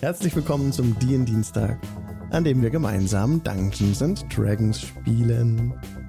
Herzlich willkommen zum D&D-Dienstag, an dem wir gemeinsam Dungeons & Dragons spielen.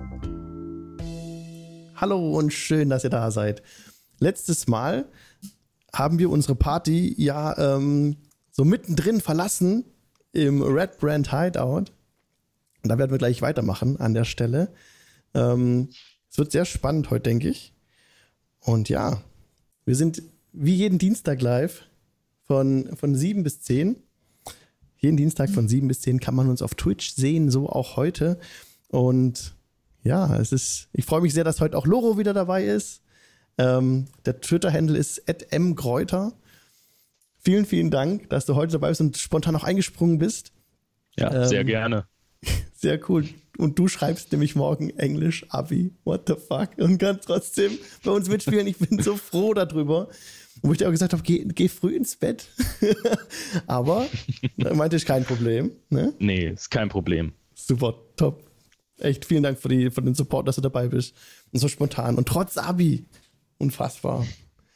Hallo und schön, dass ihr da seid. Letztes Mal haben wir unsere Party so mittendrin verlassen im Red Brand Hideout. Und da werden wir gleich weitermachen an der Stelle. Es wird sehr spannend heute, denke ich. Und ja, wir sind wie jeden Dienstag live von 7 bis 10. Jeden Dienstag von 7 bis 10 kann man uns auf Twitch sehen, so auch heute. Und ja, ich freue mich sehr, dass heute auch Loro wieder dabei ist. Der Twitter-Handle ist @mgreuter. Vielen, vielen Dank, dass du heute dabei bist und spontan auch eingesprungen bist. Ja, sehr gerne. Sehr cool. Und du schreibst nämlich morgen Englisch, Abi, what the fuck, und kannst trotzdem bei uns mitspielen. Ich bin so froh darüber. Wo ich dir auch gesagt habe, geh früh ins Bett. Aber da meinte ich, kein Problem. Ne? Nee, ist kein Problem. Super, top. Echt, vielen Dank für den Support, dass du dabei bist. Und so spontan. Und trotz Abi. Unfassbar.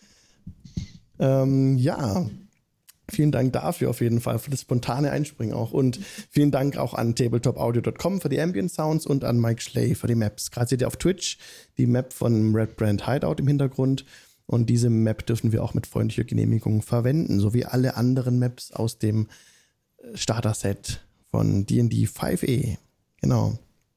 Ja. Vielen Dank dafür auf jeden Fall, für das spontane Einspringen auch. Und vielen Dank auch an tabletopaudio.com für die Ambient Sounds und an Mike Schley für die Maps. Gerade seht ihr auf Twitch die Map von Red Brand Hideout im Hintergrund. Und diese Map dürfen wir auch mit freundlicher Genehmigung verwenden, so wie alle anderen Maps aus dem Starter-Set von D&D 5e. Genau.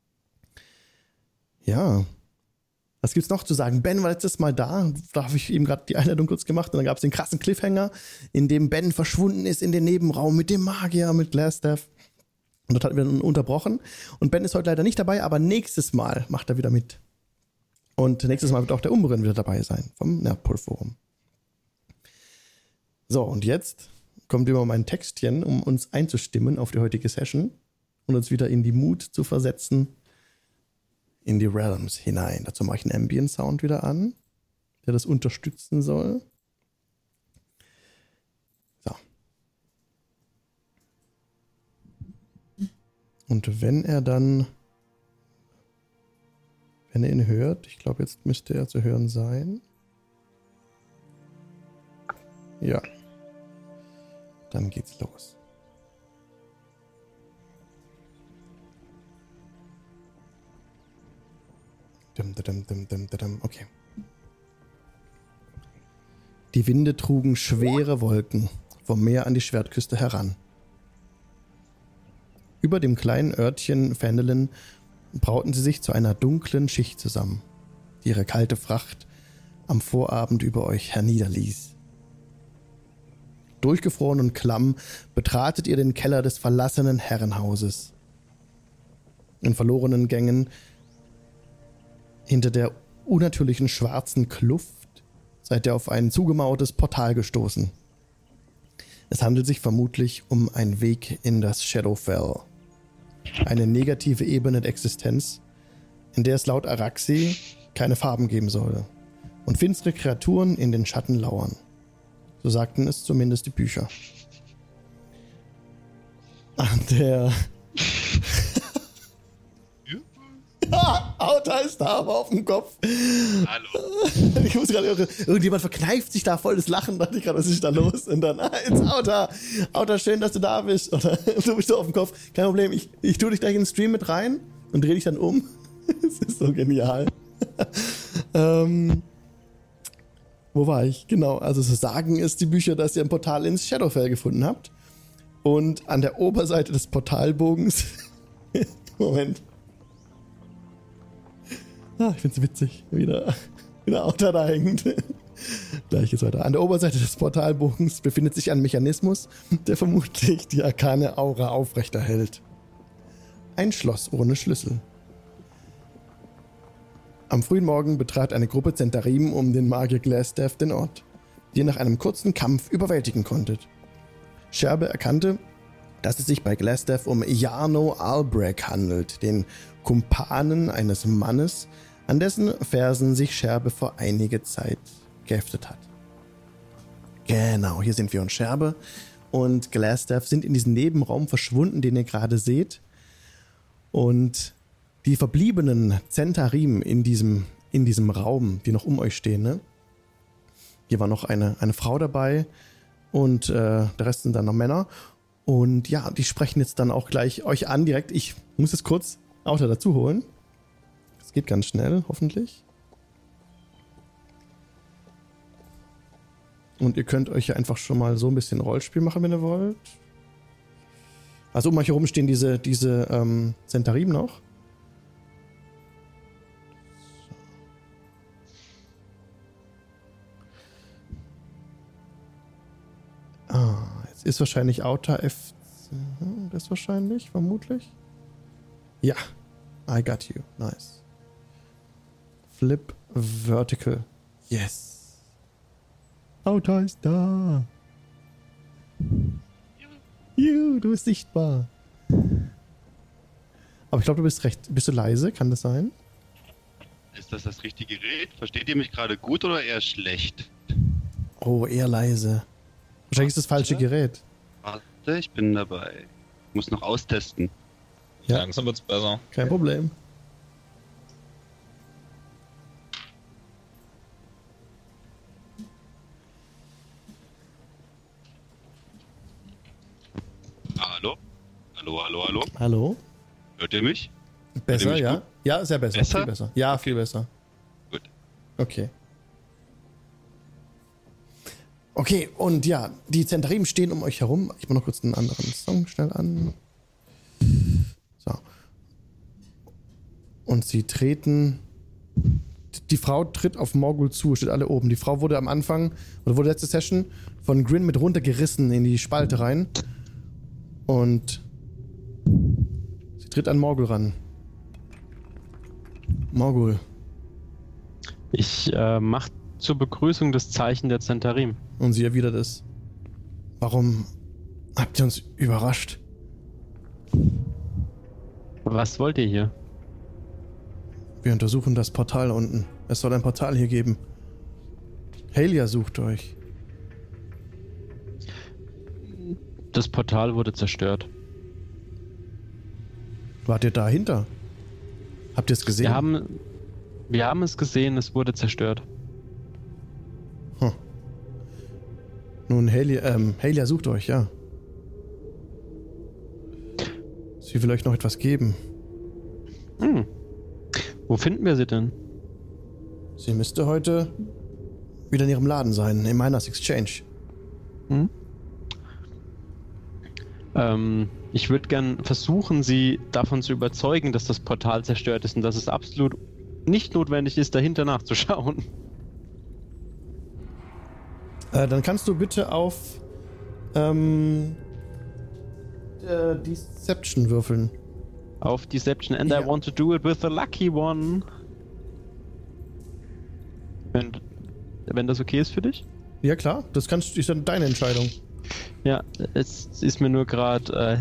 Ja. Was gibt's noch zu sagen? Ben war letztes Mal da habe ich eben gerade die Einleitung kurz gemacht. Und dann gab es den krassen Cliffhanger, in dem Ben verschwunden ist in den Nebenraum mit dem Magier, mit Glassstaff. Und dort hatten wir ihn unterbrochen. Und Ben ist heute leider nicht dabei, aber nächstes Mal macht er wieder mit. Und nächstes Mal wird auch der Umbrin wieder dabei sein vom Nerdpol-Forum. So, und jetzt kommt über mein Textchen, um uns einzustimmen auf die heutige Session und uns wieder in die Mut zu versetzen, in die Realms hinein. Dazu mache ich einen Ambient-Sound wieder an, der das unterstützen soll. So. Und wenn ihr ihn hört, ich glaube, jetzt müsste er zu hören sein. Ja. Dann geht's los. Okay. Die Winde trugen schwere Wolken vom Meer an die Schwertküste heran. Über dem kleinen Örtchen Phandalin brauten sie sich zu einer dunklen Schicht zusammen, die ihre kalte Fracht am Vorabend über euch herniederließ. Durchgefroren und klamm betratet ihr den Keller des verlassenen Herrenhauses. In verlorenen Gängen hinter der unnatürlichen schwarzen Kluft seid ihr auf ein zugemauertes Portal gestoßen. Es handelt sich vermutlich um einen Weg in das Shadowfell. Eine negative Ebene der Existenz, in der es laut Araxi keine Farben geben soll und finstere Kreaturen in den Schatten lauern. So sagten es zumindest die Bücher. Auta ist da, aber auf dem Kopf. Hallo. Ich muss gerade irgendjemand verkneift sich da voll das Lachen, dachte ich gerade, was ist da los? Und dann, jetzt Auta. Auta, schön, dass du da bist. Oder du bist so auf dem Kopf. Kein Problem, ich tue dich gleich in den Stream mit rein und drehe dich dann um. Das ist so genial. Wo war ich? Genau, also so sagen es die Bücher, dass ihr ein Portal ins Shadowfell gefunden habt. Und an der Oberseite des Portalbogens Moment. Ich find's witzig, wieder Auta da hängt. Gleich geht's weiter. An der Oberseite des Portalbogens befindet sich ein Mechanismus, der vermutlich die arkane Aura aufrechterhält. Ein Schloss ohne Schlüssel. Am frühen Morgen betrat eine Gruppe Zentarim um den Magier Glassstaff den Ort, die ihr nach einem kurzen Kampf überwältigen konntet. Scherbe erkannte, dass es sich bei Glassstaff um Jarno Albrecht handelt, den Kumpanen eines Mannes, an dessen Fersen sich Scherbe vor einiger Zeit geheftet hat. Genau, hier sind wir und Scherbe und Glassstaff sind in diesem Nebenraum verschwunden, den ihr gerade seht. Und die verbliebenen Zentarim in diesem Raum, die noch um euch stehen, ne? Hier war noch eine Frau dabei und der Rest sind dann noch Männer. Und ja, die sprechen jetzt dann auch gleich euch an direkt. Ich muss jetzt kurz Auto dazu holen. Das geht ganz schnell, hoffentlich. Und ihr könnt euch ja einfach schon mal so ein bisschen Rollspiel machen, wenn ihr wollt. Also um euch herum stehen diese Zentarim noch. Jetzt ist wahrscheinlich Outer F... Das wahrscheinlich, vermutlich. Ja, I got you. Nice. Flip Vertical. Yes. Outer ist da. Du bist sichtbar. Aber ich glaube, du bist recht. Bist du leise? Kann das sein? Ist das richtige Gerät? Versteht ihr mich gerade gut oder eher schlecht? Oh, eher leise. Wahrscheinlich ist das falsche Gerät. Warte, ich bin dabei. Ich muss noch austesten. Ja. Langsam wird's besser. Kein Problem. Hallo? Hallo? Hallo? Hört ihr mich? Besser, mich ja? gut? Ja, sehr besser. Besser? Viel besser. Ja, viel besser. Gut. Okay. Okay, und ja, die Zentarim stehen um euch herum. Ich mache noch kurz einen anderen Song schnell an. So. Und sie treten. Die Frau tritt auf Morgul zu, steht alle oben. Die Frau wurde am Anfang, oder wurde letzte Session von Grin mit runtergerissen in die Spalte rein. Und sie tritt an Morgul ran. Morgul. Ich mach zur Begrüßung das Zeichen der Zentarim. Und sie erwidert es. Warum habt ihr uns überrascht? Was wollt ihr hier? Wir untersuchen das Portal unten. Es soll ein Portal hier geben. Halia sucht euch. Das Portal wurde zerstört. Wart ihr dahinter? Habt ihr es gesehen? Wir haben es gesehen, es wurde zerstört. Nun, Halia sucht euch, ja. Sie will euch noch etwas geben. Wo finden wir sie denn? Sie müsste heute wieder in ihrem Laden sein, im Miners Exchange. Ich würde gern versuchen, sie davon zu überzeugen, dass das Portal zerstört ist und dass es absolut nicht notwendig ist, dahinter nachzuschauen. Dann kannst du bitte auf Deception würfeln. Auf Deception, and Ja. I want to do it with the lucky one. Wenn das okay ist für dich? Ja klar, das ist dann deine Entscheidung. Ja, es ist mir nur gerade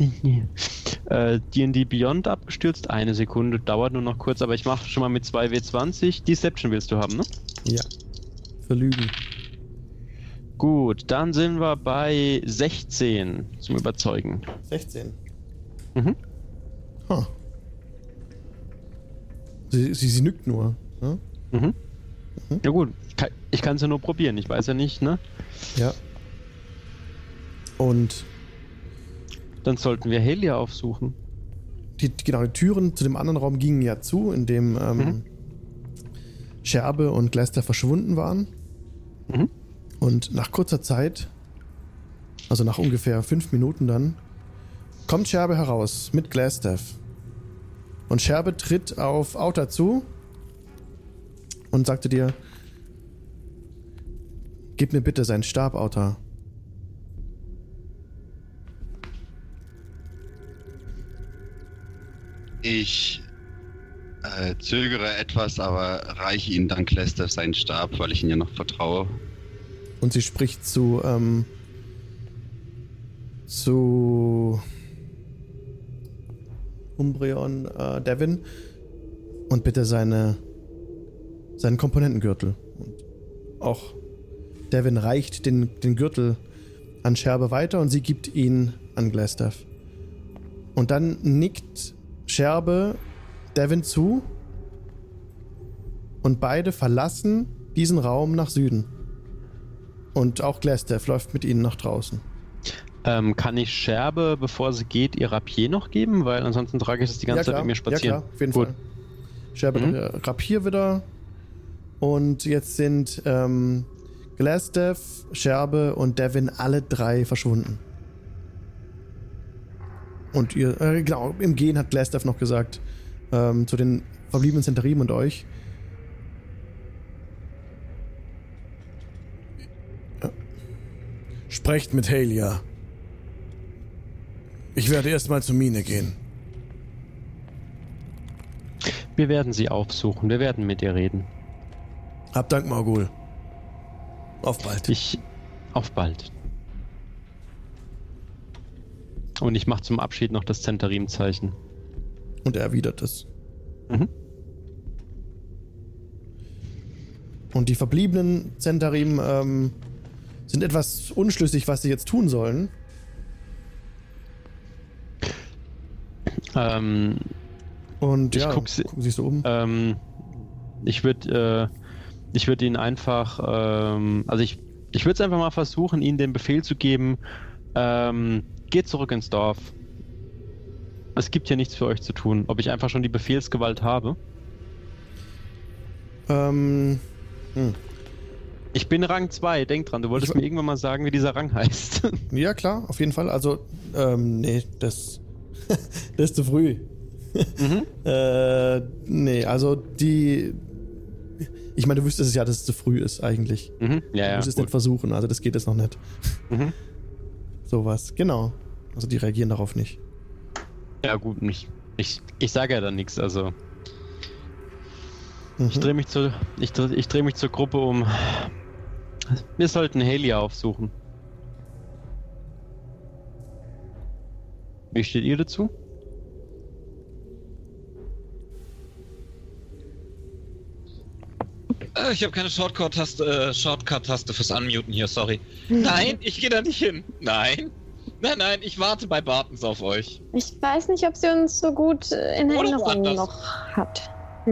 D&D Beyond abgestürzt. Eine Sekunde, dauert nur noch kurz, aber ich mache schon mal mit 2W20. Deception willst du haben, ne? Ja. Für Lügen. Gut, dann sind wir bei 16 zum Überzeugen. 16. Mhm. Huh. Sie nickt nur. Ne? Mhm. Ja gut, ich kann es ja nur probieren, ich weiß ja nicht, ne? Ja. Und Dann sollten wir Halia aufsuchen. die Türen zu dem anderen Raum gingen ja zu, in dem Scherbe und Glaster verschwunden waren. Mhm. Und nach kurzer Zeit, also nach ungefähr 5 Minuten dann, kommt Scherbe heraus mit Glastaff. Und Scherbe tritt auf Outer zu und sagte dir: Gib mir bitte seinen Stab, Outer. Ich zögere etwas, aber reiche ihm dann Klestev seinen Stab, weil ich ihn ja noch vertraue. Und sie spricht zu Umbreon Devin und bitte seinen Komponentengürtel. Und auch Devin reicht den Gürtel an Scherbe weiter und sie gibt ihn an Glastaff. Und dann nickt Scherbe Devin zu und beide verlassen diesen Raum nach Süden. Und auch Glastaff läuft mit ihnen nach draußen. Kann ich Scherbe, bevor sie geht, ihr Rapier noch geben? Weil ansonsten trage ich das die ganze Zeit mit mir spazieren. Ja, klar, auf jeden Gut. Fall. Scherbe, Rapier wieder. Und jetzt sind Glasdev, Scherbe und Devin alle 3 verschwunden. Und ihr, genau, im Gehen hat Glasdev noch gesagt, zu den verbliebenen Zentarim und euch. Sprecht mit Halia. Ich werde erstmal zur Mine gehen. Wir werden sie aufsuchen. Wir werden mit ihr reden. Hab Dank, Morgul. Auf bald. Auf bald. Und ich mache zum Abschied noch das Zentarim-Zeichen. Und er erwidert es. Mhm. Und die verbliebenen Zentarim sind etwas unschlüssig, was sie jetzt tun sollen. Und ja, gucken sich so um. Ich würde ihn einfach, also ich würde es einfach mal versuchen, ihnen den Befehl zu geben, geht zurück ins Dorf. Es gibt hier nichts für euch zu tun. Ob ich einfach schon die Befehlsgewalt habe? Ich bin Rang 2, denk dran, du wolltest mir irgendwann mal sagen, wie dieser Rang heißt. Ja, klar, auf jeden Fall. Also, nee, das ist zu früh. Nee, also ich meine, du wüsstest es ja, dass es zu früh ist eigentlich. Ja, du musst es nicht versuchen, also das geht jetzt noch nicht. Sowas, genau. Also die reagieren darauf nicht. Ja gut, ich sage ja dann nichts, also ich drehe mich zur Gruppe um. Wir sollten Halia aufsuchen. Wie steht ihr dazu? Ich habe keine Shortcut-Taste fürs Unmuten hier, sorry. Nein, ich gehe da nicht hin. Nein, ich warte bei Bartens auf euch. Ich weiß nicht, ob sie uns so gut in Erinnerung noch hat.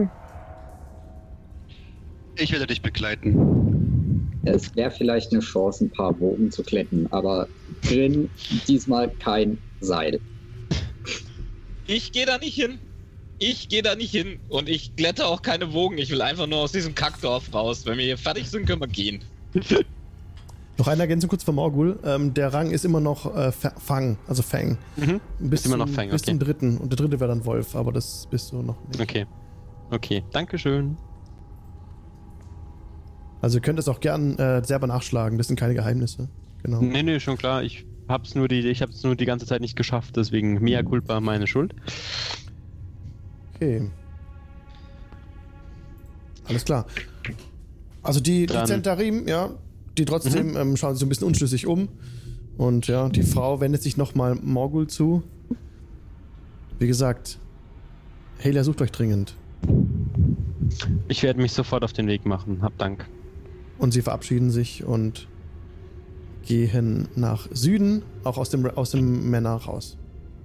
Ich werde dich begleiten. Es wäre vielleicht eine Chance, ein paar Wogen zu kletten, aber drin diesmal kein Seil. Ich gehe da nicht hin. Und ich glätte auch keine Wogen. Ich will einfach nur aus diesem Kackdorf raus. Wenn wir hier fertig sind, können wir gehen. Noch eine Ergänzung kurz von Morgul. Der Rang ist immer noch Fang, also Fang. Bis immer noch Fang, bis zum 3. Und der 3. wäre dann Wolf, aber das bist du noch nicht. Okay, dankeschön. Also ihr könnt es auch gern selber nachschlagen, das sind keine Geheimnisse. Genau. Nee, schon klar. Ich hab's nur die ganze Zeit nicht geschafft, deswegen mea culpa, meine Schuld. Okay. Alles klar. Also die Zentarim, ja, die trotzdem schauen sich so ein bisschen unschlüssig um. Und ja, die Frau wendet sich nochmal Morgul zu. Wie gesagt, Halia sucht euch dringend. Ich werde mich sofort auf den Weg machen. Hab Dank. Und sie verabschieden sich und gehen nach Süden, auch aus dem Männer raus.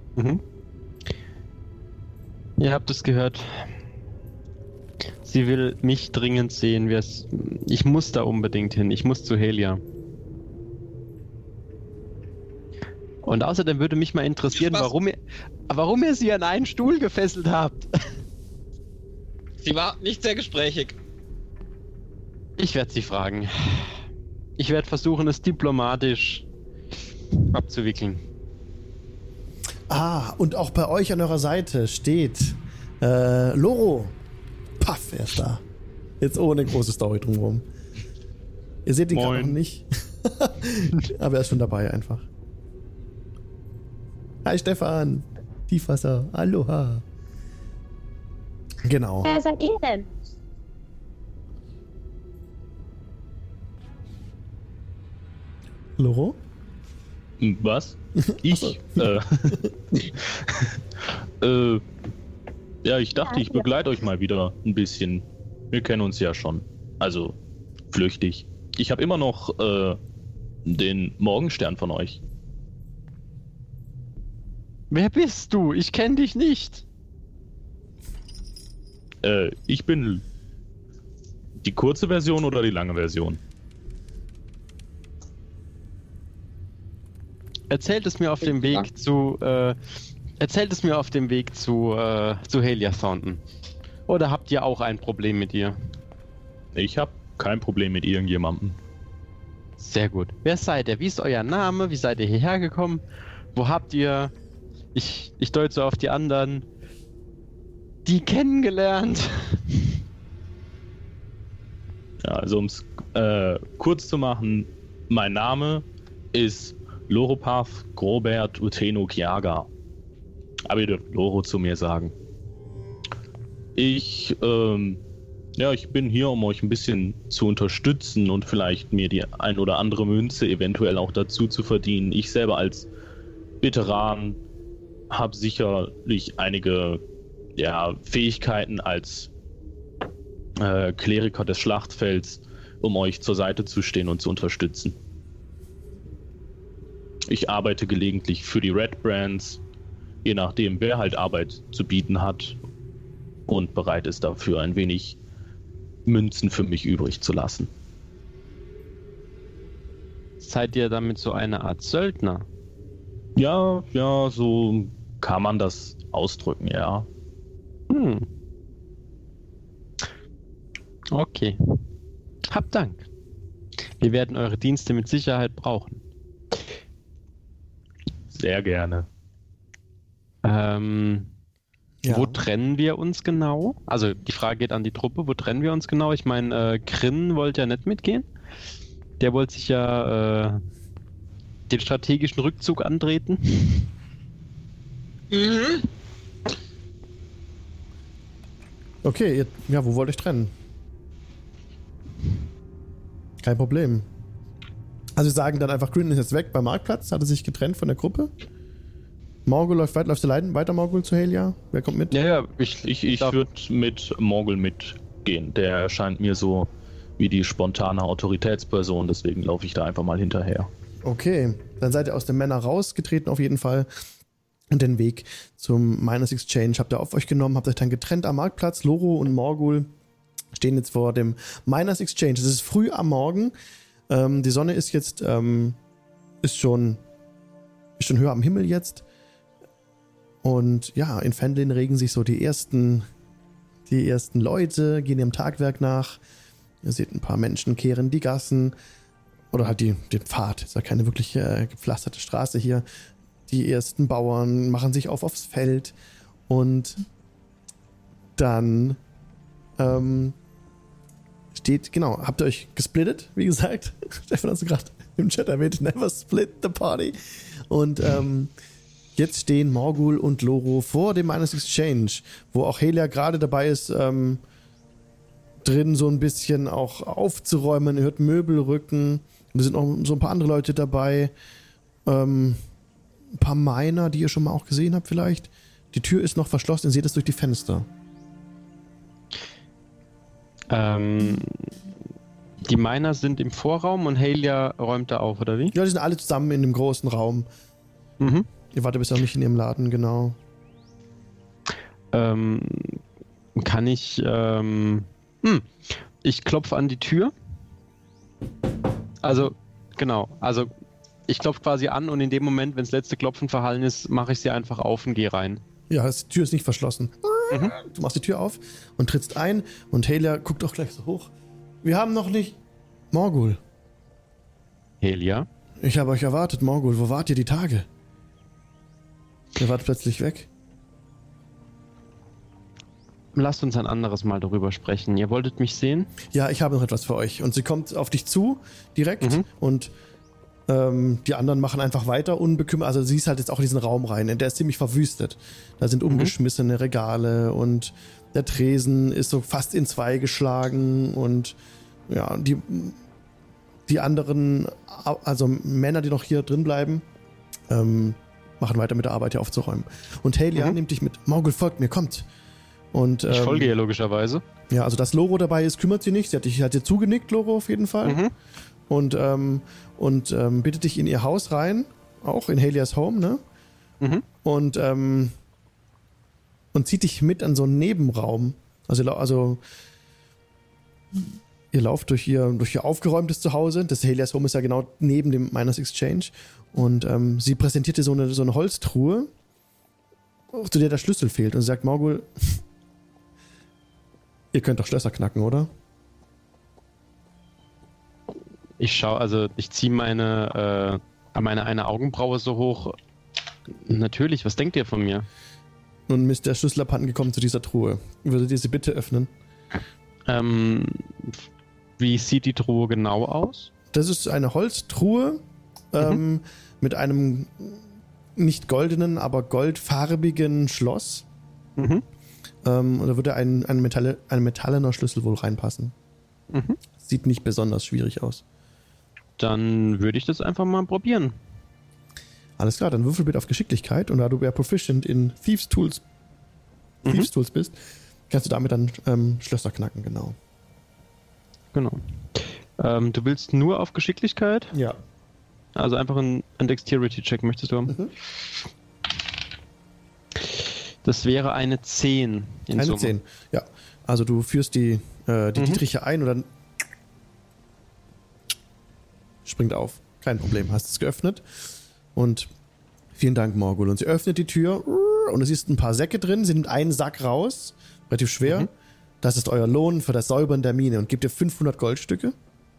Ihr habt es gehört. Sie will mich dringend sehen. Ich muss da unbedingt hin. Ich muss zu Halia. Und außerdem würde mich mal interessieren, warum ihr sie an einen Stuhl gefesselt habt. Sie war nicht sehr gesprächig. Ich werde sie fragen. Ich werde versuchen, es diplomatisch abzuwickeln. Und auch bei euch an eurer Seite steht Loro. Paff, er ist da. Jetzt ohne große Story drumherum. Ihr seht ihn gerade noch nicht. Aber er ist schon dabei einfach. Hi Stefan. Tiefwasser. Aloha. Genau. Wer seid ihr denn? Loro? Was? Ich? Ja, ich dachte, ich begleite euch mal wieder ein bisschen. Wir kennen uns ja schon. Also, flüchtig. Ich habe immer noch den Morgenstern von euch. Wer bist du? Ich kenne dich nicht. Ich bin die kurze Version oder die lange Version? Erzählt es mir auf dem Weg zu Helia Thornton. Oder habt ihr auch ein Problem mit ihr? Ich habe kein Problem mit irgendjemandem. Sehr gut. Wer seid ihr? Wie ist euer Name? Wie seid ihr hierher gekommen? Wo habt ihr, ich deute so auf die anderen, die kennengelernt? Ja, also um es kurz zu machen, mein Name ist Loropath Grobert Uteno Kiaga. Aber ihr dürft Loro zu mir sagen. Ich bin hier, um euch ein bisschen zu unterstützen und vielleicht mir die ein oder andere Münze eventuell auch dazu zu verdienen. Ich selber als Veteran habe sicherlich einige Fähigkeiten als Kleriker des Schlachtfelds, um euch zur Seite zu stehen und zu unterstützen. Ich arbeite gelegentlich für die Red Brands, je nachdem, wer halt Arbeit zu bieten hat und bereit ist dafür ein wenig Münzen für mich übrig zu lassen. Seid ihr damit so eine Art Söldner? Ja, so kann man das ausdrücken, ja. Okay. Habt Dank. Wir werden eure Dienste mit Sicherheit brauchen. Sehr gerne. Wo trennen wir uns genau? Also die Frage geht an die Truppe, wo trennen wir uns genau? Ich meine, Grin wollte ja nicht mitgehen. Der wollte sich ja den strategischen Rückzug antreten. Mhm. Okay, wo wollt ihr euch trennen? Kein Problem. Also wir sagen dann einfach, Grin ist jetzt weg beim Marktplatz, hat er sich getrennt von der Gruppe. Morgul läuft du weiter, Morgul, zu Helia? Wer kommt mit? Ja, ich würde mit Morgul mitgehen. Der erscheint mir so wie die spontane Autoritätsperson, deswegen laufe ich da einfach mal hinterher. Okay, dann seid ihr aus dem Männer rausgetreten auf jeden Fall. Und den Weg zum Miners Exchange habt ihr auf euch genommen, habt euch dann getrennt am Marktplatz. Loro und Morgul stehen jetzt vor dem Miners Exchange. Es ist früh am Morgen. Die Sonne ist jetzt ist schon höher am Himmel jetzt. Und ja, in Fendlin regen sich so die ersten Leute, gehen ihrem Tagwerk nach. Ihr seht ein paar Menschen kehren die Gassen oder halt den Pfad. Ist ja keine wirklich gepflasterte Straße hier. Die ersten Bauern machen sich aufs Feld und dann habt ihr euch gesplittet, wie gesagt. Stefan hat es gerade im Chat erwähnt, never split the party. Und jetzt stehen Morgul und Loro vor dem Miners Exchange, wo auch Helia gerade dabei ist, drin so ein bisschen auch aufzuräumen. Ihr hört Möbel rücken. Und es sind auch so ein paar andere Leute dabei. Ein paar Miner, die ihr schon mal auch gesehen habt vielleicht. Die Tür ist noch verschlossen, ihr seht es durch die Fenster. Die Miner sind im Vorraum und Helia räumt da auf, oder wie? Ja, die sind alle zusammen in dem großen Raum. Mhm. Ihr wartet bisher noch nicht in ihrem Laden, genau. Kann ich... ich klopfe an die Tür. Also, genau. Also, ich klopfe quasi an und in dem Moment, wenn das letzte Klopfen verhallen ist, mache ich sie einfach auf und gehe rein. Ja, die Tür ist nicht verschlossen. Mhm. Du machst die Tür auf und trittst ein und Helia guckt auch gleich so hoch. Wir haben noch nicht... Morgul. Helia? Ich habe euch erwartet, Morgul. Wo wart ihr die Tage? Ihr wart plötzlich weg. Lasst uns ein anderes Mal darüber sprechen. Ihr wolltet mich sehen? Ja, ich habe noch etwas für euch. Und sie kommt auf dich zu, direkt. Und die anderen machen einfach weiter, unbekümmert. Also sie ist halt jetzt auch in diesen Raum rein. Der ist ziemlich verwüstet. Da sind umgeschmissene Regale und der Tresen ist so fast in zwei geschlagen. Und ja, die anderen, also Männer, die noch hier drin bleiben, machen weiter mit der Arbeit hier aufzuräumen. Und Helia nimmt dich mit. Morgul, folgt mir, kommt. Und, ich folge ihr logischerweise. Ja, also dass Loro dabei ist, kümmert sie nicht. Sie hat dir zugenickt, Loro, auf jeden Fall. Und bittet dich in ihr Haus rein, auch in Helias Home, ne? Und zieht dich mit an so einen Nebenraum. Also ihr Ihr lauft durch ihr aufgeräumtes Zuhause. Das Helias Home ist ja genau neben dem Miners Exchange. Und sie präsentiert dir so eine Holztruhe, zu der der Schlüssel fehlt. Und sie sagt, Morgul, ihr könnt doch Schlösser knacken, oder? Ich ziehe meine eine Augenbraue so hoch. Natürlich, was denkt ihr von mir? Nun ist der Schlüssel abhanden gekommen zu dieser Truhe. Würdet ihr sie bitte öffnen? Wie sieht die Truhe genau aus? Das ist eine Holztruhe mit einem nicht goldenen, aber goldfarbigen Schloss. Und da würde ein metallener Schlüssel wohl reinpassen. Sieht nicht besonders schwierig aus. Dann würde ich das einfach mal probieren. Alles klar, dann würfel bitte auf Geschicklichkeit. Und da du ja proficient in Thieves Tools bist, kannst du damit dann Schlösser knacken, genau. Genau. Du willst nur auf Geschicklichkeit? Ja. Also einfach ein Dexterity-Check möchtest du? Das wäre eine 10 in Summe. 10, ja. Also du führst die Dietriche ein und dann springt auf. Kein Problem, hast es geöffnet. Und vielen Dank, Morgul. Und sie öffnet die Tür und du siehst ein paar Säcke drin. Sie nimmt einen Sack raus, relativ schwer. Das ist euer Lohn für das Säubern der Mine und gibt dir 500 Goldstücke.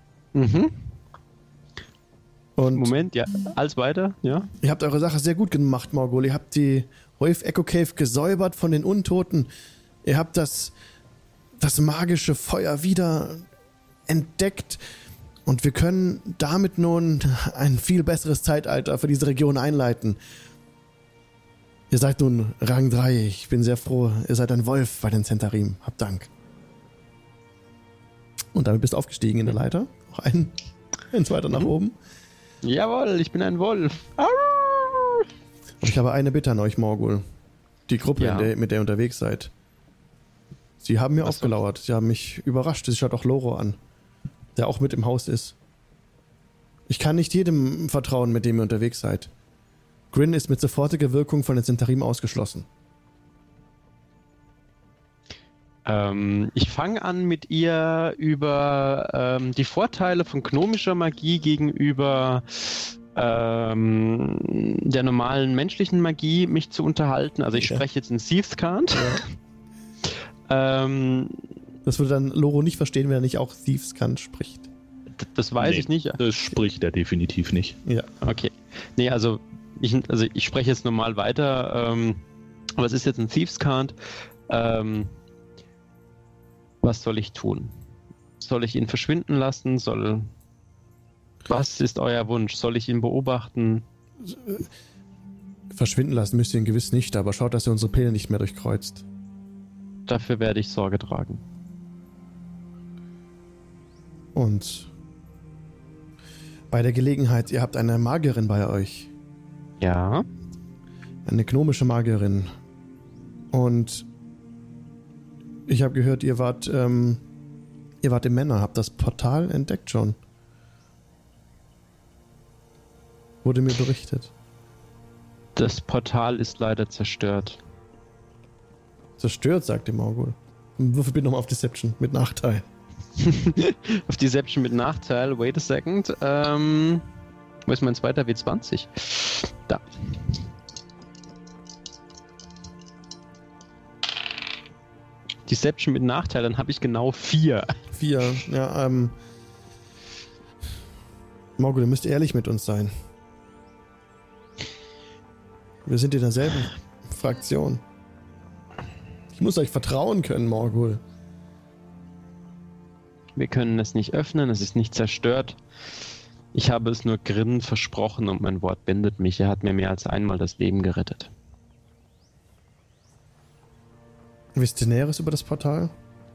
Und Moment, ja, alles weiter, ja. Ihr habt eure Sache sehr gut gemacht, Morgul. Ihr habt die Wolf Echo Cave gesäubert von den Untoten. Ihr habt das magische Feuer wieder entdeckt. Und wir können damit nun ein viel besseres Zeitalter für diese Region einleiten. Ihr seid nun Rang 3. Ich bin sehr froh. Ihr seid ein Wolf bei den Zentarim. Habt Dank. Und damit bist du aufgestiegen in der Leiter. Noch eins weiter nach oben. Jawohl, ich bin ein Wolf. Und ich habe eine Bitte an euch, Morgul. Die Gruppe, mit der ihr unterwegs seid. Sie haben mir aufgelauert. Sie haben mich überrascht. Sie schaut auch Loro an, der auch mit im Haus ist. Ich kann nicht jedem vertrauen, mit dem ihr unterwegs seid. Grin ist mit sofortiger Wirkung von den Zentarim ausgeschlossen. Ich fange an, mit ihr über die Vorteile von gnomischer Magie gegenüber der normalen menschlichen Magie mich zu unterhalten. Also ich spreche jetzt in Thiefskant. Ja. Das würde dann Loro nicht verstehen, wenn er nicht auch Thiefskant spricht. Das weiß ich nicht. Das spricht er definitiv nicht. Ja. Okay. Nee, also ich spreche jetzt normal weiter. Aber es ist jetzt ein Thiefskant. Was soll ich tun? Soll ich ihn verschwinden lassen? Was ist euer Wunsch? Soll ich ihn beobachten? Verschwinden lassen müsst ihr ihn gewiss nicht, aber schaut, dass ihr unsere Pläne nicht mehr durchkreuzt. Dafür werde ich Sorge tragen. Und bei der Gelegenheit, ihr habt eine Magierin bei euch. Ja. Eine gnomische Magierin. Und ich habe gehört, ihr wart im Männer, habt das Portal entdeckt schon. Wurde mir berichtet. Das Portal ist leider zerstört. Zerstört, sagt der Morgul. Würfel bitte nochmal auf Deception mit Nachteil. Auf Deception mit Nachteil. Wait a second. Wo ist mein zweiter W20? Da. Deception mit Nachteil, dann habe ich genau 4. 4, ja, Morgul, ihr müsst ehrlich mit uns sein. Wir sind in derselben Fraktion. Ich muss euch vertrauen können, Morgul. Wir können es nicht öffnen, es ist nicht zerstört. Ich habe es nur Grin versprochen und mein Wort bindet mich. Er hat mir mehr als einmal das Leben gerettet. Wisst ihr Näheres über das Portal?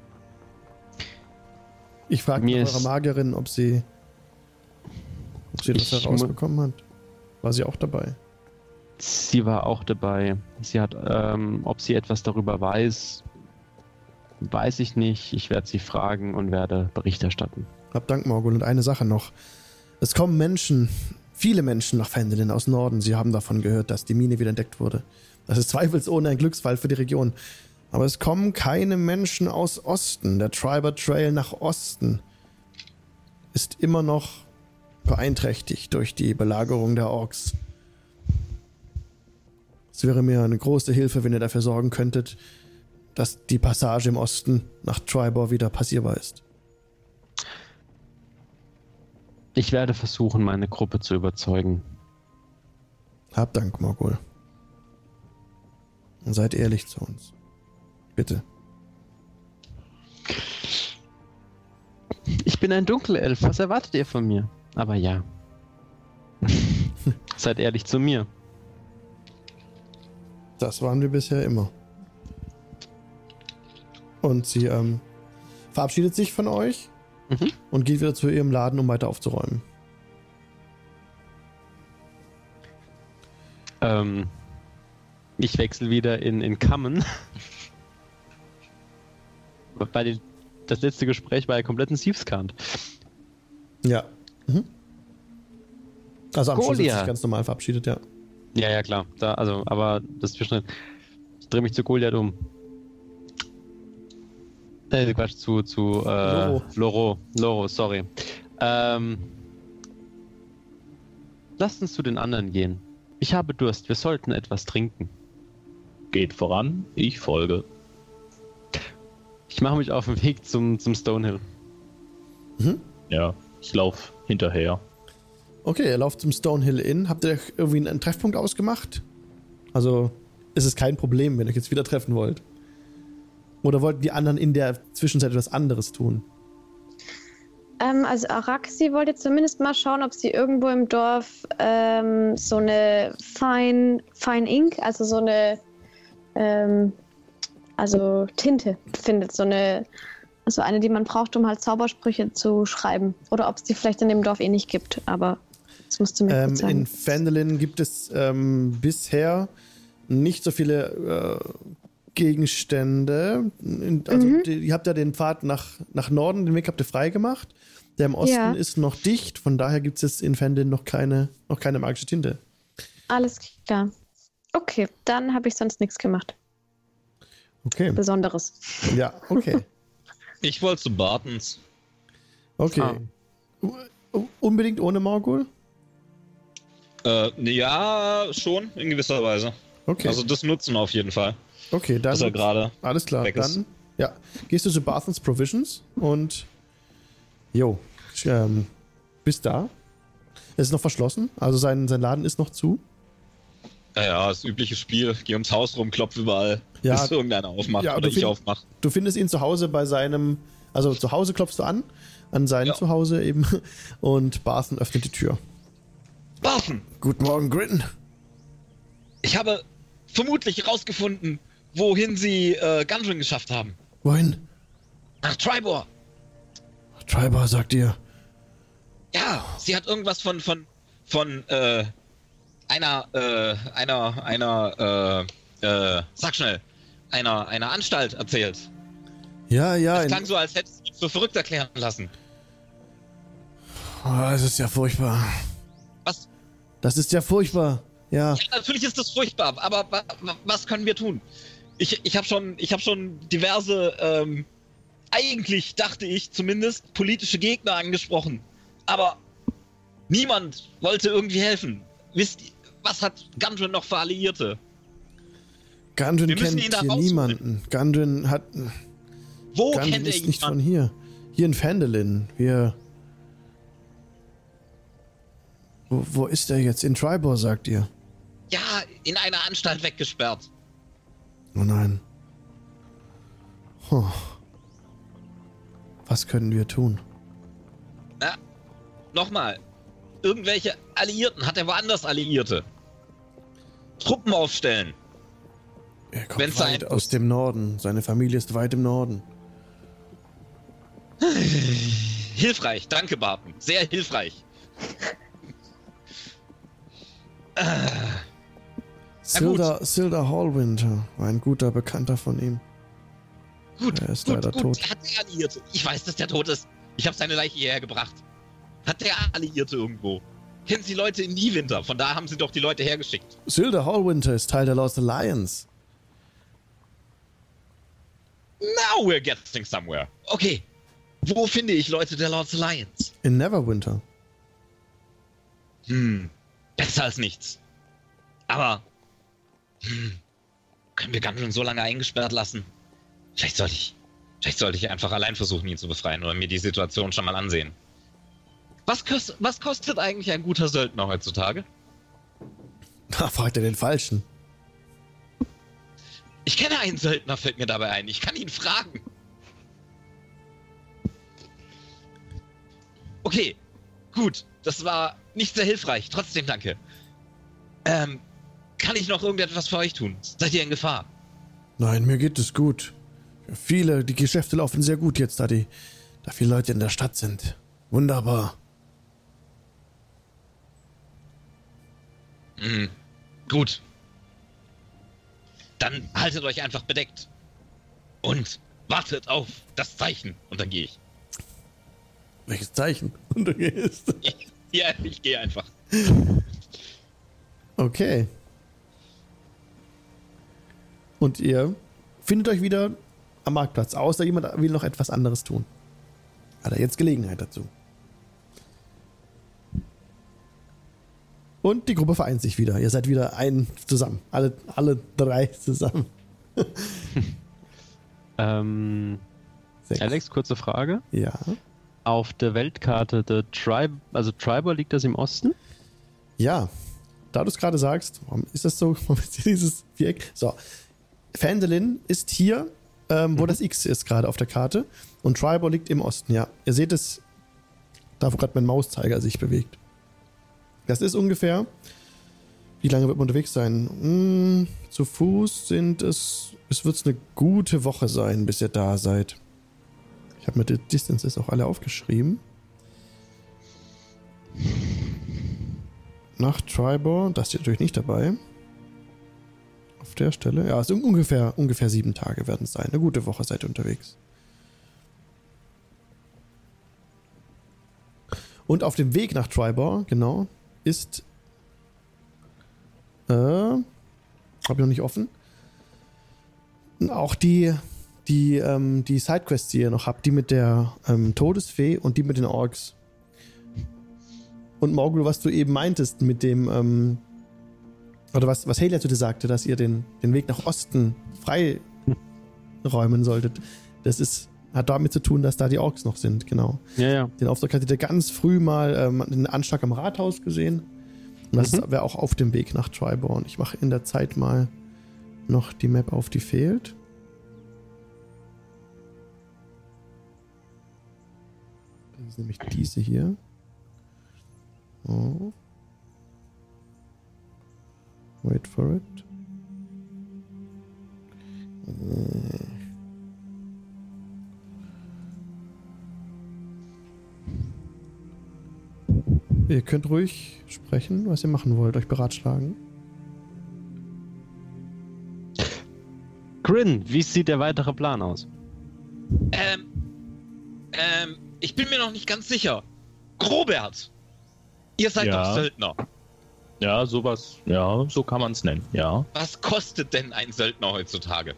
Ich frage eure Magierin, ob sie etwas herausbekommen hat. War sie auch dabei? Sie war auch dabei. Sie hat, ob sie etwas darüber weiß, weiß ich nicht. Ich werde sie fragen und werde Bericht erstatten. Hab Dank, Morgul. Und eine Sache noch. Es kommen Menschen, viele Menschen nach Phendelin aus Norden. Sie haben davon gehört, dass die Mine wieder entdeckt wurde. Das ist zweifelsohne ein Glücksfall für die Region. Aber es kommen keine Menschen aus Osten. Der Triber Trail nach Osten ist immer noch beeinträchtigt durch die Belagerung der Orks. Es wäre mir eine große Hilfe, wenn ihr dafür sorgen könntet, dass die Passage im Osten nach Triboar wieder passierbar ist. Ich werde versuchen, meine Gruppe zu überzeugen. Habt Dank, Morgul. Und seid ehrlich zu uns. Bitte. Ich bin ein Dunkelelf. Was erwartet ihr von mir? Aber ja. Seid ehrlich zu mir. Das waren wir bisher immer. Und sie verabschiedet sich von euch und geht wieder zu ihrem Laden, um weiter aufzuräumen. Ich wechsle wieder in Kammen. Weil das letzte Gespräch war ja komplett ein Thiefskant. Ja. Also am Schluss wird Goliath. sich ganz normal verabschiedet, ja. Ja, klar. Aber das Zwischenschritt. Ich drehe mich zu Goliath um. Quatsch, zu Loro, sorry. Lasst uns zu den anderen gehen. Ich habe Durst, wir sollten etwas trinken. Geht voran, ich folge. Ich mache mich auf den Weg zum Stonehill. Ja, ich laufe hinterher. Okay, ihr lauft zum Stonehill Inn. Habt ihr irgendwie einen Treffpunkt ausgemacht? Also ist es kein Problem, wenn ihr euch jetzt wieder treffen wollt. Oder wollten die anderen in der Zwischenzeit etwas anderes tun? Also Araxi wollte zumindest mal schauen, ob sie irgendwo im Dorf so eine Fine Ink, also so eine also Tinte findet, also eine, die man braucht, um halt Zaubersprüche zu schreiben. Oder ob es die vielleicht in dem Dorf nicht gibt, aber das musst du mir kurz sagen. In Phandalin gibt es bisher nicht so viele Gegenstände. Ihr habt ja den Pfad nach Norden, den Weg habt ihr frei gemacht. Der im Osten ist noch dicht, von daher gibt es jetzt in Phandalin noch keine magische Tinte. Alles klar. Okay, dann habe ich sonst nichts gemacht. Okay. Besonderes. Ja, okay. Ich wollte zu Bartens. Okay. Unbedingt ohne Morgul? Ja, schon, in gewisser Weise. Okay. Also das nutzen auf jeden Fall. Okay, dann. Dass er gerade alles klar, weg ist. dann. Ja. Gehst du zu Barthens Provisions und. Bis da. Es ist noch verschlossen, also sein Laden ist noch zu. Ja, das übliche Spiel. Geh ums Haus rum, klopf überall, bis irgendeiner aufmacht oder ich aufmache. Du findest ihn zu Hause bei seinem. Also zu Hause klopfst du an sein Zuhause eben. Und Barthen öffnet die Tür. Barthen! Guten Morgen, Gritton. Ich habe vermutlich herausgefunden, wohin sie Gundren geschafft haben. Wohin? Nach Triboar. Triboar, sagt ihr. Ja, sie hat irgendwas von einer Anstalt erzählt. Ja. Es klang so, als hätte sie sich für verrückt erklären lassen. Oh, es ist ja furchtbar. Was? Das ist ja furchtbar. Ja. Ja, natürlich ist das furchtbar, aber was können wir tun? Ich habe schon diverse, eigentlich dachte ich zumindest, politische Gegner angesprochen. Aber niemand wollte irgendwie helfen. Wisst ihr, was hat Gundren noch für Alliierte? Gundren kennt hier niemanden. Gundren hat... Wo Gundren kennt er ist nicht von jemanden? hier. Hier in Phandalin. Wo ist er jetzt? In Triboar, sagt ihr? Ja, in einer Anstalt weggesperrt. Oh nein. Was können wir tun? Na, nochmal. Irgendwelche Alliierten. Hat er woanders Alliierte? Truppen aufstellen. Er kommt Wenn's sein weit aus dem Norden. Seine Familie ist weit im Norden. Hilfreich. Danke, Barton. Sehr hilfreich. Silda Hallwinter war ein guter Bekannter von ihm. Gut, Er ist leider tot. Hat der Alliierte? Ich weiß, dass der tot ist. Ich habe seine Leiche hierher gebracht. Hat der Alliierte irgendwo? Kennen Sie Leute in Niewinter? Von da haben Sie doch die Leute hergeschickt. Silda Hallwinter ist Teil der Lost Alliance. Now we're getting somewhere. Okay. Wo finde ich Leute der Lord's Alliance? In Neverwinter. Besser als nichts. Aber können wir Gundren so lange eingesperrt lassen? Vielleicht sollte ich einfach allein versuchen, ihn zu befreien oder mir die Situation schon mal ansehen. Was kostet eigentlich ein guter Söldner heutzutage? Da fragt er den Falschen. Ich kenne einen Söldner, fällt mir dabei ein. Ich kann ihn fragen. Okay, gut. Das war nicht sehr hilfreich. Trotzdem danke. Kann ich noch irgendetwas für euch tun? Seid ihr in Gefahr? Nein, mir geht es gut. Die Geschäfte laufen sehr gut jetzt, da viele Leute in der Stadt sind. Wunderbar. Gut. Dann haltet euch einfach bedeckt. Und wartet auf das Zeichen. Und dann gehe ich. Welches Zeichen? Und du gehst. Ja, ich gehe einfach. Okay. Und ihr findet euch wieder am Marktplatz, außer jemand will noch etwas anderes tun. Hat er jetzt Gelegenheit dazu. Und die Gruppe vereint sich wieder. Ihr seid wieder zusammen. Alle drei zusammen. Alex, kurze Frage. Ja. Auf der Weltkarte, Tribor, liegt das im Osten? Ja. Da du es gerade sagst, warum ist das so? Warum ist dieses Viereck? So. Phandalin ist hier, wo das X ist gerade auf der Karte. Und Tribor liegt im Osten, ja. Ihr seht es, da wo gerade mein Mauszeiger sich bewegt. Das ist ungefähr, wie lange wird man unterwegs sein? Zu Fuß wird es eine gute Woche sein, bis ihr da seid. Ich habe mir die Distances auch alle aufgeschrieben. Nach Tribor, das steht natürlich nicht dabei. Auf der Stelle, ja, also ungefähr 7 Tage werden es sein. Eine gute Woche seid ihr unterwegs. Und auf dem Weg nach Tribor, genau, ist habe ich noch nicht offen. Auch die Sidequests, die ihr noch habt, die mit der Todesfee und die mit den Orks. Und Morgul, was du eben meintest mit dem, oder was Halia zu dir sagte, dass ihr den Weg nach Osten freiräumen solltet, hat damit zu tun, dass da die Orks noch sind, genau. Ja. Den Auftrag hattet ihr ganz früh mal einen Anschlag am Rathaus gesehen. Und das wäre auch auf dem Weg nach Tribor. Ich mache in der Zeit mal noch die Map auf, die fehlt. Das ist nämlich diese hier. Oh. Wait for it. Ihr könnt ruhig sprechen, was ihr machen wollt, euch beratschlagen. Grin, wie sieht der weitere Plan aus? Ich bin mir noch nicht ganz sicher. Grobert, ihr seid doch Söldner. Ja, sowas, ja, so kann man es nennen, ja. Was kostet denn ein Söldner heutzutage?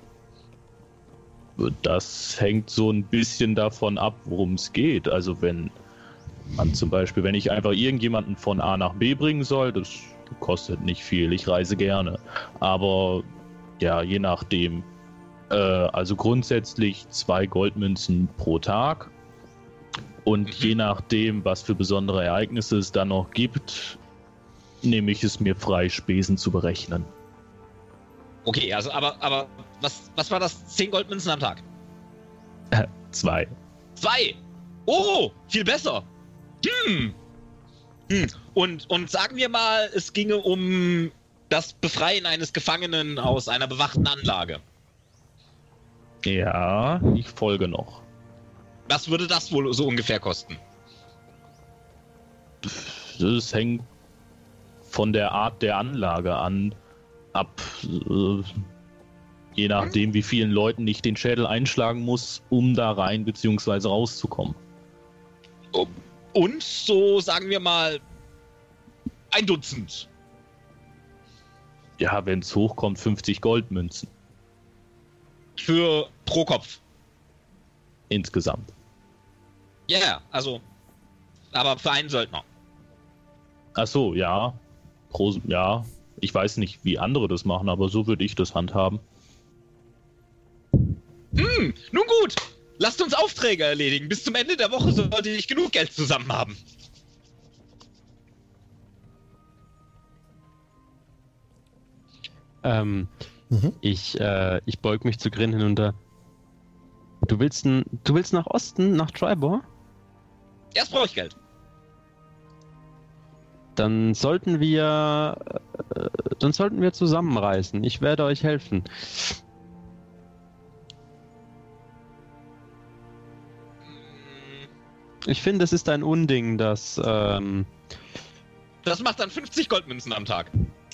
Das hängt so ein bisschen davon ab, worum es geht. Also wenn man zum Beispiel, wenn ich einfach irgendjemanden von A nach B bringen soll, das kostet nicht viel, ich reise gerne. Aber ja, je nachdem. Also grundsätzlich 2 Goldmünzen pro Tag. Und je nachdem, was für besondere Ereignisse es dann noch gibt, nehme ich es mir frei, Spesen zu berechnen. Okay, also aber was war das? 10 Goldmünzen am Tag? 2. 2? Oh, viel besser. Und sagen wir mal, es ginge um das Befreien eines Gefangenen aus einer bewachten Anlage. Ja, ich folge noch. Was würde das wohl so ungefähr kosten? Das hängt von der Art der Anlage ab. Je nachdem, wie vielen Leuten ich den Schädel einschlagen muss, um da rein bzw. rauszukommen. Und so, sagen wir mal, 1 Dutzend. Ja, wenn es hochkommt, 50 Goldmünzen. Pro Kopf. Insgesamt. Ja, also. Aber für einen Söldner. Ach so, ja. Ja. Ich weiß nicht, wie andere das machen, aber so würde ich das handhaben. Nun gut. Lasst uns Aufträge erledigen. Bis zum Ende der Woche sollte ich genug Geld zusammen haben. Ich beug mich zu Grin hinunter. Du willst nach Osten, nach Tribor? Erst brauche ich Geld. Dann sollten wir zusammenreisen. Ich werde euch helfen. Ich finde, es ist ein Unding, dass... Das macht dann 50 Goldmünzen am Tag.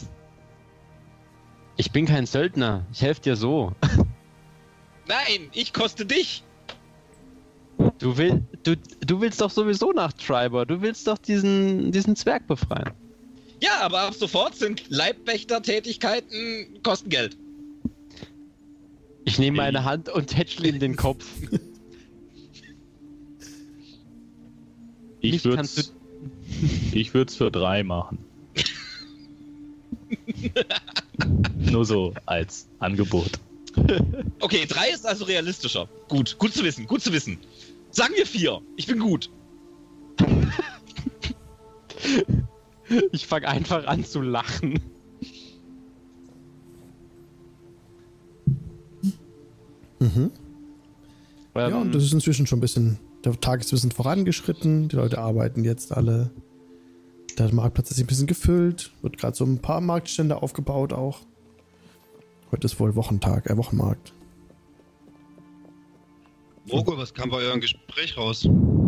Ich bin kein Söldner. Ich helfe dir so. Nein, ich koste dich. Du willst doch sowieso nach Tribor. Du willst doch diesen Zwerg befreien. Ja, aber ab sofort sind Leibwächter-Tätigkeiten kosten Geld. Ich nehme meine Hand und tätschle ihm den Kopf. Ich würde es für 3 machen. Nur so als Angebot. Okay, 3 ist also realistischer. Gut zu wissen. Sagen wir 4. Ich bin gut. Ich fange einfach an zu lachen. Ja, und das ist inzwischen schon ein bisschen, der Tag ist ein bisschen vorangeschritten, die Leute arbeiten jetzt alle. Der Marktplatz ist ein bisschen gefüllt, wird gerade so ein paar Marktstände aufgebaut auch. Heute ist wohl Wochenmarkt. Morgul, was kam bei eurem Gespräch raus?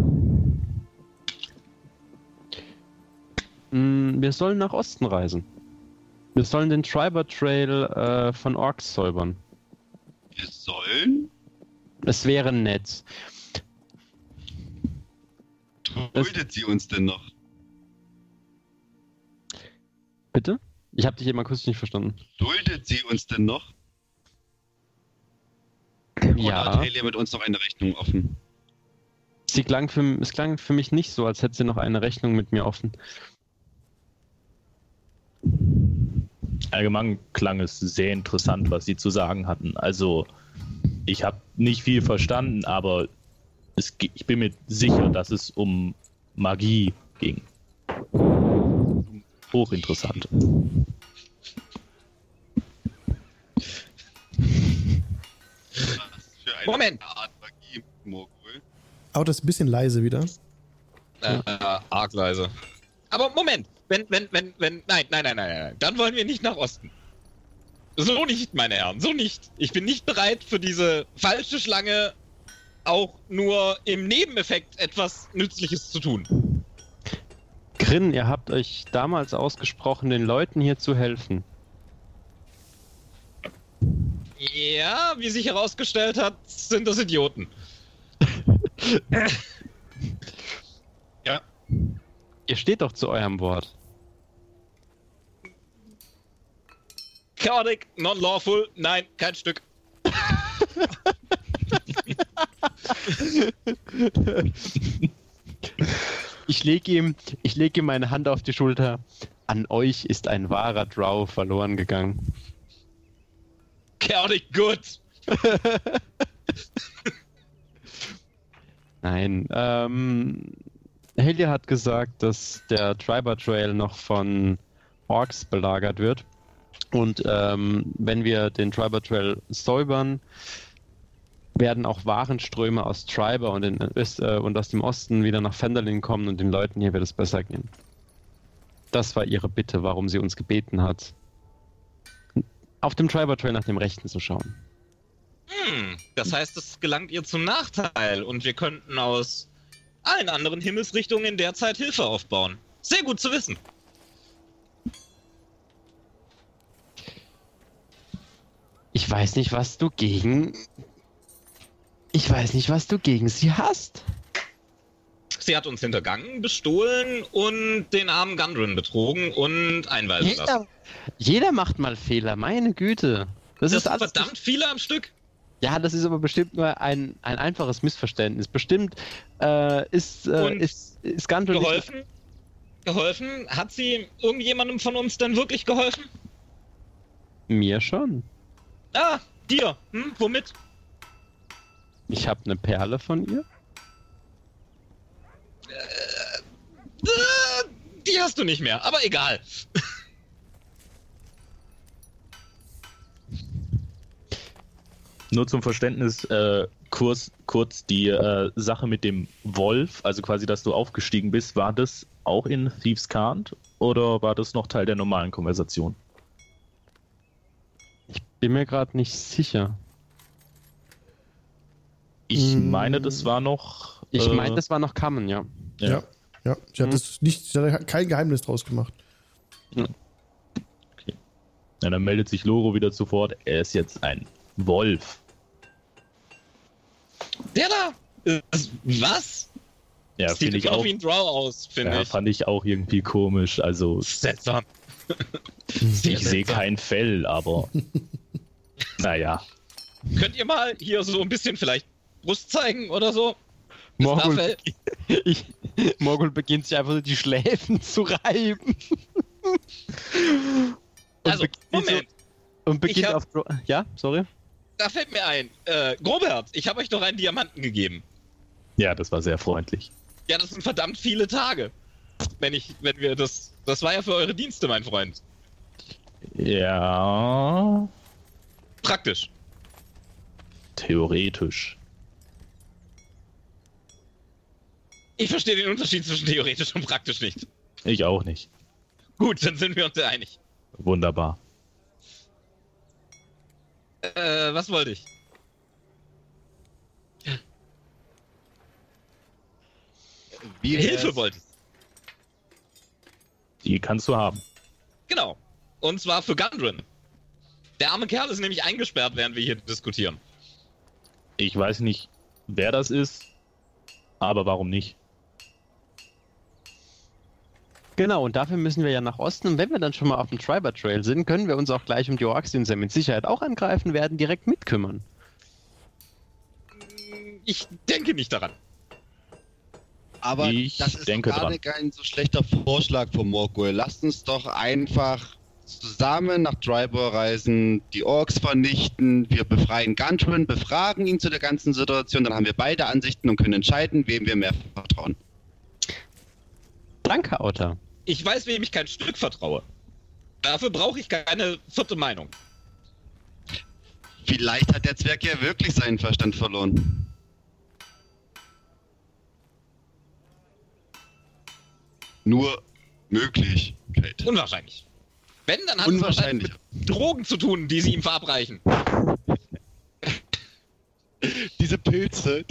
Wir sollen nach Osten reisen. Wir sollen den Tribor Trail von Orks säubern. Wir sollen? Es wäre nett. Duldet sie uns denn noch? Bitte? Ich habe dich eben akustisch nicht verstanden. Duldet sie uns denn noch? Ja. Oder hat Hayley mit uns noch eine Rechnung offen? Es klang für mich nicht so, als hätte sie noch eine Rechnung mit mir offen. Allgemein klang es sehr interessant, was sie zu sagen hatten. Also, ich habe nicht viel verstanden, aber ich bin mir sicher, dass es um Magie ging. Hochinteressant. Moment! Art Magie, Morgul. Auto ist ein bisschen leise wieder. Arg leise. Aber Moment! Nein. Dann wollen wir nicht nach Osten. So nicht, meine Herren, so nicht. Ich bin nicht bereit, für diese falsche Schlange auch nur im Nebeneffekt etwas Nützliches zu tun. Grin, ihr habt euch damals ausgesprochen, den Leuten hier zu helfen. Ja, wie sich herausgestellt hat, sind das Idioten. Ja. Ihr steht doch zu eurem Wort. Chaotic, non-lawful, nein, kein Stück. Ich lege ihm meine Hand auf die Schulter. An euch ist ein wahrer Drow verloren gegangen. Chaotic, gut. Nein, Helia hat gesagt, dass der Tribor Trail noch von Orks belagert wird. Und wenn wir den Tribor Trail säubern, werden auch Warenströme aus Tribor und aus dem Osten wieder nach Phendelin kommen und den Leuten hier wird es besser gehen. Das war ihre Bitte, warum sie uns gebeten hat, auf dem Tribor Trail nach dem Rechten zu schauen. Das heißt, es gelangt ihr zum Nachteil und wir könnten aus allen anderen Himmelsrichtungen derzeit Hilfe aufbauen. Sehr gut zu wissen. Ich weiß nicht, was du gegen sie hast. Sie hat uns hintergangen, bestohlen und den armen Gundren betrogen und einweisen lassen. Jeder macht mal Fehler, meine Güte. Das ist alles verdammt viele am Stück. Ja, das ist aber bestimmt nur ein einfaches Missverständnis. Bestimmt ist Gandalf geholfen? Hat sie irgendjemandem von uns denn wirklich geholfen? Mir schon. Ah, dir. Womit? Ich habe eine Perle von ihr. Die hast du nicht mehr, aber egal. Nur zum Verständnis, kurz die Sache mit dem Wolf, also quasi, dass du aufgestiegen bist, war das auch in Thieves' Cant oder war das noch Teil der normalen Konversation? Ich bin mir gerade nicht sicher. Ich meine, das war noch... Ich meine, das war noch Common, ja. Ja. Sie hat kein Geheimnis draus gemacht. Okay. Ja, dann meldet sich Loro wieder sofort. Er ist jetzt ein Wolf. Der da? Was? Ja, das finde sieht ich immer auch. wie ein Draw aus, finde ich. Fand ich auch irgendwie komisch. Also, Seltsam. ich sehe kein Fell, aber naja. Könnt ihr mal hier so ein bisschen vielleicht Brust zeigen oder so? Morgul beginnt sich einfach nur die Schläfen zu reiben. Also, Moment. Und beginnt auf... Ja, sorry? Da fällt mir ein. Grobert, ich habe euch doch einen Diamanten gegeben. Ja, das war sehr freundlich. Ja, das sind verdammt viele Tage. Wenn wir das war ja für eure Dienste, mein Freund. Ja. Praktisch. Theoretisch. Ich verstehe den Unterschied zwischen theoretisch und praktisch nicht. Ich auch nicht. Gut, dann sind wir uns einig. Wunderbar. Was wollte ich? Hilfe wollte ich. Die kannst du haben. Genau. Und zwar für Gundren. Der arme Kerl ist nämlich eingesperrt, während wir hier diskutieren. Ich weiß nicht, wer das ist, aber warum nicht? Genau, und dafür müssen wir ja nach Osten. Und wenn wir dann schon mal auf dem Triber Trail sind, können wir uns auch gleich um die Orks, die uns ja mit Sicherheit auch angreifen werden, direkt mitkümmern. Ich denke nicht daran. Aber das ist doch gar nicht ein so schlechter Vorschlag von Morgul. Lasst uns doch einfach zusammen nach Triber reisen, die Orks vernichten, wir befreien Gundren, befragen ihn zu der ganzen Situation, dann haben wir beide Ansichten und können entscheiden, wem wir mehr vertrauen. Danke, Otter. Ich weiß, wem ich kein Stück vertraue. Dafür brauche ich keine vierte Meinung. Vielleicht hat der Zwerg ja wirklich seinen Verstand verloren. Nur Möglichkeit. Unwahrscheinlich. Wenn, dann hat es wahrscheinlich mit Drogen zu tun, die sie ihm verabreichen. Diese Pilze.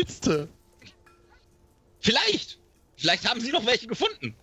Vielleicht haben sie noch welche gefunden.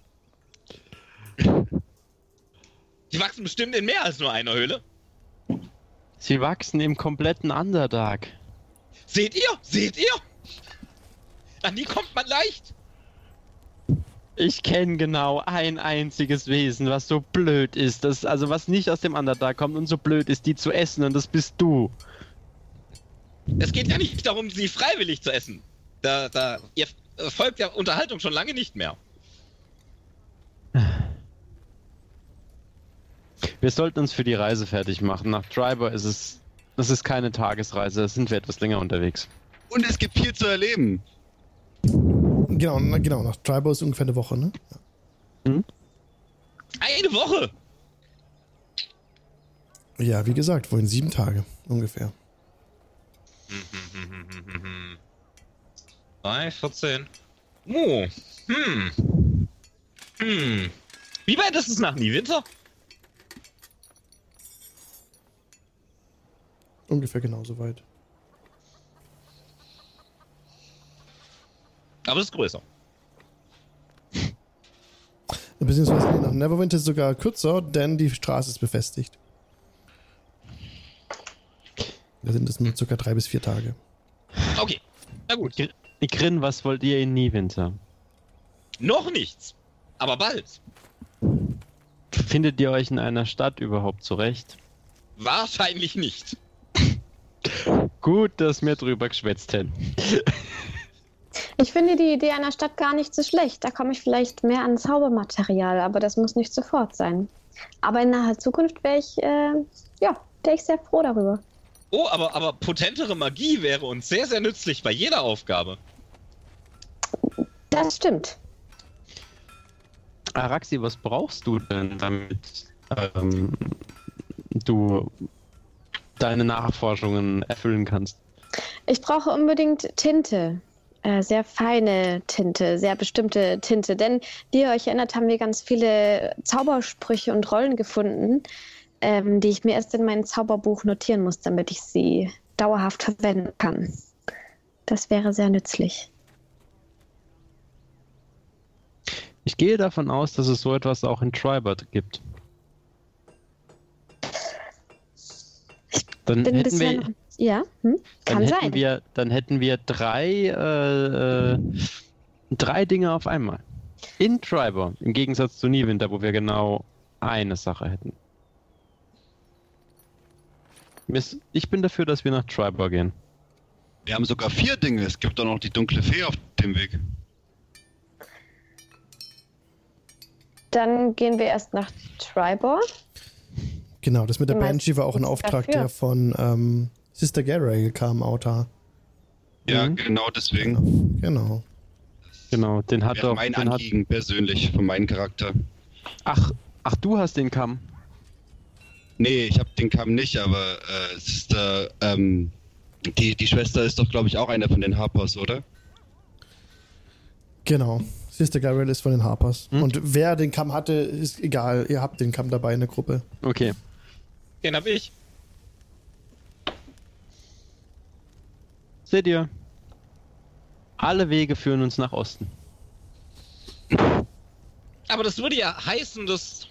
Die wachsen bestimmt in mehr als nur einer Höhle. Sie wachsen im kompletten Underdark. Seht ihr? An die kommt man leicht. Ich kenne genau ein einziges Wesen, was so blöd ist, was nicht aus dem Underdark kommt und so blöd ist, die zu essen, und das bist du. Es geht ja nicht darum, sie freiwillig zu essen. Ihr folgt der Unterhaltung schon lange nicht mehr. Wir sollten uns für die Reise fertig machen. Nach Triber das ist keine Tagesreise, da sind wir etwas länger unterwegs. Und es gibt viel zu erleben. Genau, nach Triber ist ungefähr eine Woche, ne? Ja. Hm? Eine Woche? Ja, wie gesagt, wohin 7 Tage ungefähr. 14. Oh. Wie weit ist es nach Niewinter? Ungefähr genauso weit. Aber es ist größer. Beziehungsweise nach Neverwinter ist es sogar kürzer, denn die Straße ist befestigt. Da sind es nur ca. 3 bis 4 Tage. Okay, na gut. Grin, was wollt ihr in Niewinter? Noch nichts, aber bald. Findet ihr euch in einer Stadt überhaupt zurecht? Wahrscheinlich nicht. Gut, dass wir drüber geschwätzt haben. Ich finde die Idee einer Stadt gar nicht so schlecht. Da komme ich vielleicht mehr an Zaubermaterial, aber das muss nicht sofort sein. Aber in naher Zukunft wäre ich sehr froh darüber. Oh, aber potentere Magie wäre uns sehr, sehr nützlich bei jeder Aufgabe. Das stimmt. Araxi, was brauchst du denn, damit du deine Nachforschungen erfüllen kannst? Ich brauche unbedingt Tinte. Sehr feine Tinte, sehr bestimmte Tinte. Denn, wie ihr euch erinnert, haben wir ganz viele Zaubersprüche und Rollen gefunden, die ich mir erst in mein Zauberbuch notieren muss, damit ich sie dauerhaft verwenden kann. Das wäre sehr nützlich. Ich gehe davon aus, dass es so etwas auch in Tribert gibt. Dann hätten wir... Ja, kann sein. Dann hätten wir drei Dinge auf einmal. In Tribor, im Gegensatz zu Niewinter, wo wir genau eine Sache hätten. Ich bin dafür, dass wir nach Tribor gehen. Wir haben sogar 4 Dinge. Es gibt auch noch die dunkle Fee auf dem Weg. Dann gehen wir erst nach Tribor. Genau, das mit der Banshee war auch ein Auftrag, der von Sister Garay kam, Auta. Ja, genau deswegen. Genau, den hat doch... mein Anliegen persönlich, von meinem Charakter. Ach, du hast den Kamm. Nee, ich habe den Kamm nicht, aber Sister, die Schwester ist doch, glaube ich, auch einer von den Harpers, oder? Genau. Sister Garay ist von den Harpers. Und wer den Kamm hatte, ist egal. Ihr habt den Kamm dabei in der Gruppe. Okay. Den hab ich. Seht ihr? Alle Wege führen uns nach Osten. Aber das würde ja heißen, dass...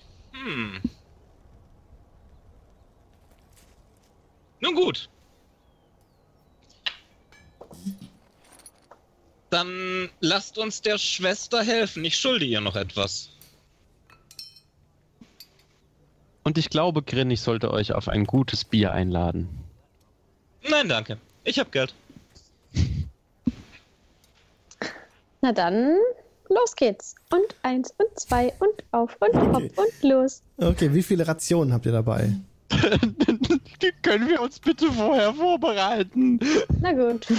Nun gut. Dann lasst uns der Schwester helfen. Ich schulde ihr noch etwas. Und ich glaube, Grin, ich sollte euch auf ein gutes Bier einladen. Nein, danke. Ich hab Geld. Na dann, los geht's. Und 1 und 2 und auf und hopp und los. Okay, wie viele Rationen habt ihr dabei? Die können wir uns bitte vorher vorbereiten. Na gut.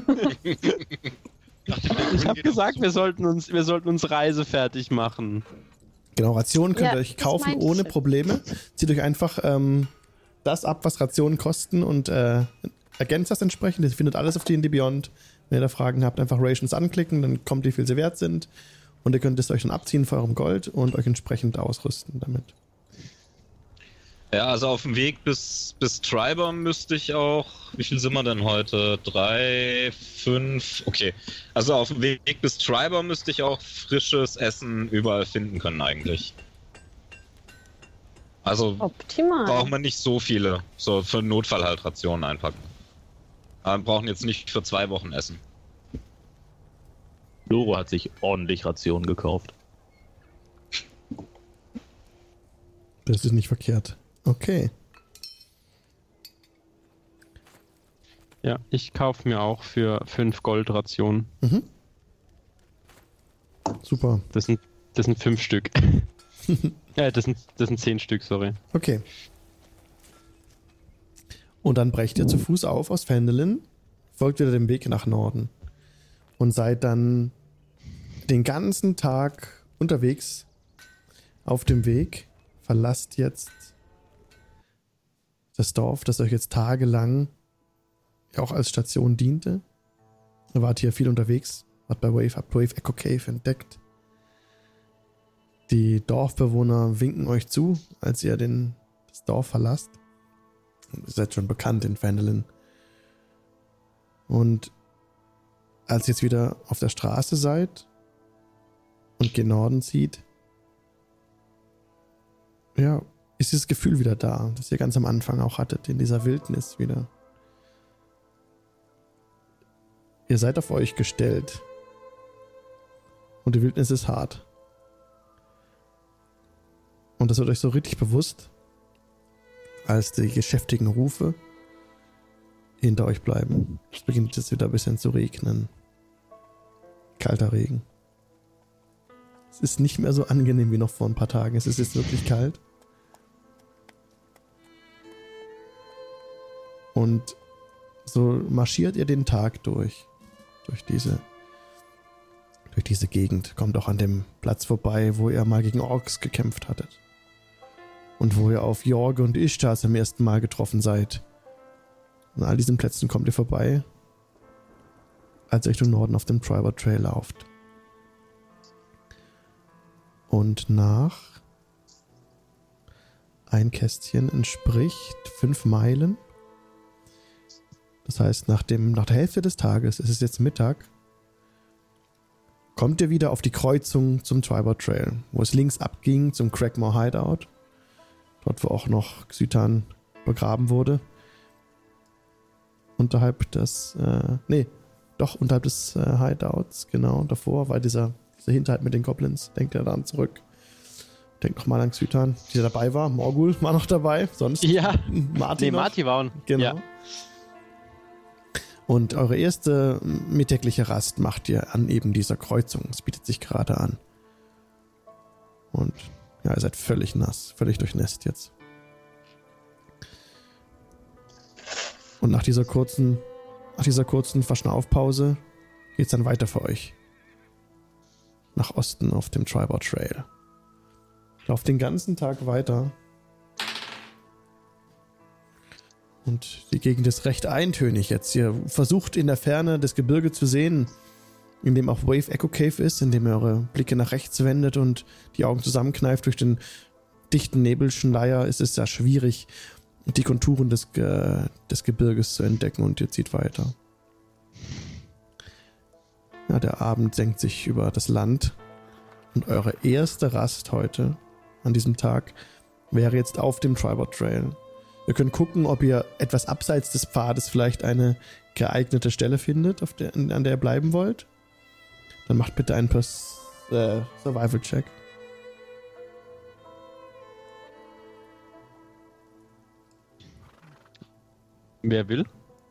Ich habe gesagt, wir sollten uns reisefertig machen. Genau, Rationen könnt ihr euch kaufen ohne Probleme. Zieht euch einfach das ab, was Rationen kosten und ergänzt das entsprechend. Ihr findet alles auf D&D Beyond. Wenn ihr da Fragen habt, einfach Rations anklicken, dann kommt, wie viel sie wert sind. Und ihr könnt es euch dann abziehen für eurem Gold und euch entsprechend ausrüsten damit. Ja, also auf dem Weg bis Tribor müsste ich auch... Wie viel sind wir denn heute? 3, 5... Okay. Also auf dem Weg bis Tribor müsste ich auch frisches Essen überall finden können eigentlich. Also optimal. Braucht man nicht so viele. So für Notfall halt Rationen einpacken. Aber wir brauchen jetzt nicht für 2 Wochen Essen. Loro hat sich ordentlich Rationen gekauft. Das ist nicht verkehrt. Okay. Ja, ich kaufe mir auch für 5 Goldrationen. Mhm. Super. Das sind 5 Stück. Ja, das sind 10 Stück, sorry. Okay. Und dann brecht ihr zu Fuß auf aus Phandalin, folgt wieder dem Weg nach Norden und seid dann den ganzen Tag unterwegs auf dem Weg. Verlasst jetzt das Dorf, das euch jetzt tagelang auch als Station diente. Ihr wart hier viel unterwegs, habt habt Wave Echo Cave entdeckt. Die Dorfbewohner winken euch zu, als ihr das Dorf verlasst. Ihr seid schon bekannt in Phandalin. Und als ihr jetzt wieder auf der Straße seid und gen Norden zieht, ja, ist dieses Gefühl wieder da, das ihr ganz am Anfang auch hattet, in dieser Wildnis wieder. Ihr seid auf euch gestellt. Und die Wildnis ist hart. Und das wird euch so richtig bewusst, als die geschäftigen Rufe hinter euch bleiben. Es beginnt jetzt wieder ein bisschen zu regnen. Kalter Regen. Es ist nicht mehr so angenehm wie noch vor ein paar Tagen. Es ist jetzt wirklich kalt. Und so marschiert ihr den Tag durch diese Gegend. Kommt auch an dem Platz vorbei, wo ihr mal gegen Orks gekämpft hattet. Und wo ihr auf Jorge und Ishtar zum ersten Mal getroffen seid. An all diesen Plätzen kommt ihr vorbei, als ihr Richtung Norden auf dem Tribal Trail lauft. Und nach ein Kästchen entspricht 5 Meilen. Das heißt, nach der Hälfte des Tages, es ist jetzt Mittag, kommt ihr wieder auf die Kreuzung zum Tribal Trail, wo es links abging zum Crackmore Hideout. Dort, wo auch noch Xytan begraben wurde. Unterhalb des Hideouts, genau. Davor war dieser Hinterhalt mit den Goblins. Denkt ihr daran zurück. Denkt nochmal an Xytan, der dabei war. Morgul war noch dabei. Sonst Marty war. Genau. Ja. Und eure erste mittägliche Rast macht ihr an eben dieser Kreuzung. Es bietet sich gerade an. Und ja, ihr seid völlig nass, völlig durchnässt jetzt. Und nach dieser kurzen Verschnaufpause geht's dann weiter für euch. Nach Osten auf dem Tribal Trail. Lauft den ganzen Tag weiter. Und die Gegend ist recht eintönig jetzt. Ihr versucht in der Ferne das Gebirge zu sehen, in dem auch Wave Echo Cave ist, in dem ihr eure Blicke nach rechts wendet und die Augen zusammenkneift. Durch den dichten Nebelschleier ist es sehr schwierig, die Konturen des Gebirges zu entdecken, und ihr zieht weiter. Ja, der Abend senkt sich über das Land und eure erste Rast heute an diesem Tag wäre jetzt auf dem Tribal Trail. Ihr könnt gucken, ob ihr etwas abseits des Pfades vielleicht eine geeignete Stelle findet, an der ihr bleiben wollt. Dann macht bitte einen Survival-Check. Wer will?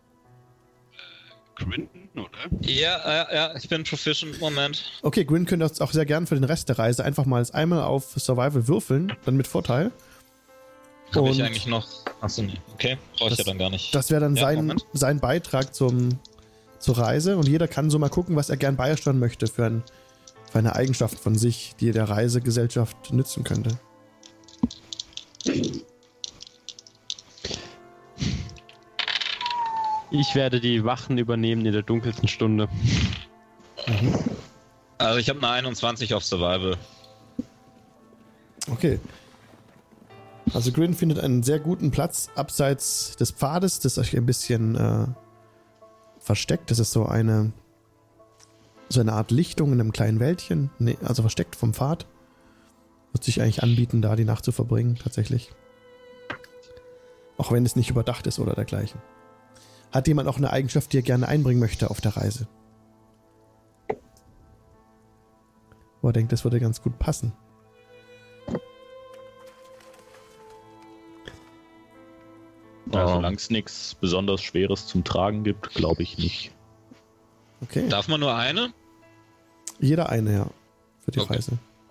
Gwyn, oder? Ja, ich bin proficient. Moment. Okay, Gwyn könnt ihr auch sehr gern für den Rest der Reise einfach mal einmal auf Survival würfeln, dann mit Vorteil. Habe ich eigentlich noch... Achso, nee. Okay, brauche ich ja dann gar nicht. Das wäre dann sein Beitrag zur Reise, und jeder kann so mal gucken, was er gern beisteuern möchte für eine Eigenschaft von sich, die der Reisegesellschaft nützen könnte. Ich werde die Wachen übernehmen in der dunkelsten Stunde. Mhm. Also ich habe eine 21 auf Survival. Okay. Also Gwyn findet einen sehr guten Platz abseits des Pfades, das euch ein bisschen versteckt. Das ist so eine Art Lichtung in einem kleinen Wäldchen. Nee, also versteckt vom Pfad. Wird sich eigentlich anbieten, da die Nacht zu verbringen, tatsächlich. Auch wenn es nicht überdacht ist oder dergleichen. Hat jemand auch eine Eigenschaft, die er gerne einbringen möchte auf der Reise? Wo er denkt, das würde ganz gut passen. Ja, solange es nichts besonders Schweres zum Tragen gibt, glaube ich nicht. Okay. Darf man nur eine? Jeder eine, ja. Für die Reise.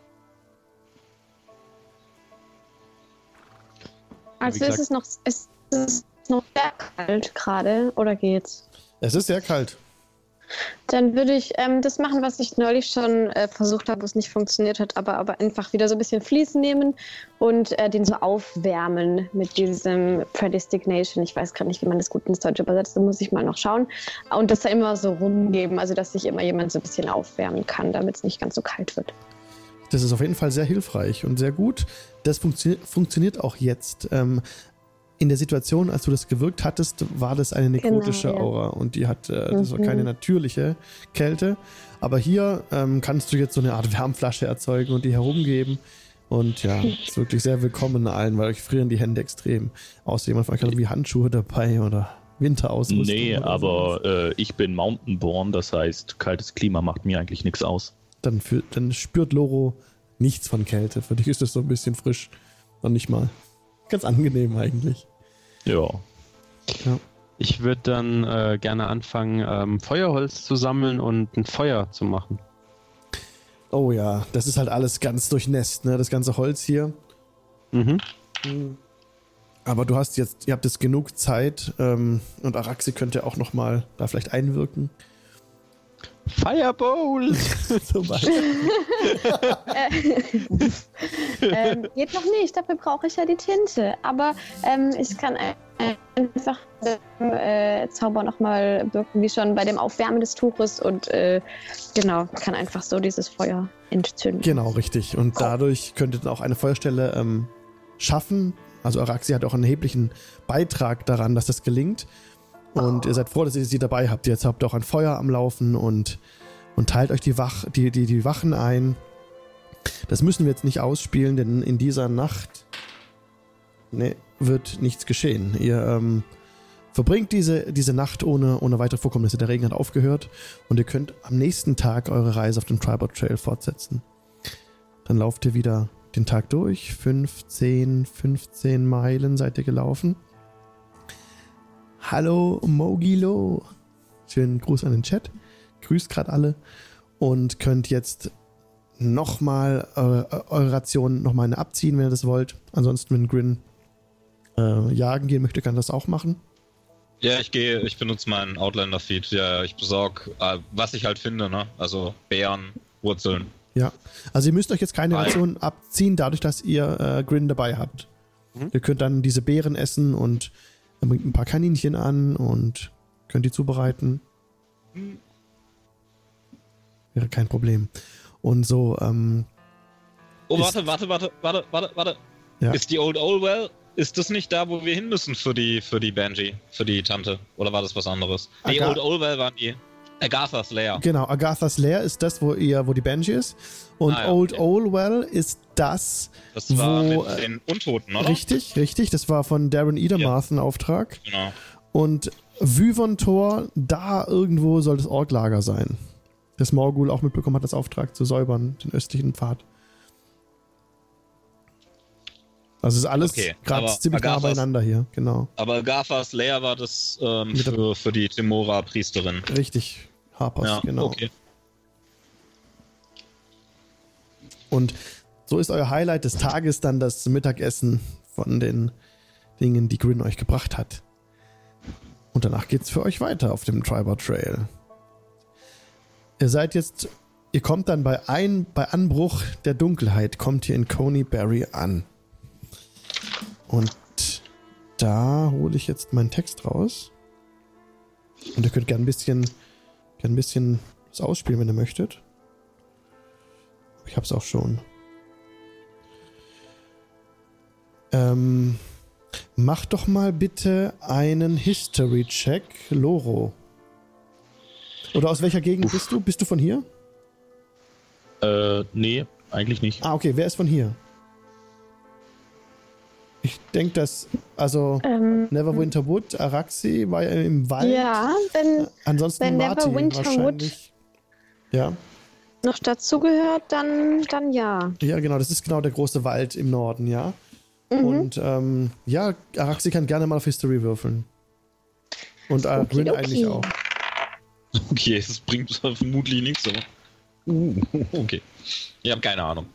Also ist es noch sehr kalt gerade, oder geht's? Es ist sehr kalt. Dann würde ich das machen, was ich neulich schon versucht habe, wo es nicht funktioniert hat, aber einfach wieder so ein bisschen Vlies nehmen und den so aufwärmen mit diesem Predestination. Ich weiß gerade nicht, wie man das gut ins Deutsche übersetzt, da muss ich mal noch schauen. Und das da immer so rumgeben, also dass sich immer jemand so ein bisschen aufwärmen kann, damit es nicht ganz so kalt wird. Das ist auf jeden Fall sehr hilfreich und sehr gut. Das funktioniert auch jetzt. In der Situation, als du das gewirkt hattest, war das eine nekrotische Aura und die hat, das war keine natürliche Kälte. Aber hier kannst du jetzt so eine Art Wärmflasche erzeugen und die herumgeben. Und ja, ist wirklich sehr willkommen allen, weil euch frieren die Hände extrem. Außer jemand von euch hat irgendwie Handschuhe dabei oder Winterausrüstung. Nee, aber ich bin Mountainborn, das heißt, kaltes Klima macht mir eigentlich nichts aus. Dann spürt Loro nichts von Kälte. Für dich ist das so ein bisschen frisch. Noch nicht mal. Ganz angenehm eigentlich. Ja. Ich würde dann gerne anfangen, Feuerholz zu sammeln und ein Feuer zu machen. Oh ja, das ist halt alles ganz durchnässt, ne? Das ganze Holz hier. Mhm. Aber ihr habt jetzt genug Zeit und Araxi könnte auch nochmal da vielleicht einwirken. Firebowl! Zum Beispiel. Geht noch nicht, dafür brauche ich ja die Tinte. Aber ich kann einfach Zauber nochmal wirken, wie schon bei dem Aufwärmen des Tuches und genau, kann einfach so dieses Feuer entzünden. Genau, richtig. Und dadurch könnt ihr dann auch eine Feuerstelle schaffen. Also Araxi hat auch einen erheblichen Beitrag daran, dass das gelingt. Und ihr seid froh, dass ihr sie dabei habt. Jetzt habt ihr auch ein Feuer am Laufen und teilt euch die Wachen ein. Das müssen wir jetzt nicht ausspielen, denn in dieser Nacht wird nichts geschehen. Ihr verbringt diese Nacht ohne weitere Vorkommnisse. Der Regen hat aufgehört und ihr könnt am nächsten Tag eure Reise auf dem Tribal Trail fortsetzen. Dann lauft ihr wieder den Tag durch. 15 Meilen seid ihr gelaufen. Hallo Mogilo. Schönen Gruß an den Chat. Grüßt gerade alle. Und könnt jetzt nochmal eure Ration nochmal eine abziehen, wenn ihr das wollt. Ansonsten, wenn Grin jagen gehen möchte, kann das auch machen. Ja, ich benutze meinen Outlander-Feed. Ja, ich besorge, was ich halt finde, ne? Also Beeren, Wurzeln. Ja, also ihr müsst euch jetzt keine Ration abziehen, dadurch, dass ihr Grin dabei habt. Ihr könnt dann diese Beeren essen und bringt ein paar Kaninchen an und könnt die zubereiten. Wäre kein Problem. Und so, warte. Ja. Ist die Old Well, ist das nicht da, wo wir hin müssen für die Banshee, für die Tante? Oder war das was anderes? Die Old Well waren die Agatha's Lair. Genau, Agatha's Lair ist das, wo die Banshee ist. Und Old Well ist das war mit den Untoten, oder? Richtig. Das war von Darren Edermarth ein Auftrag. Genau. Und Vyvon-Tor, da irgendwo soll das Orklager sein. Das Morgul auch mitbekommen hat, das Auftrag zu säubern, den östlichen Pfad. Also ist alles gerade ziemlich nah beieinander hier, genau. Aber Agatha's Lair war das für die Temora-Priesterin. Richtig, Harpers, ja, genau. Okay. Und so ist euer Highlight des Tages dann das Mittagessen von den Dingen, die Grin euch gebracht hat. Und danach geht's für euch weiter auf dem Tribal Trail. Ihr kommt dann bei Anbruch der Dunkelheit, kommt ihr in Coneybury an. Und da hole ich jetzt meinen Text raus. Und ihr könnt gern ein bisschen das ausspielen, wenn ihr möchtet. Ich hab's auch schon. Mach doch mal bitte einen History-Check, Loro. Oder aus welcher Gegend bist du? Bist du von hier? Nee, eigentlich nicht. Ah, okay. Wer ist von hier? Ich denke, dass, Neverwinter Wood, Araxi war ja im Wald. Ja, ansonsten wenn Martin Neverwinter wahrscheinlich. Ja. Noch dazugehört, dann ja. Ja, genau. Das ist genau der große Wald im Norden, ja. Und Araxi kann gerne mal auf History würfeln. Und Grin eigentlich auch. Okay, das bringt vermutlich nichts, aber. Okay. Ich habe keine Ahnung.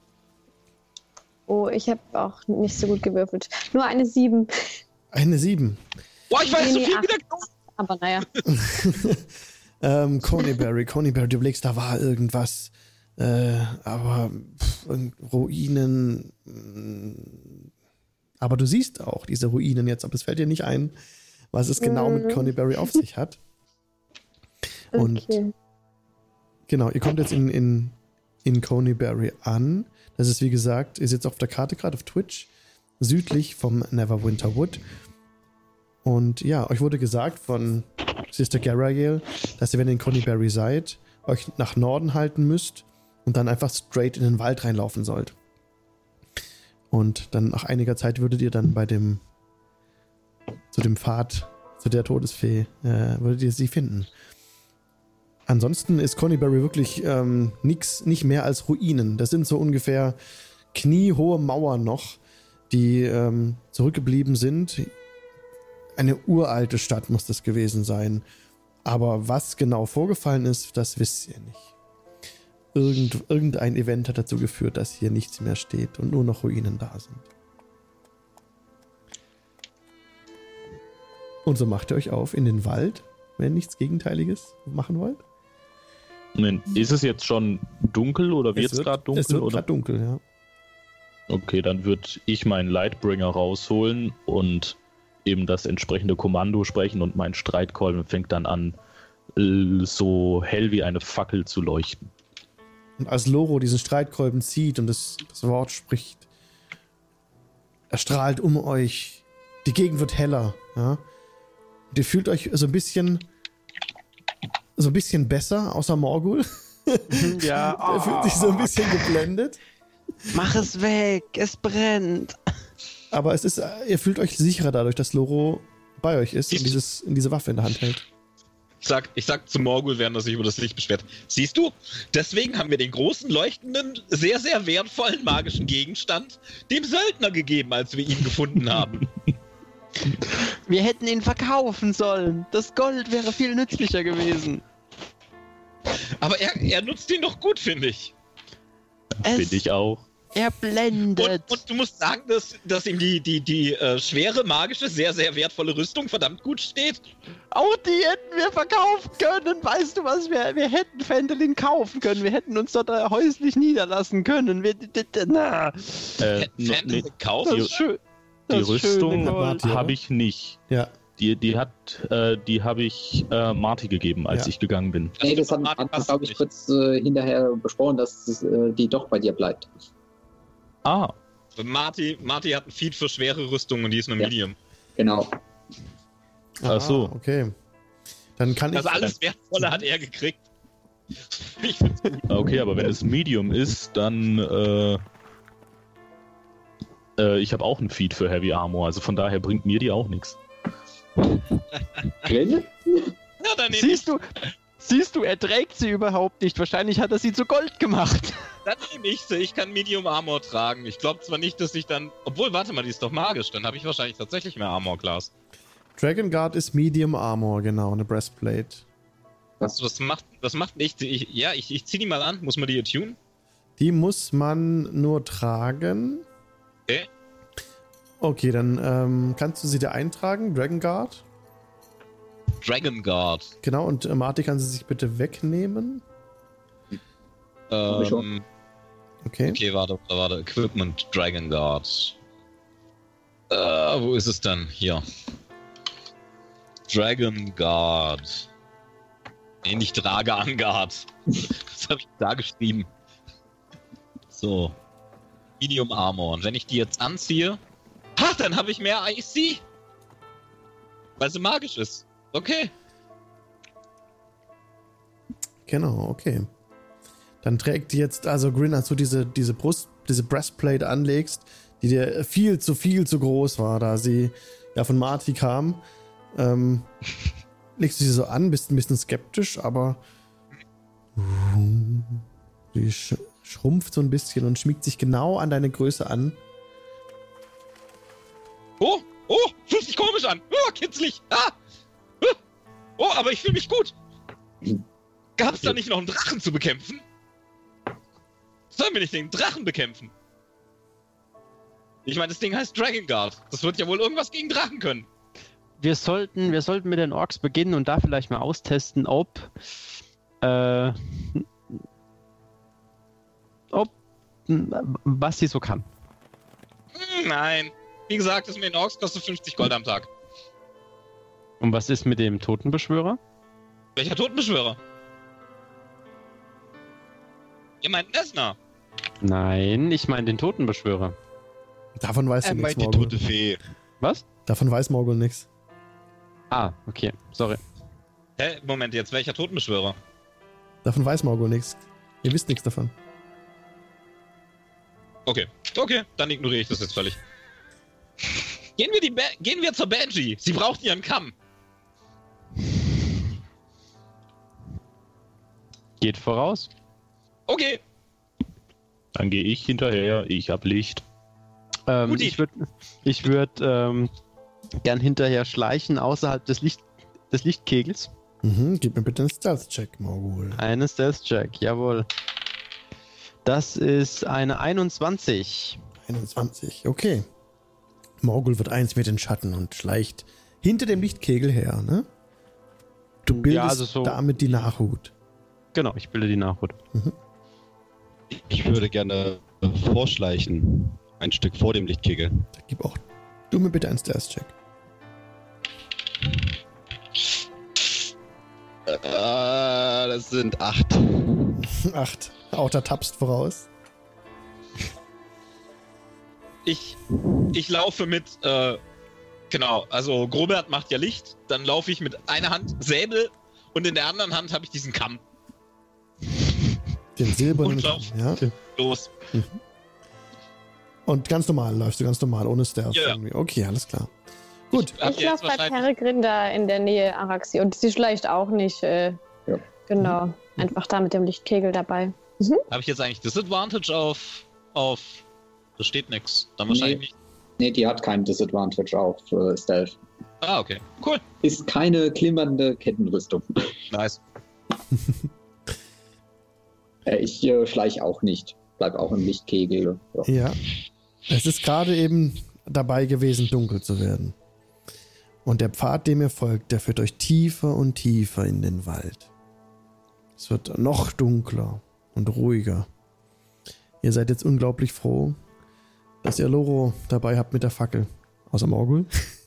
Oh, ich habe auch nicht so gut gewürfelt. Nur eine 7. Eine 7. Boah, ich weiß so viel 8. wieder. Aber naja. Coneybury, du überlegst, da war irgendwas. Aber Ruinen. Aber du siehst auch diese Ruinen jetzt, aber es fällt dir nicht ein, was es genau mit Coneybury auf sich hat. Und genau, ihr kommt jetzt in Coneybury an. Das ist, wie gesagt, ihr seht auf der Karte gerade auf Twitch, südlich vom Neverwinter Wood. Und ja, euch wurde gesagt von Sister Garagel, dass ihr, wenn ihr in Coneybury seid, euch nach Norden halten müsst und dann einfach straight in den Wald reinlaufen sollt. Und dann nach einiger Zeit würdet ihr dann zu dem Pfad, zu der Todesfee, würdet ihr sie finden. Ansonsten ist Coneybury wirklich nicht mehr als Ruinen. Das sind so ungefähr kniehohe Mauern noch, die zurückgeblieben sind. Eine uralte Stadt muss das gewesen sein. Aber was genau vorgefallen ist, das wisst ihr nicht. Irgendein Event hat dazu geführt, dass hier nichts mehr steht und nur noch Ruinen da sind. Und so macht ihr euch auf in den Wald, wenn ihr nichts Gegenteiliges machen wollt. Moment, ist es jetzt schon dunkel oder wird es gerade dunkel? Es wird gerade dunkel, ja. Okay, dann würde ich meinen Lightbringer rausholen und eben das entsprechende Kommando sprechen und mein Streitkolben fängt dann an, so hell wie eine Fackel zu leuchten. Und als Loro diesen Streitkolben zieht und das Wort spricht, er strahlt um euch, die Gegend wird heller, ja. Und ihr fühlt euch so ein bisschen besser, außer Morgul. Ja. Er fühlt sich so ein bisschen geblendet. Mach es weg, es brennt. Aber ihr fühlt euch sicherer dadurch, dass Loro bei euch ist und diese Waffe in der Hand hält. Ich sag zu Morgul, während er sich über das Licht beschwert. Siehst du, deswegen haben wir den großen, leuchtenden, sehr, sehr wertvollen magischen Gegenstand dem Söldner gegeben, als wir ihn gefunden haben. Wir hätten ihn verkaufen sollen. Das Gold wäre viel nützlicher gewesen. Aber er nutzt ihn doch gut, finde ich. Finde ich auch. Er blendet. Und du musst sagen, dass ihm die schwere, magische, sehr, sehr wertvolle Rüstung verdammt gut steht. Auch die hätten wir verkaufen können. Weißt du was? Wir hätten Phendelin kaufen können. Wir hätten uns dort häuslich niederlassen können. Phendelin kaufen? Das ist schön. Die Rüstung habe ich nicht. Ja. Die habe ich Marty gegeben, als ich gegangen bin. Nee, das haben wir, glaube ich, kurz hinterher besprochen, dass die doch bei dir bleibt. Ah. Marty hat ein Feed für schwere Rüstung und die ist eine Medium. Genau. Ach so. Okay. Dann kann das alles Wertvolle hat er gekriegt. Okay, aber wenn es Medium ist, dann ich habe auch ein Feed für Heavy Armor, also von daher bringt mir die auch nichts. Grin? Ja, dann Siehst du, er trägt sie überhaupt nicht. Wahrscheinlich hat er sie zu Gold gemacht. Dann nehme ich sie. Ich kann Medium Armor tragen. Ich glaube zwar nicht, dass ich dann... Obwohl, warte mal, die ist doch magisch. Dann habe ich wahrscheinlich tatsächlich mehr Armor Class. Dragon Guard ist Medium Armor, genau, eine Breastplate. Also das macht nicht... Ich ziehe die mal an. Muss man die attunen? Die muss man nur tragen. Okay. Okay, dann kannst du sie dir eintragen, Dragon Guard. Dragon Guard. Genau, und Marty kann sie sich bitte wegnehmen. Okay. Okay, warte. Equipment Dragon Guard. Wo ist es denn? Hier. Dragon Guard. Nee, nicht Dragon Guard. Was habe ich da geschrieben? So. Medium Armor. Und wenn ich die jetzt anziehe... dann habe ich mehr IC. Weil sie magisch ist. Okay. Genau, okay. Dann trägt die jetzt, also Grin, als du diese Breastplate anlegst, die dir viel zu groß war, da sie ja von Marty kam, legst du sie so an, bist ein bisschen skeptisch, aber sie schrumpft so ein bisschen und schmiegt sich genau an deine Größe an. Oh, fühlt sich komisch an. Oh, kitzlig. Oh, aber ich fühle mich gut. Gab es da nicht noch einen Drachen zu bekämpfen? Sollen wir nicht den Drachen bekämpfen? Ich meine, das Ding heißt Dragon Guard. Das wird ja wohl irgendwas gegen Drachen können. Wir sollten mit den Orks beginnen und da vielleicht mal austesten, ob was sie so kann. Nein. Wie gesagt, das mit den Orks kostet 50 Gold am Tag. Und was ist mit dem Totenbeschwörer? Welcher Totenbeschwörer? Ihr meint Nesna? Nein, ich meine den Totenbeschwörer. Davon weiß Er nichts, meint die Morgul. tote Fee. Was? Davon weiß Morgul nichts. Ah, okay, sorry. Hä? Moment, jetzt welcher Totenbeschwörer? Davon weiß Morgul nichts. Ihr wisst nichts davon. Okay, dann ignoriere ich das jetzt völlig. Gehen wir zur Banshee. Sie braucht ihren Kamm. Geht voraus. Okay. Dann gehe ich hinterher. Ich hab Licht. Ich würde gern hinterher schleichen außerhalb des Lichtkegels. Gib mir bitte einen Stealth-Check, Morgul. Einen Stealth-Check, jawohl. Das ist eine 21. 21, okay. Morgul wird eins mit den Schatten und schleicht hinter dem Lichtkegel her, ne? Du bildest damit die Nachhut. Genau, ich bilde die Nachhut. Ich würde gerne vorschleichen. Ein Stück vor dem Lichtkegel. Da gib auch du mir bitte einen Stealth-Check. Das sind 8. 8. Auch da tappst voraus. Ich laufe mit, genau, also Grobert macht ja Licht, dann laufe ich mit einer Hand Säbel und in der anderen Hand habe ich diesen Kamm. Den silbernen und lauf los. Und ganz normal, läufst du ganz normal, ohne Stealth irgendwie. Okay, alles klar. Gut. Ich laufe bei Peregrine da in der Nähe Araxi und sie schleicht auch nicht. Genau, einfach da mit dem Lichtkegel dabei. Habe ich jetzt eigentlich Disadvantage auf das steht nix. Dann wahrscheinlich nicht. Nee, die hat keinen Disadvantage auf Stealth. Ah, okay. Cool. Ist keine klimmernde Kettenrüstung. Nice. Ich schleiche auch nicht. Bleib auch im Lichtkegel. Ja. Es ist gerade eben dabei gewesen, dunkel zu werden. Und der Pfad, dem ihr folgt, der führt euch tiefer und tiefer in den Wald. Es wird noch dunkler und ruhiger. Ihr seid jetzt unglaublich froh, dass ihr Loro dabei habt mit der Fackel. Außer Morgul.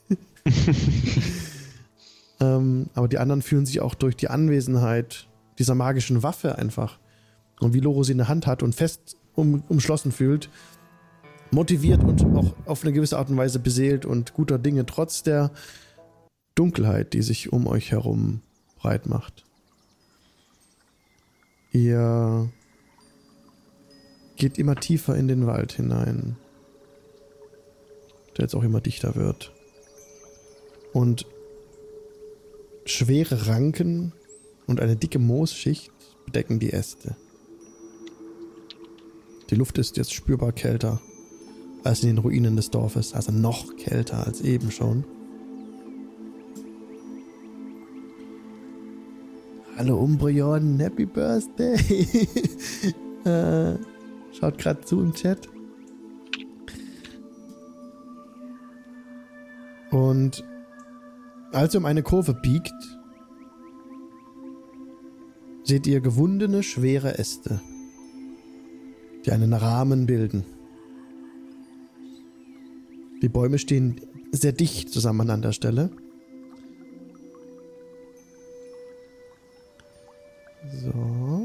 Aber die anderen fühlen sich auch durch die Anwesenheit dieser magischen Waffe einfach und wie Loro sie in der Hand hat und fest umschlossen fühlt, motiviert und auch auf eine gewisse Art und Weise beseelt und guter Dinge, trotz der Dunkelheit, die sich um euch herum breit macht. Ihr geht immer tiefer in den Wald hinein, der jetzt auch immer dichter wird. Und schwere Ranken und eine dicke Moosschicht bedecken die Äste. Die Luft ist jetzt spürbar kälter als in den Ruinen des Dorfes, also noch kälter als eben schon. Hallo Umbreon, Happy Birthday! Schaut gerade zu im Chat. Und als ihr um eine Kurve biegt, seht ihr gewundene, schwere Äste, die einen Rahmen bilden. Die Bäume stehen sehr dicht zusammen an der Stelle. So.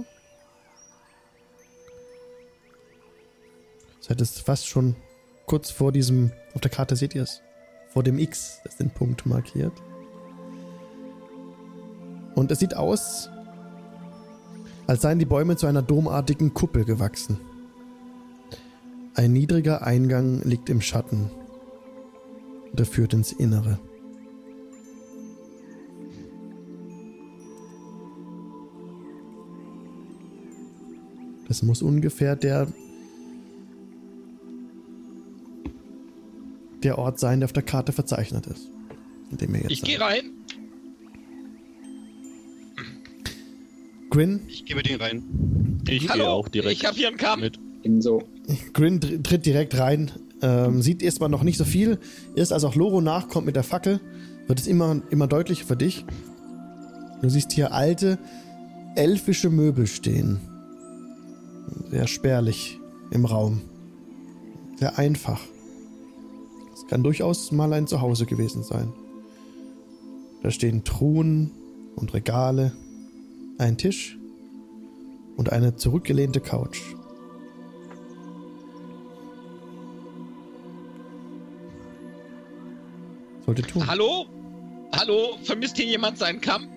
Seid es fast schon kurz vor diesem, auf der Karte seht ihr es, vor dem X, das den Punkt markiert. Und es sieht aus, als seien die Bäume zu einer domartigen Kuppel gewachsen. Ein niedriger Eingang liegt im Schatten und er führt ins Innere. Das muss ungefähr der Ort sein, der auf der Karte verzeichnet ist. In dem ihr jetzt ich gehe rein. Grin? Ich gehe mit ihm rein. Ich gehe auch direkt. Ich habe hier einen Kamm. Ebenso. Grin tritt direkt rein. Sieht erstmal noch nicht so viel. Erst als auch Loro nachkommt mit der Fackel, wird es immer deutlicher für dich. Du siehst hier alte, elfische Möbel stehen. Sehr spärlich im Raum. Sehr einfach. Es kann durchaus mal ein Zuhause gewesen sein. Da stehen Truhen und Regale, ein Tisch und eine zurückgelehnte Couch. Sollte tun. Hallo? Hallo? Vermisst hier jemand seinen Kamm?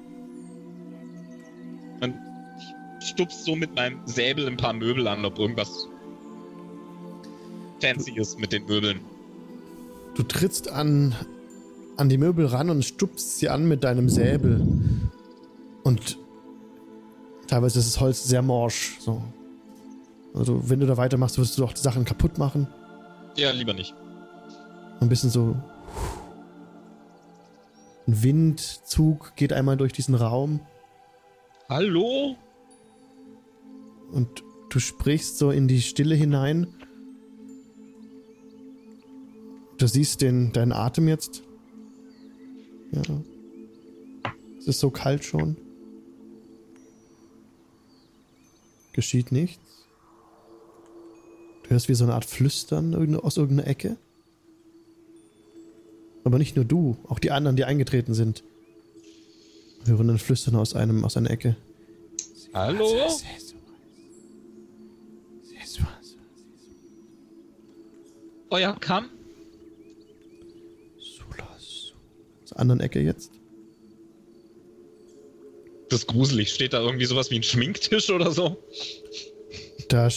Und ich stupst so mit meinem Säbel ein paar Möbel an, ob irgendwas fancy ist mit den Möbeln. Du trittst an die Möbel ran und stupst sie an mit deinem Säbel. Und teilweise ist das Holz sehr morsch. So. Also wenn du da weitermachst, wirst du doch die Sachen kaputt machen. Ja, lieber nicht. Ein bisschen so Ein Windzug geht einmal durch diesen Raum. Hallo? Und du sprichst so in die Stille hinein. Du siehst deinen Atem jetzt. Ja. Es ist so kalt schon. Geschieht nichts. Du hörst wie so eine Art Flüstern aus irgendeiner Ecke. Aber nicht nur du, auch die anderen, die eingetreten sind, hören ein Flüstern aus einer Ecke. Hallo? Euer Kamm? Aus der anderen Ecke jetzt. Das ist gruselig. Steht da irgendwie sowas wie ein Schminktisch oder so? Da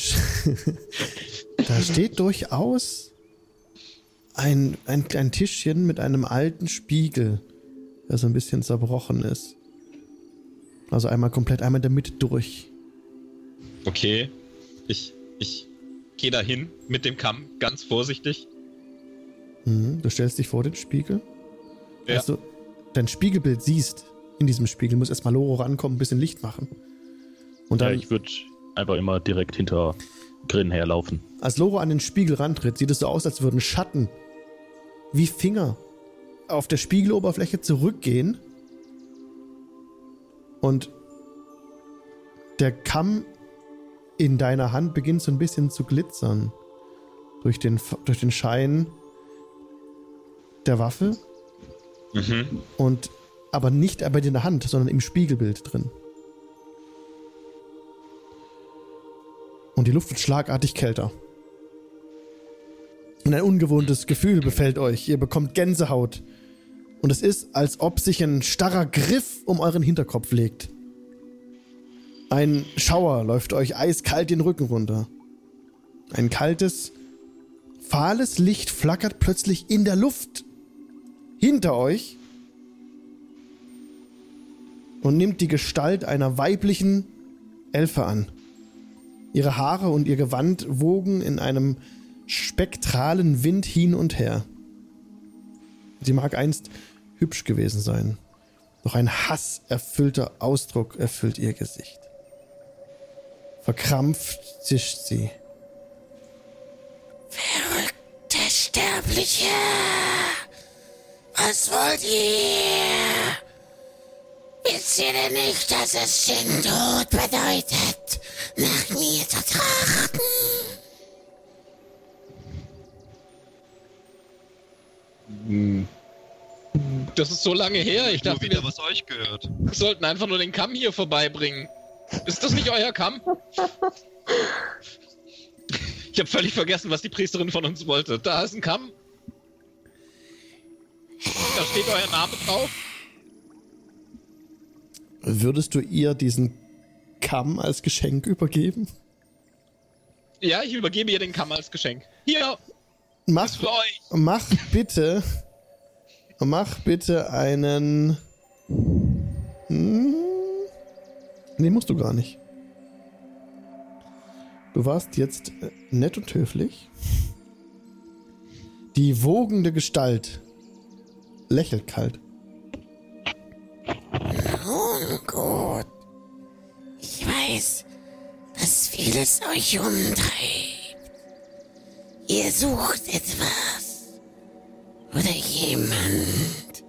steht durchaus ein Tischchen mit einem alten Spiegel, der so ein bisschen zerbrochen ist. Also einmal in der Mitte durch. Okay. Ich gehe da hin mit dem Kamm, ganz vorsichtig. Du stellst dich vor den Spiegel. Ja. Als du dein Spiegelbild siehst, in diesem Spiegel muss erstmal Loro rankommen, ein bisschen Licht machen. Und dann, ja, ich würde einfach immer direkt hinter Grin herlaufen. Als Loro an den Spiegel rantritt, sieht es so aus, als würden Schatten wie Finger auf der Spiegeloberfläche zurückgehen. Und der Kamm in deiner Hand beginnt so ein bisschen zu glitzern. Durch den Schein der Waffe. Und aber nicht bei dir in der Hand, sondern im Spiegelbild drin. Und die Luft wird schlagartig kälter. Und ein ungewohntes Gefühl befällt euch. Ihr bekommt Gänsehaut. Und es ist, als ob sich ein starrer Griff um euren Hinterkopf legt. Ein Schauer läuft euch eiskalt den Rücken runter. Ein kaltes, fahles Licht flackert plötzlich in der Luft hinter euch und nimmt die Gestalt einer weiblichen Elfe an. Ihre Haare und ihr Gewand wogen in einem spektralen Wind hin und her. Sie mag einst hübsch gewesen sein, doch ein hasserfüllter Ausdruck erfüllt ihr Gesicht. Verkrampft zischt sie. Verrückte Sterbliche! Was wollt ihr? Wisst ihr denn nicht, dass es den Tod bedeutet, nach mir zu trachten? Das ist so lange her. Ich dachte, wieder was euch gehört. Wir sollten einfach nur den Kamm hier vorbeibringen. Ist das nicht euer Kamm? Ich habe völlig vergessen, was die Priesterin von uns wollte. Da ist ein Kamm. Da steht euer Name drauf. Würdest du ihr diesen Kamm als Geschenk übergeben? Ja, ich übergebe ihr den Kamm als Geschenk. Hier. Mach bitte einen... Nee, musst du gar nicht. Du warst jetzt nett und höflich. Die wogende Gestalt lächelt kalt. Nun gut. Ich weiß, dass vieles euch umtreibt. Ihr sucht etwas. Oder jemand.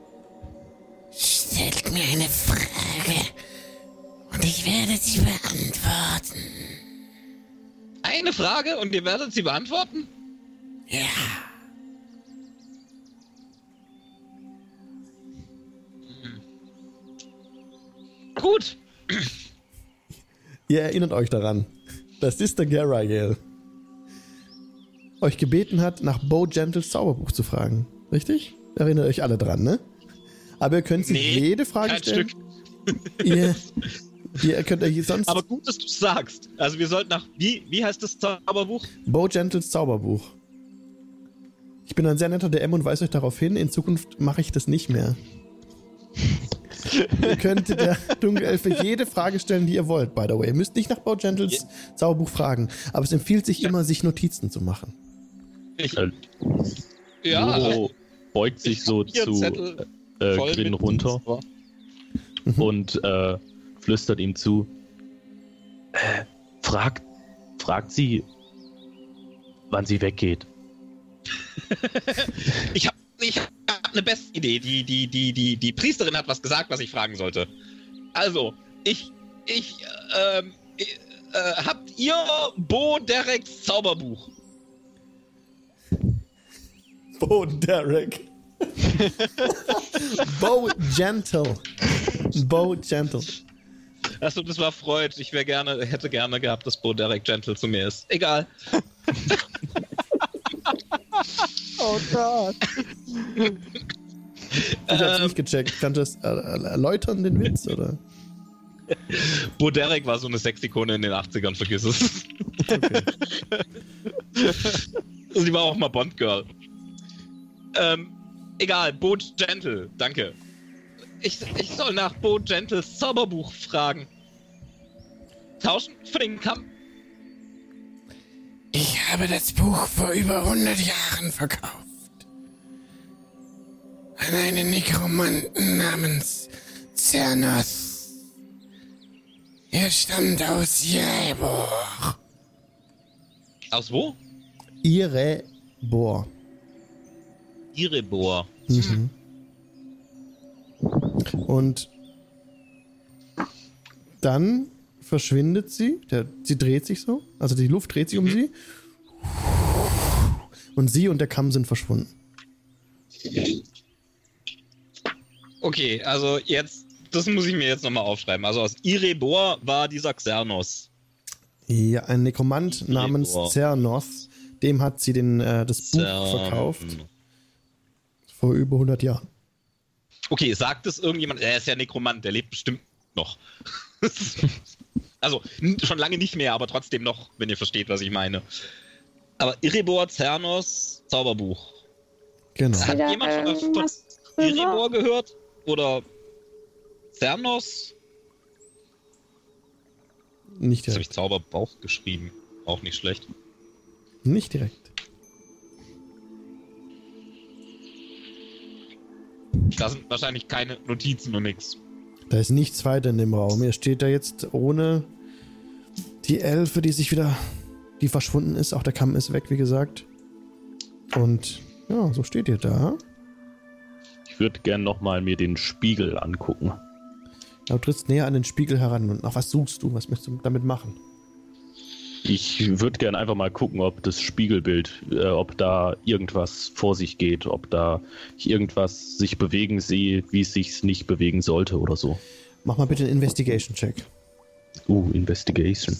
Stellt mir eine Frage und ich werde sie beantworten. Eine Frage und ihr werdet sie beantworten? Ja. Gut. Ihr erinnert euch daran, dass Sister Garagel euch gebeten hat, nach Bo Gentles Zauberbuch zu fragen. Richtig? Erinnert euch alle dran, ne? Aber ihr könnt sich jede Frage stellen. Ihr könnt euch sonst... Aber gut, dass du es sagst. Also wir sollten nach... Wie heißt das Zauberbuch? Bo Gentles Zauberbuch. Ich bin ein sehr netter DM und weise euch darauf hin, in Zukunft mache ich das nicht mehr. Ihr könnt der Dunkelelfe jede Frage stellen, die ihr wollt, by the way. Ihr müsst nicht nach Bo Gentles Zauberbuch fragen, aber es empfiehlt sich immer, sich Notizen zu machen. Loro beugt sich so zu Grin runter und flüstert ihm zu. Fragt sie, wann sie weggeht. Ich hab eine beste Idee. Die Priesterin hat was gesagt, was ich fragen sollte. Also, habt ihr Bo Dereks Zauberbuch? Bo Derek. Bo Gentle. Achso, das war Freud. Ich hätte gerne gehabt, dass Bo Derek Gentle zu mir ist. Egal. Oh Gott. Ich hab's nicht gecheckt. Kannst du das erläutern, den Witz, oder? Bo Derek war so eine Sexikone in den 80ern, vergiss es. Okay. Sie war auch mal Bond-Girl. Egal, Bo Gentle, danke. Ich soll nach Bo Gentles Zauberbuch fragen. Tauschen für den Kampf? Ich habe das Buch vor über 100 Jahren verkauft. An einen Nekromanten namens Cernos. Er stammt aus Irebor. Aus wo? Irebor. Irebor. Mhm. Und dann verschwindet sie. Sie dreht sich so. Also die Luft dreht sich um sie. Und sie und der Kamm sind verschwunden. Okay, also jetzt, das muss ich mir jetzt nochmal aufschreiben. Also aus Irebor war dieser Xernos. Ja, ein Nekromant namens Cernos. Dem hat sie das Buch verkauft. Vor über 100 Jahren. Okay, sagt es irgendjemand? Er ist ja Nekromant, der lebt bestimmt noch. Also, schon lange nicht mehr, aber trotzdem noch, wenn ihr versteht, was ich meine. Aber Irebor, Cernos, Zauberbuch. Genau. Hat jemand schon von Irebor gehört? Oder Cernos? Nicht direkt. Jetzt habe ich Zauberbauch geschrieben. Auch nicht schlecht. Nicht direkt. Da sind wahrscheinlich keine Notizen und nichts. Da ist nichts weiter in dem Raum. Er steht da jetzt ohne die Elfe, die verschwunden ist. Auch der Kamm ist weg, wie gesagt. Und ja, so steht ihr da. Ich würde gern nochmal mir den Spiegel angucken. Du trittst näher an den Spiegel heran. Und nach was suchst du? Was möchtest du damit machen? Ich würde gern einfach mal gucken, ob das Spiegelbild, ob da irgendwas vor sich geht, ob da ich irgendwas sich bewegen sehe, wie es sich nicht bewegen sollte oder so. Mach mal bitte einen Investigation-Check. Investigation.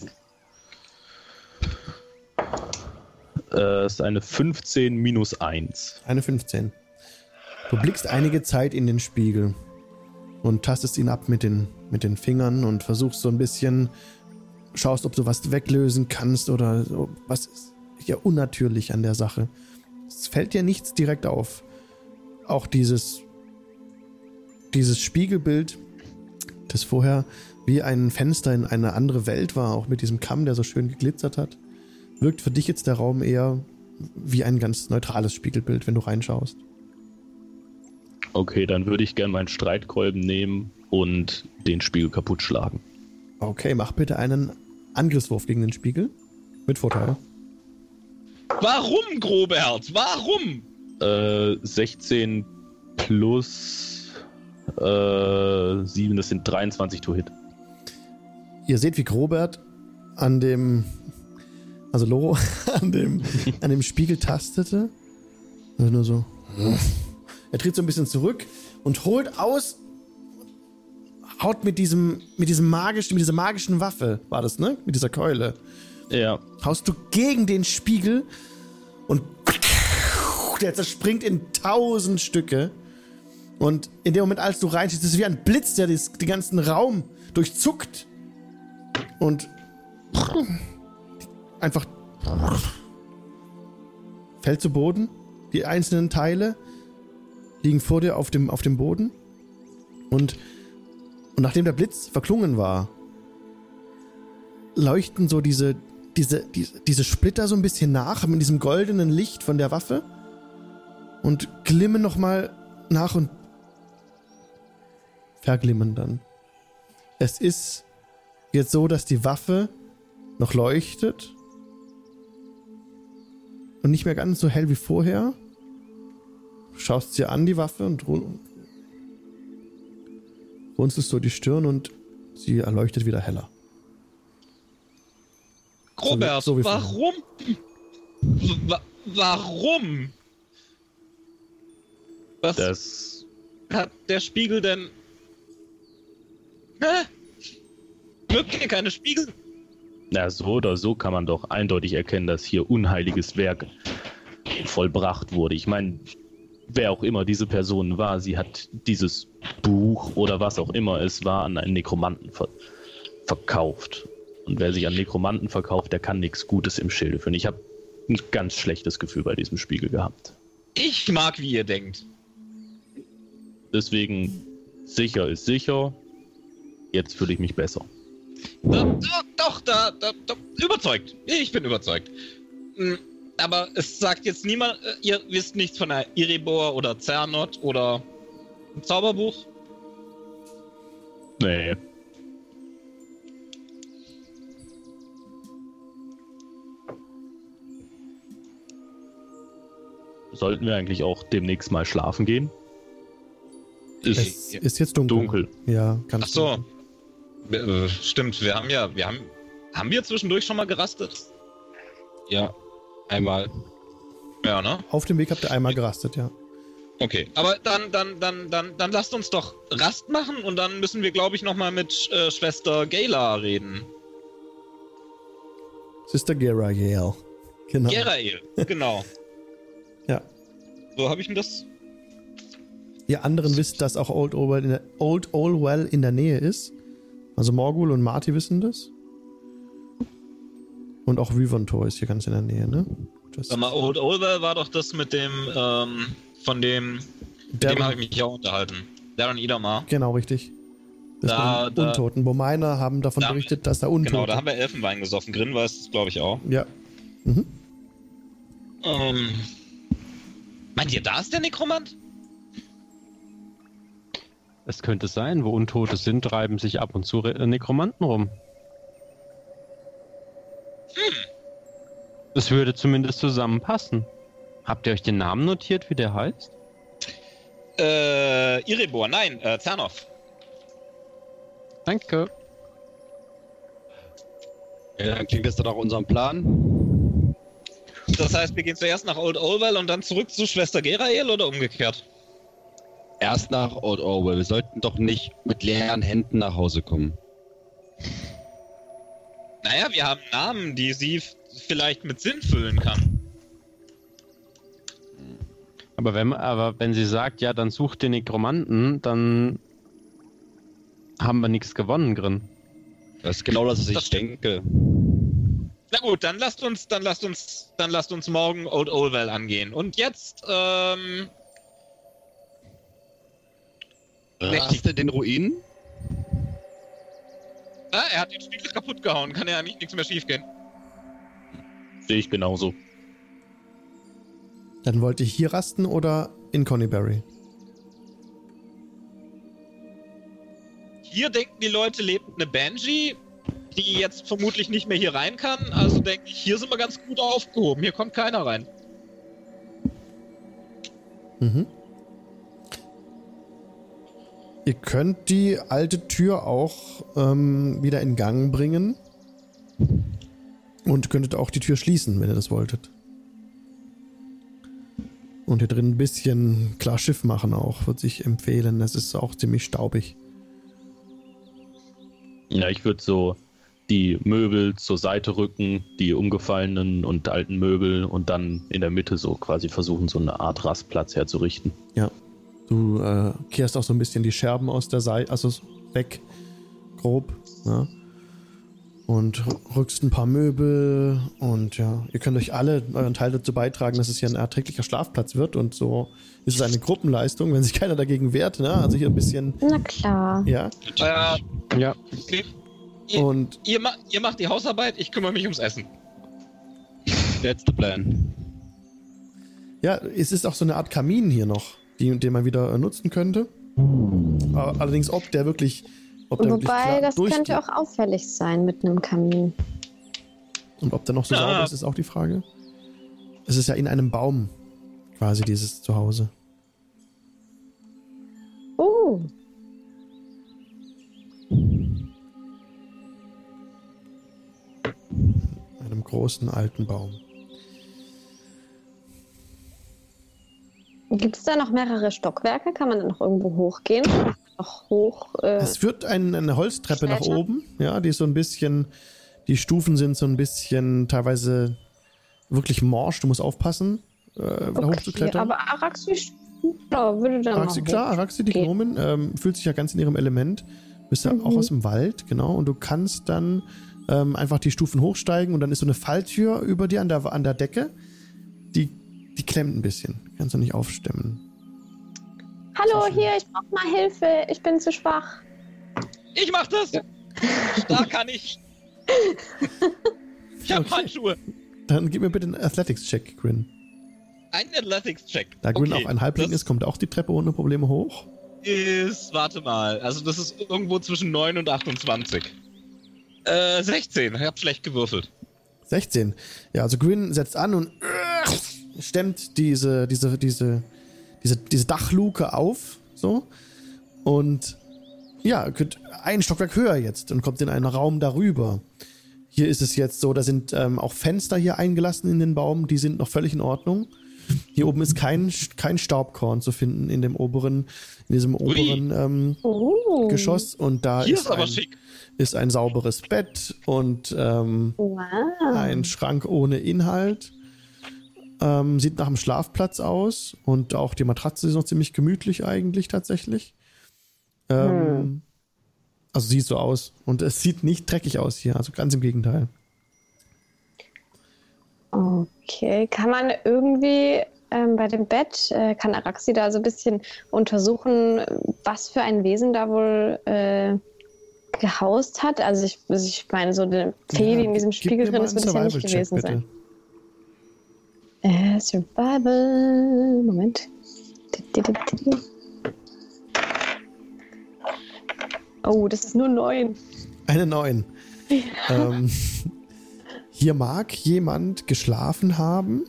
Ist eine 15 minus 1. Eine 15. Du blickst einige Zeit in den Spiegel und tastest ihn ab mit den Fingern und versuchst so ein bisschen... Schaust, ob du was weglösen kannst oder so. Was ist hier unnatürlich an der Sache? Es fällt dir nichts direkt auf. Auch dieses Spiegelbild, das vorher wie ein Fenster in eine andere Welt war, auch mit diesem Kamm, der so schön geglitzert hat, wirkt für dich jetzt der Raum eher wie ein ganz neutrales Spiegelbild, wenn du reinschaust. Okay, dann würde ich gerne meinen Streitkolben nehmen und den Spiegel kaputt schlagen. Okay, mach bitte einen Angriffswurf gegen den Spiegel. Mit Vorteil. Warum, Grobert? Warum? 16 plus 7, das sind 23 to hit. Ihr seht, wie Grobert an dem Spiegel tastete. Also nur so. Er tritt so ein bisschen zurück und holt aus... Haut mit dieser magischen Waffe, war das, ne? Mit dieser Keule. Ja. Haust du gegen den Spiegel und der zerspringt in 1000 Stücke. Und in dem Moment, als du reinschießt, ist es wie ein Blitz, der den ganzen Raum durchzuckt. Und einfach fällt zu Boden. Die einzelnen Teile liegen vor dir auf dem Boden. Und nachdem der Blitz verklungen war, leuchten so diese Splitter so ein bisschen nach mit diesem goldenen Licht von der Waffe und glimmen nochmal nach und verglimmen dann. Es ist jetzt so, dass die Waffe noch leuchtet und nicht mehr ganz so hell wie vorher. Du schaust sie an, die Waffe, und runzelst so die Stirn und sie erleuchtet wieder heller. Robert, so wie warum? Warum? Was Das hat der Spiegel denn? Hä? Mögt ihr keine Spiegel? Na, so oder so kann man doch eindeutig erkennen, dass hier unheiliges Werk vollbracht wurde. Ich meine, wer auch immer diese Person war, sie hat dieses Buch oder was auch immer es war an einen Nekromanten verkauft. Und wer sich an Nekromanten verkauft, der kann nichts Gutes im Schilde führen. Ich habe ein ganz schlechtes Gefühl bei diesem Spiegel gehabt. Ich mag, wie ihr denkt. Deswegen, sicher ist sicher. Jetzt fühle ich mich besser. Doch, überzeugt. Ich bin überzeugt. Aber es sagt jetzt niemand, ihr wisst nichts von der Erebor oder Zernot oder dem Zauberbuch? Nee. Sollten wir eigentlich auch demnächst mal schlafen gehen? Es ist jetzt dunkel. Ja, ganz Ach so. Stimmt, haben wir zwischendurch schon mal gerastet? Ja, einmal. Ja, ne? Auf dem Weg habt ihr einmal gerastet, ja. Okay, aber dann lasst uns doch Rast machen und dann müssen wir, glaube ich, nochmal mit Schwester Gayla reden. Sister Gerael. Genau. Gerael, genau. Ja. So habe ich denn das? Ihr anderen wisst, dass auch Old Olwell in der Nähe ist. Also Morgul und Marty wissen das. Und auch Rivontor ist hier ganz in der Nähe, ne? Sag mal, Old Olwell war doch das mit dem, von dem, mit dem habe ich mich ja unterhalten. Darren Idamar. Genau, richtig. Das mit den Untoten. Bomeiner haben davon berichtet, dass da Untote... Genau, da haben wir Elfenwein gesoffen. Grin weiß das, glaube ich, auch. Ja. Mhm. Meint ihr, da ist der Nekromant? Es könnte sein, wo Untote sind, treiben sich ab und zu Nekromanten rum. Das würde zumindest zusammenpassen. Habt ihr euch den Namen notiert, wie der heißt? Erebor, nein, Zernov. Danke. Ja, dann klingt das dann auch unserem Plan. Das heißt, wir gehen zuerst nach Old Olwell und dann zurück zu Schwester Gerael oder umgekehrt? Erst nach Old Orwell. Wir sollten doch nicht mit leeren Händen nach Hause kommen. Naja, wir haben Namen, die sie vielleicht mit Sinn füllen kann. Aber wenn sie sagt, ja, dann sucht den Nekromanten, dann haben wir nichts gewonnen, Grin. Das ist genau das, was ich denke. Na gut, dann lasst uns morgen Old Olwell angehen. Und jetzt, Rast er den Ruinen? er hat den Spiegel kaputt gehauen, kann ja nichts mehr schief gehen. Sehe ich genauso. Dann wollt ihr hier rasten oder in Conyberry? Hier denken die Leute, lebt eine Banshee, die jetzt vermutlich nicht mehr hier rein kann. Also denke ich, hier sind wir ganz gut aufgehoben. Hier kommt keiner rein. Mhm. Ihr könnt die alte Tür auch wieder in Gang bringen. Und könntet auch die Tür schließen, wenn ihr das wolltet. Und hier drin ein bisschen klar Schiff machen auch, würde ich empfehlen. Das ist auch ziemlich staubig. Ja, ich würde so die Möbel zur Seite rücken, die umgefallenen und alten Möbel und dann in der Mitte so quasi versuchen, so eine Art Rastplatz herzurichten. Ja. Du kehrst auch so ein bisschen die Scherben aus der Seite, also weg, grob, ja. Und rückst ein paar Möbel und ja, ihr könnt euch alle euren Teil dazu beitragen, dass es hier ein erträglicher Schlafplatz wird und so ist es eine Gruppenleistung, wenn sich keiner dagegen wehrt, ne? Also hier ein bisschen... Na klar. Ja. Ja. Und ihr macht die Hausarbeit, ich kümmere mich ums Essen. That's the plan. ja, es ist auch so eine Art Kamin hier noch, den man wieder nutzen könnte. Allerdings, ob der wirklich Wobei, das könnte auch auffällig sein mit einem Kamin. Und ob der noch so sauber ist auch die Frage. Es ist ja in einem Baum, quasi dieses Zuhause. Oh. Einem großen, alten Baum. Gibt es da noch mehrere Stockwerke? Kann man da noch irgendwo hochgehen? Es führt eine Holztreppe nach oben. Ja, die ist so ein bisschen... Die Stufen sind so ein bisschen teilweise wirklich morsch. Du musst aufpassen, da hochzuklettern. Aber Araxi würde dann Araxi, klar, Araxi, die Gnomen, fühlt sich ja ganz in ihrem Element. Bist ja auch aus dem Wald, genau. Und du kannst dann einfach die Stufen hochsteigen und dann ist so eine Falltür über dir an der Decke. Die klemmt ein bisschen. Kannst du nicht aufstemmen. Hallo, hier, ich brauche mal Hilfe. Ich bin zu schwach. Ich mach das! Da kann ich. Ich hab Handschuhe. Dann gib mir bitte einen Athletics-Check, Grin. Ein Athletics-Check. Da Grin auch ein Halbling ist, kommt auch die Treppe ohne Probleme hoch. Warte mal, also das ist irgendwo zwischen 9 und 28. 16, ich hab schlecht gewürfelt. 16. Ja, also Grin setzt an und stemmt diese Dachluke auf, so. Und ja, ein Stockwerk höher jetzt und kommt in einen Raum darüber. Hier ist es jetzt so, da sind auch Fenster hier eingelassen in den Baum, die sind noch völlig in Ordnung. Hier oben ist kein Staubkorn zu finden in diesem oberen Geschoss. Und da ist ein sauberes Bett und ein Schrank ohne Inhalt. Sieht nach einem Schlafplatz aus und auch die Matratze ist noch ziemlich gemütlich eigentlich tatsächlich. Also sieht so aus. Und es sieht nicht dreckig aus hier, also ganz im Gegenteil. Okay, kann man irgendwie bei dem Bett, kann Araxi da so ein bisschen untersuchen, was für ein Wesen da wohl gehaust hat? Also ich meine, so eine Fee, die in diesem Spiegel drin ist, wird es ja nicht gewesen sein. Survival, Moment. Oh, das ist nur 9. Eine 9. Hier mag jemand geschlafen haben.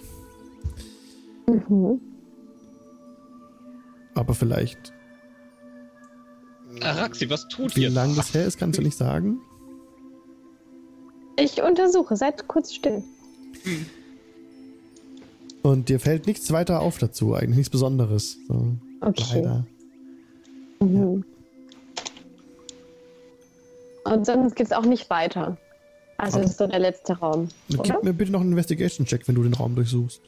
Aber vielleicht... Araxi, was tut ihr? Wie lange das her ist, kannst du nicht sagen. Ich untersuche, seid kurz still. Und dir fällt nichts weiter auf dazu, eigentlich nichts Besonderes. So, okay. Leider. Ja. Und sonst gibt es auch nicht weiter. Also das ist so der letzte Raum. Gib mir bitte noch einen Investigation-Check, wenn du den Raum durchsuchst.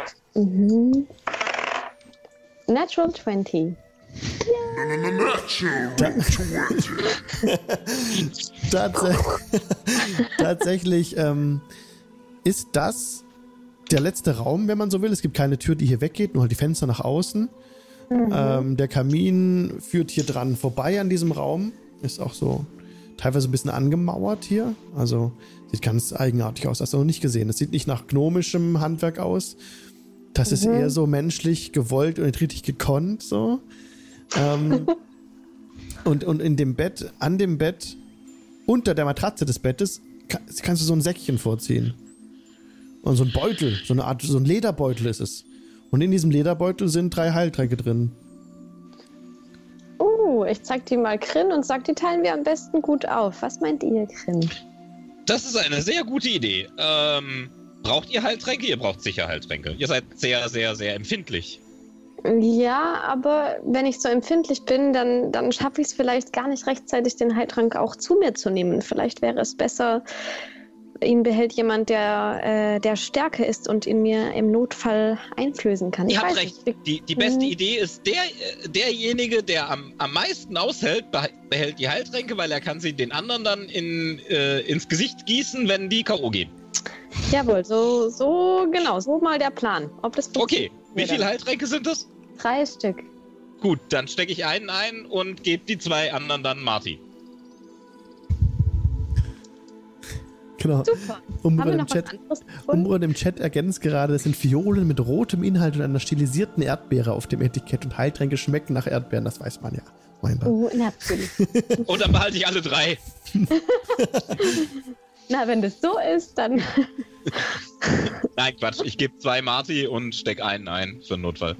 Natural 20. Tatsächlich ist das der letzte Raum, wenn man so will. Es gibt keine Tür, die hier weggeht, nur halt die Fenster nach außen. Der Kamin führt hier dran vorbei an diesem Raum. Ist auch so teilweise ein bisschen angemauert hier. Also sieht ganz eigenartig aus. Hast du noch nicht gesehen. Es sieht nicht nach gnomischem Handwerk aus. Das ist eher so menschlich gewollt und nicht richtig gekonnt. So. Und in dem Bett, an dem Bett, unter der Matratze des Bettes, kannst du so ein Säckchen vorziehen. Und so ein Beutel, so eine Art, so ein Lederbeutel ist es. Und in diesem Lederbeutel sind 3 Heiltränke drin. Ich zeig die mal Grin und sag, die teilen wir am besten gut auf. Was meint ihr, Grin? Das ist eine sehr gute Idee. Braucht ihr Heiltränke? Ihr braucht sicher Heiltränke. Ihr seid sehr, sehr, sehr empfindlich. Ja, aber wenn ich so empfindlich bin, dann schaffe ich es vielleicht gar nicht rechtzeitig, den Heiltrank auch zu mir zu nehmen. Vielleicht wäre es besser, ihn behält jemand, der stärker ist und ihn mir im Notfall einflößen kann. Ihr habt recht. Die beste Idee ist, derjenige, der am meisten aushält, behält die Heiltränke, weil er kann sie den anderen dann ins Gesicht gießen, wenn die K.O. gehen. Jawohl, so genau, so mal der Plan. Ob das okay, wie viele Heiltränke sind das? 3 Stück. Gut, dann stecke ich einen ein und gebe die 2 anderen dann Marty. Genau. Super. Umbro im Chat ergänzt gerade, das sind Violen mit rotem Inhalt und einer stilisierten Erdbeere auf dem Etikett und Heiltränke schmecken nach Erdbeeren, das weiß man ja. Natürlich. Und dann behalte ich alle 3. Na, wenn das so ist, dann... Nein, Quatsch. Ich gebe 2 Marty und steck einen ein für den Notfall.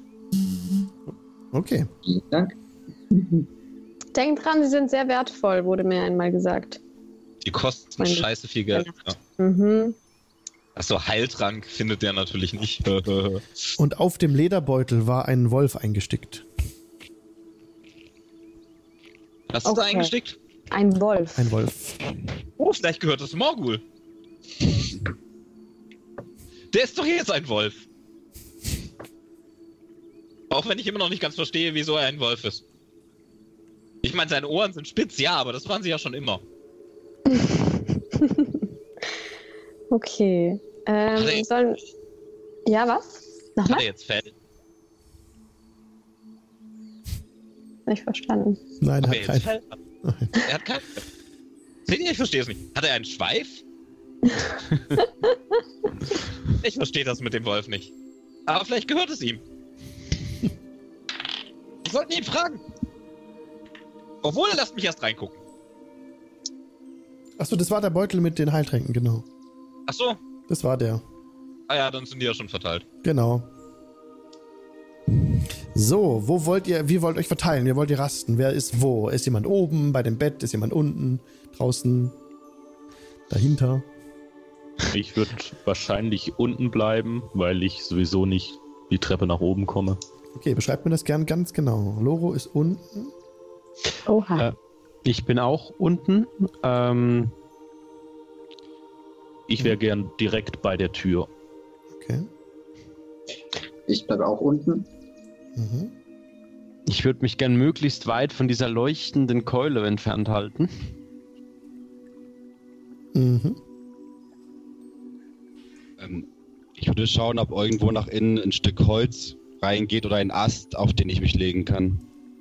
Okay. Vielen Dank. Denkt dran, sie sind sehr wertvoll, wurde mir einmal gesagt. Die kosten scheiße viel Geld. Ja. Mhm. Achso, Heiltrank findet der natürlich nicht. Und auf dem Lederbeutel war ein Wolf eingestickt. Hast du da eingestickt? Ein Wolf. Ein Wolf. Oh, vielleicht gehört das Morgul. Der ist doch jetzt ein Wolf. Auch wenn ich immer noch nicht ganz verstehe, wieso er ein Wolf ist. Ich meine, seine Ohren sind spitz, ja, aber das waren sie ja schon immer. Okay. Sollen... Ja, was? Nochmal? Hat er jetzt Fell? Nicht verstanden. Nein, Ob hat kein Fell hat? Er hat kein Fell. Seht ihr, ich verstehe es nicht. Hat er einen Schweif? Ich verstehe das mit dem Wolf nicht. Aber vielleicht gehört es ihm. Wir sollten ihn fragen. Obwohl, lasst mich erst reingucken. Achso, das war der Beutel mit den Heiltränken, genau. Achso. Das war der. Ah ja, dann sind die ja schon verteilt. Genau. So, wie wollt ihr euch verteilen? Wie wollt ihr rasten? Wer ist wo? Ist jemand oben bei dem Bett? Ist jemand unten? Draußen? Dahinter? Ich würde wahrscheinlich unten bleiben, weil ich sowieso nicht die Treppe nach oben komme. Okay, beschreibt mir das gern ganz genau. Loro ist unten. Oha. Ich bin auch unten. Ich wäre gern direkt bei der Tür. Okay. Ich bleibe auch unten. Mhm. Ich würde mich gern möglichst weit von dieser leuchtenden Keule entfernt halten. Mhm. Ich würde schauen, ob irgendwo nach innen ein Stück Holz reingeht oder ein Ast, auf den ich mich legen kann.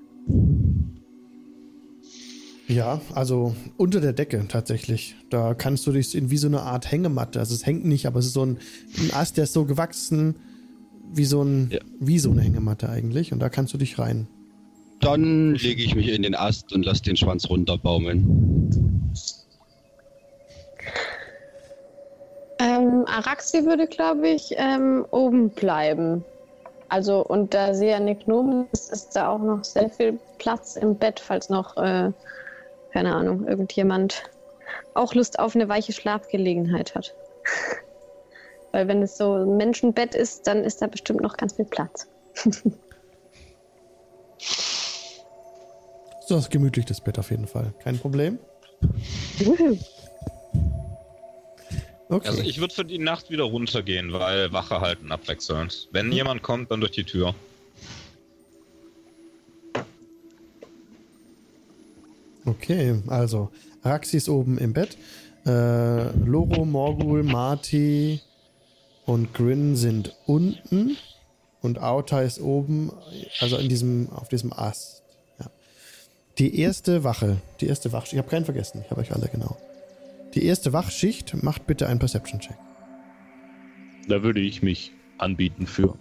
Ja, also unter der Decke tatsächlich. Da kannst du dich in wie so eine Art Hängematte, also es hängt nicht, aber es ist so ein Ast, der ist so gewachsen wie so eine Hängematte eigentlich und da kannst du dich rein. Dann lege ich mich in den Ast und lasse den Schwanz runterbaumeln. Araxi würde, glaube ich, oben bleiben. Also, und da sie ja eine Gnome ist, ist da auch noch sehr viel Platz im Bett, falls noch, keine Ahnung, irgendjemand auch Lust auf eine weiche Schlafgelegenheit hat. Weil wenn es so ein Menschenbett ist, dann ist da bestimmt noch ganz viel Platz. So, das ist gemütlich, das Bett auf jeden Fall. Kein Problem. Okay. Also ich würde für die Nacht wieder runtergehen, weil Wache halten abwechselnd. Wenn jemand kommt, dann durch die Tür. Okay, also Araxi ist oben im Bett. Loro, Morgul, Marty und Grin sind unten. Und Auta ist oben, also auf diesem Ast. Ja. Die erste Wachschicht, ich habe keinen vergessen, ich habe euch alle genau. Die erste Wachschicht macht bitte einen Perception-Check. Da würde ich mich anbieten für.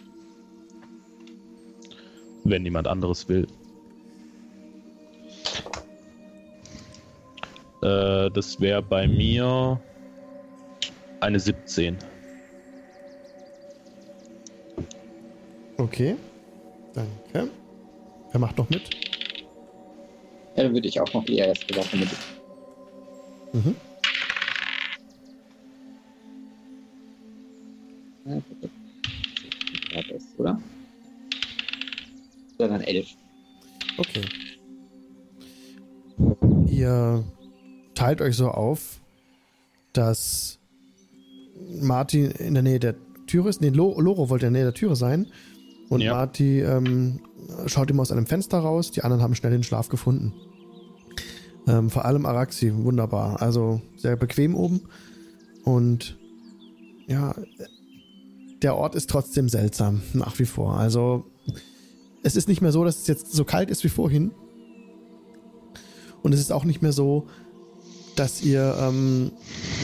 Wenn niemand anderes will. Das wäre bei mir eine 17. Okay, danke. Wer macht noch mit? Ja, dann würde ich auch noch die erste Wache mit. Mhm. Ja, das, oder? Oder dann 11. Okay. Ihr teilt euch so auf, dass Marty in der Nähe der Türe ist. Nee, Loro wollte in der Nähe der Türe sein. Und ja. Marty schaut immer aus einem Fenster raus. Die anderen haben schnell den Schlaf gefunden. Vor allem Araxi, wunderbar. Also sehr bequem oben. Und ja, der Ort ist trotzdem seltsam, nach wie vor. Also es ist nicht mehr so, dass es jetzt so kalt ist wie vorhin. Und es ist auch nicht mehr so, dass ihr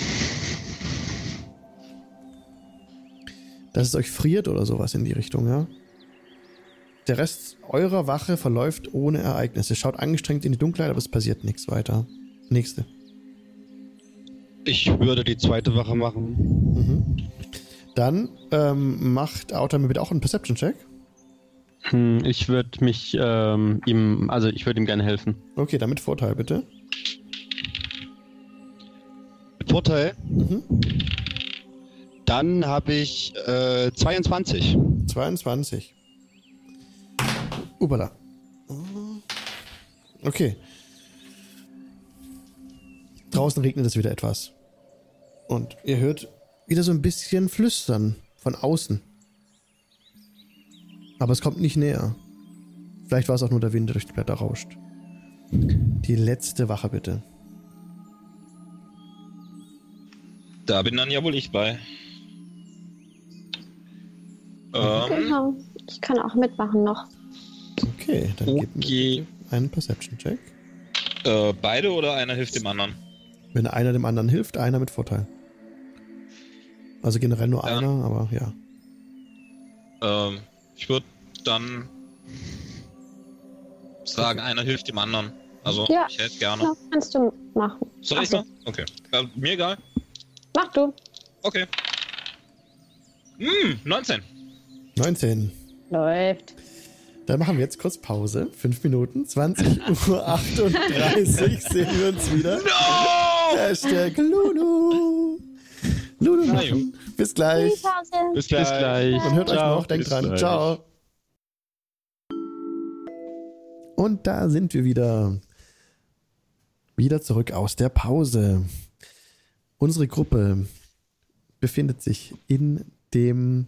dass es euch friert oder sowas in die Richtung, ja? Der Rest eurer Wache verläuft ohne Ereignisse. Schaut angestrengt in die Dunkelheit, aber es passiert nichts weiter. Nächste. Ich würde die zweite Wache machen. Mhm. Dann macht Auta mir bitte auch einen Perception-Check. Ich würde mich ich würde ihm gerne helfen. Okay, dann mit Vorteil bitte. Mit Vorteil? Mhm. Dann habe ich 22. 22. Ubala. Okay. Draußen regnet es wieder etwas. Und ihr hört wieder so ein bisschen Flüstern von außen. Aber es kommt nicht näher. Vielleicht war es auch nur der Wind, der durch die Blätter rauscht. Die letzte Wache bitte. Da bin dann ja wohl ich bei. Genau. Ich kann auch mitmachen noch. Okay, dann gib mir einen Perception-Check. Beide oder einer hilft dem anderen? Wenn einer dem anderen hilft, einer mit Vorteil. Also generell nur einer, aber ja. Ich würde dann sagen, einer hilft dem anderen. Also, ja, ich helfe gerne. Ja, kannst du machen. Soll ich mal? Okay. Mir egal. Mach du. Okay. 19. 19. Läuft. Dann machen wir jetzt kurz Pause. 5 Minuten, 20:38 Uhr sehen wir uns wieder. No! Hashtag Lulu. Lulu machen. Bis gleich. Bis gleich. Und hört Ciao. euch noch. Denkt Bis dran. gleich. Ciao. Und da sind wir wieder. Wieder zurück aus der Pause. Unsere Gruppe befindet sich in dem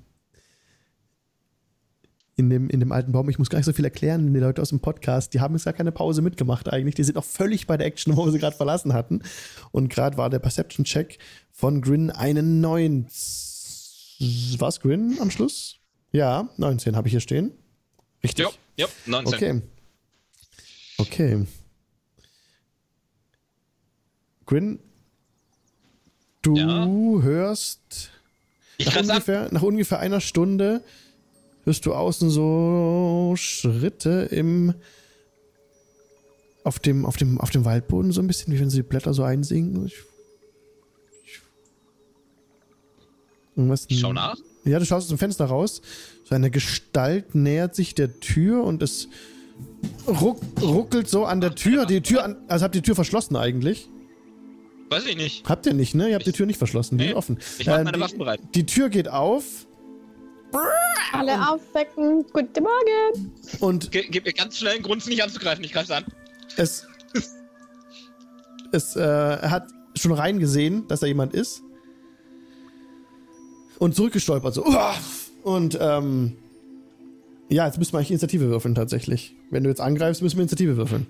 alten Baum. Ich muss gar nicht so viel erklären, die Leute aus dem Podcast, die haben jetzt gar keine Pause mitgemacht eigentlich. Die sind auch völlig bei der Action, wo wir sie gerade verlassen hatten. Und gerade war der Perception-Check von Grin einen 9. Was, Grin am Schluss? Ja, 19 habe ich hier stehen. Richtig? Ja, 19. Okay. Grin, du hörst nach ungefähr einer Stunde hörst du außen so Schritte auf dem Waldboden, so ein bisschen, wie wenn sie die Blätter so einsinken. Ich schau nach. Ja, du schaust aus dem Fenster raus. So eine Gestalt nähert sich der Tür und es ruckelt so an der Tür. Also habt ihr die Tür verschlossen eigentlich? Weiß ich nicht. Habt ihr nicht, ne? Ihr habt die Tür nicht verschlossen, die ist offen. Ich mach meine Waffen bereit. Die Tür geht auf. Alle aufwecken. Guten Morgen. Und gib mir ganz schnell einen Grund, sie nicht anzugreifen. Ich greife an. Er hat schon reingesehen, dass da jemand ist. Und zurückgestolpert so. Und jetzt müssen wir eigentlich Initiative würfeln tatsächlich. Wenn du jetzt angreifst, müssen wir Initiative würfeln.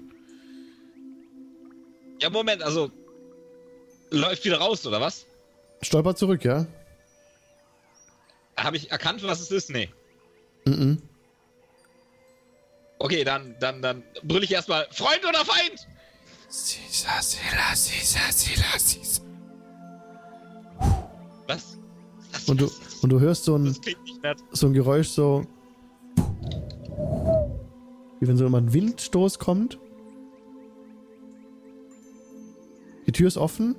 Ja, Moment, also läuft wieder raus, oder was? Stolpert zurück, ja? Habe ich erkannt, was es ist? Nee. Mhm. Okay, dann brüll ich erstmal Freund oder Feind? Sisa. Was? Und du hörst so ein Geräusch, so wie wenn so mal ein Windstoß kommt. Die Tür ist offen.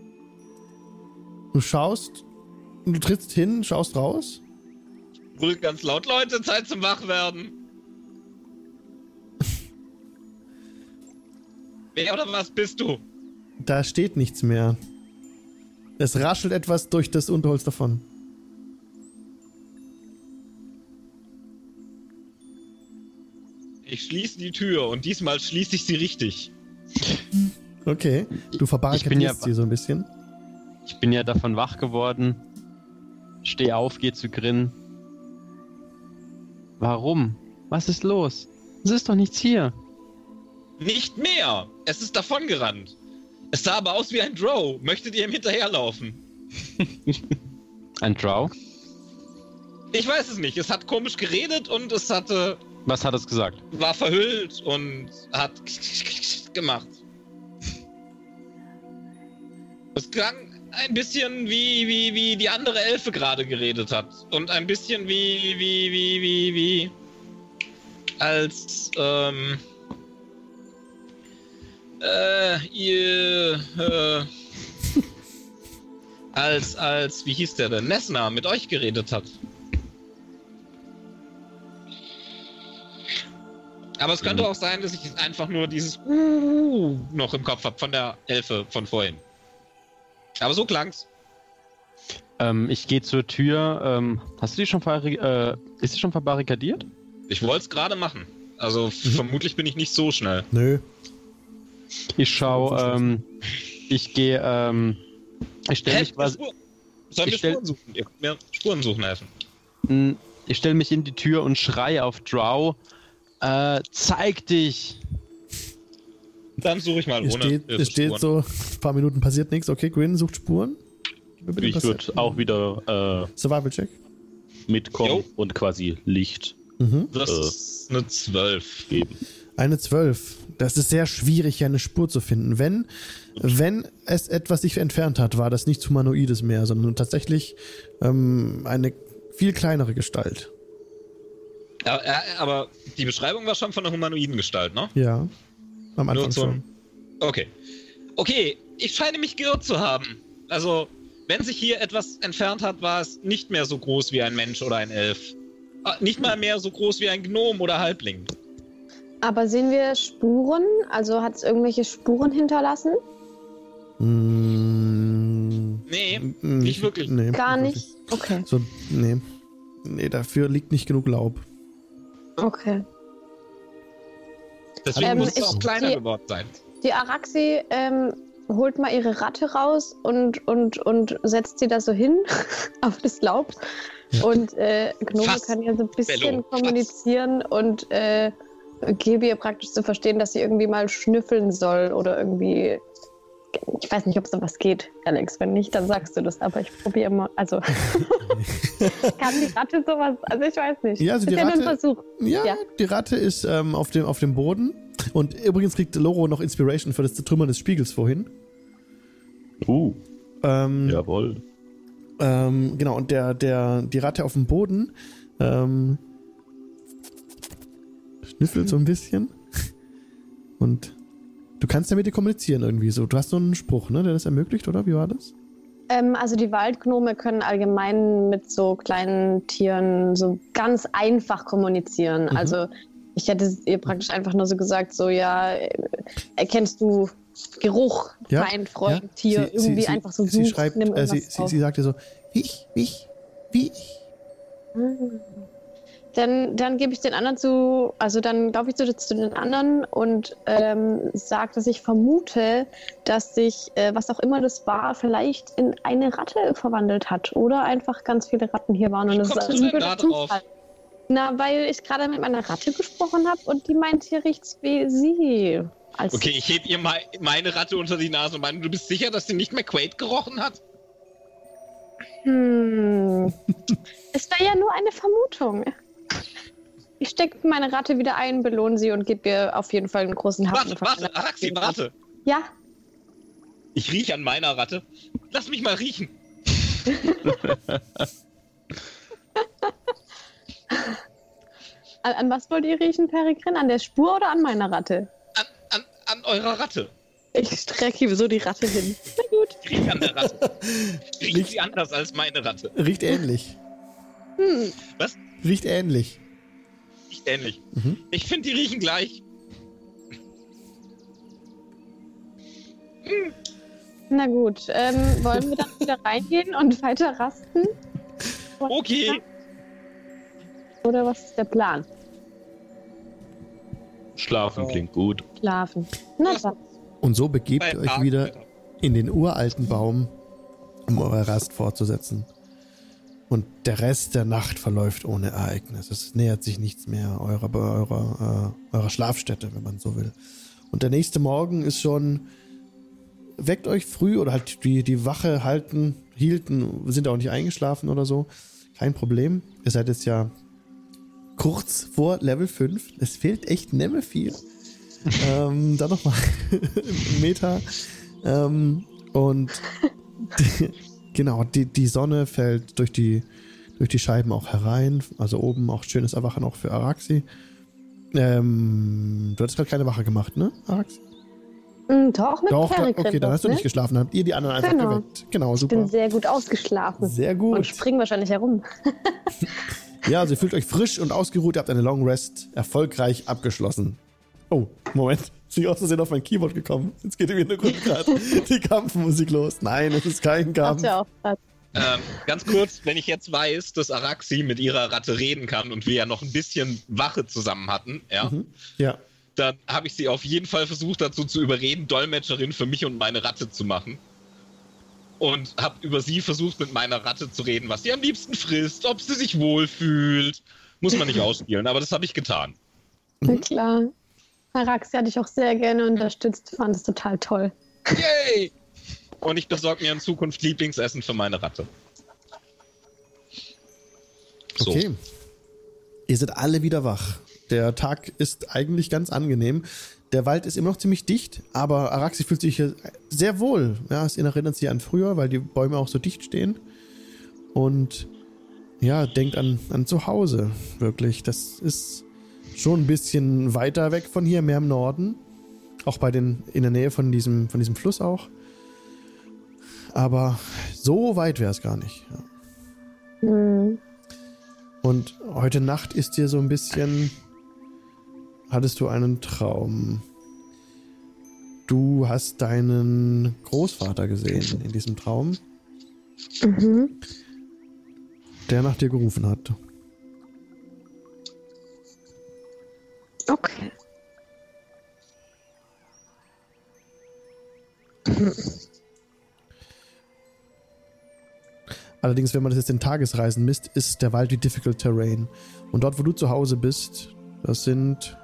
Du schaust und du trittst hin, schaust raus. Brüll ganz laut, Leute, Zeit zum Wachwerden. Wer oder was bist du? Da steht nichts mehr. Es raschelt etwas durch das Unterholz davon. Ich schließe die Tür und diesmal schließe ich sie richtig. Okay, du verbarrikadierst sie so ein bisschen. Ich bin ja davon wach geworden. Steh auf, geh zu Grin. Warum? Was ist los? Es ist doch nichts hier. Nicht mehr! Es ist davongerannt. Es sah aber aus wie ein Drow. Möchtet ihr ihm hinterherlaufen? Ein Drow? Ich weiß es nicht. Es hat komisch geredet und es hatte... Was hat es gesagt? War verhüllt und hat gemacht. Es klang, ein bisschen wie die andere Elfe gerade geredet hat. Und ein bisschen wie als, als, wie hieß der denn? Nessna mit euch geredet hat. Aber es könnte auch sein, dass ich einfach nur dieses noch im Kopf habe von der Elfe von vorhin. Aber so klang's. Ich gehe zur Tür. Hast du die schon ist sie schon verbarrikadiert? Ich wollte es gerade machen. Also vermutlich bin ich nicht so schnell. Nö. Ich schau, ich gehe, ich stelle mich quasi... Sollen wir Spuren suchen? Ihr könnt mir Spuren suchen helfen. Ich stelle mich in die Tür und schreie auf Drow. Zeig dich! Dann suche ich mal ohne. Es steht so, ein paar Minuten passiert nichts. Okay, Gwyn sucht Spuren. Ich würde auch wieder Survival-Check mitkommen und quasi Licht das ist eine 12 geben. Eine 12. Das ist sehr schwierig, hier eine Spur zu finden. Wenn es etwas sich entfernt hat, war das nichts Humanoides mehr, sondern tatsächlich eine viel kleinere Gestalt. Aber die Beschreibung war schon von einer humanoiden Gestalt, ne? Ja, am Anfang schon. Okay. Okay, ich scheine mich geirrt zu haben. Also, wenn sich hier etwas entfernt hat, war es nicht mehr so groß wie ein Mensch oder ein Elf. Nicht mal mehr so groß wie ein Gnom oder Halbling. Aber sehen wir Spuren? Also hat es irgendwelche Spuren hinterlassen? Nee, nicht wirklich. Nee, gar nicht? Okay. So, nee, dafür liegt nicht genug Laub. Okay. Deswegen muss es auch kleiner geworden sein. Die Araxi holt mal ihre Ratte raus und setzt sie da so hin auf das Laub. Ja. Und Gnome kann ja so ein bisschen kommunizieren und gebe ihr praktisch zu verstehen, dass sie irgendwie mal schnüffeln soll oder irgendwie. Ich weiß nicht, ob sowas geht, Alex. Wenn nicht, dann sagst du das. Aber ich probiere mal. Also kann die Ratte sowas? Also ich weiß nicht. Ja, also ist die Ratte. Ein Versuch. Ja, die Ratte ist auf dem Boden. Und übrigens kriegt Loro noch Inspiration für das Zertrümmern des Spiegels vorhin. Jawohl. Genau, und die Ratte auf dem Boden schnüffelt so ein bisschen. Und du kannst ja mit ihr kommunizieren irgendwie so. Du hast so einen Spruch, ne, der das ermöglicht, oder? Wie war das? Also die Waldgnome können allgemein mit so kleinen Tieren so ganz einfach kommunizieren. Also ich hätte ihr praktisch einfach nur so gesagt, so ja, erkennst du Geruch, Feind, Freund, Tier, irgendwie einfach so sie schreibt, sie sagte so, wie ich. Dann gebe ich den anderen dann laufe ich zu den anderen und sage, dass ich vermute, dass sich, was auch immer das war, vielleicht in eine Ratte verwandelt hat oder einfach ganz viele Ratten hier waren. Und das ist ein guter Zufall. Na, weil ich gerade mit meiner Ratte gesprochen habe und die meint, hier riecht's wie sie. Okay, ich heb ihr meine Ratte unter die Nase und meine, du bist sicher, dass sie nicht mehr Quaid gerochen hat? Es wäre ja nur eine Vermutung. Ich stecke meine Ratte wieder ein, belohne sie und gebe ihr auf jeden Fall einen großen Happen. Warte, Araxi, warte. Ja? Ich rieche an meiner Ratte. Lass mich mal riechen. An was wollt ihr riechen, Peregrin? An der Spur oder an meiner Ratte? An eurer Ratte. Ich strecke so die Ratte hin. Na gut. Ich rieche an der Ratte. Riecht sie anders als meine Ratte. Riecht ähnlich. Was? Riecht ähnlich. Riecht ähnlich. Ich finde, die riechen gleich. Na gut, wollen wir dann wieder reingehen und weiter rasten? Okay. Oder was ist der Plan? Schlafen klingt gut. Schlafen. Na dann. Und so begebt ihr euch wieder in den uralten Baum, um eure Rast fortzusetzen. Und der Rest der Nacht verläuft ohne Ereignis. Es nähert sich nichts mehr eurer Schlafstätte, wenn man so will. Und der nächste Morgen ist schon, weckt euch früh oder halt die Wache hielten, sind auch nicht eingeschlafen oder so. Kein Problem. Ihr seid jetzt ja kurz vor Level 5. Es fehlt echt nemme viel. Dann nochmal Meta. Und Genau, die Sonne fällt durch die Scheiben auch herein. Also oben auch schönes Erwachen auch für Araxi. Du hattest gerade keine Wache gemacht, ne, Araxi? Doch, mit Peregrin. Okay, dann hast du nicht geschlafen. Habt ihr die anderen einfach geweckt. Genau, super. Ich bin sehr gut ausgeschlafen. Sehr gut. Und springe wahrscheinlich herum. Ja, also ihr fühlt euch frisch und ausgeruht. Ihr habt eine Long Rest erfolgreich abgeschlossen. Oh, Moment. Ist nicht aus Versehen auf mein Keyboard gekommen. Jetzt geht im Hintergrund gerade die Kampfmusik los. Nein, es ist kein Kampf. Ja auch ganz kurz, wenn ich jetzt weiß, dass Araxi mit ihrer Ratte reden kann und wir ja noch ein bisschen Wache zusammen hatten, Ja. Dann habe ich sie auf jeden Fall versucht dazu zu überreden, Dolmetscherin für mich und meine Ratte zu machen. Und habe über sie versucht, mit meiner Ratte zu reden, was sie am liebsten frisst, ob sie sich wohlfühlt. Muss man nicht ausspielen, aber das habe ich getan. Na klar. Araxi hatte ich auch sehr gerne unterstützt, fand es total toll. Yay! Und ich besorge mir in Zukunft Lieblingsessen für meine Ratte. So. Okay. Ihr seid alle wieder wach. Der Tag ist eigentlich ganz angenehm. Der Wald ist immer noch ziemlich dicht, aber Araxi fühlt sich hier sehr wohl. Ja, es erinnert sie an früher, weil die Bäume auch so dicht stehen. Und ja, denkt an zu Hause, wirklich. Das ist schon ein bisschen weiter weg von hier, mehr im Norden. Auch in der Nähe von diesem Fluss auch. Aber so weit wäre es gar nicht. Ja. Mhm. Und heute Nacht ist dir so ein bisschen... Hattest du einen Traum? Du hast deinen Großvater gesehen in diesem Traum, der nach dir gerufen hat. Okay. Allerdings, wenn man das jetzt in Tagesreisen misst, ist der Wald wie Difficult Terrain. Und dort, wo du zu Hause bist, das sind...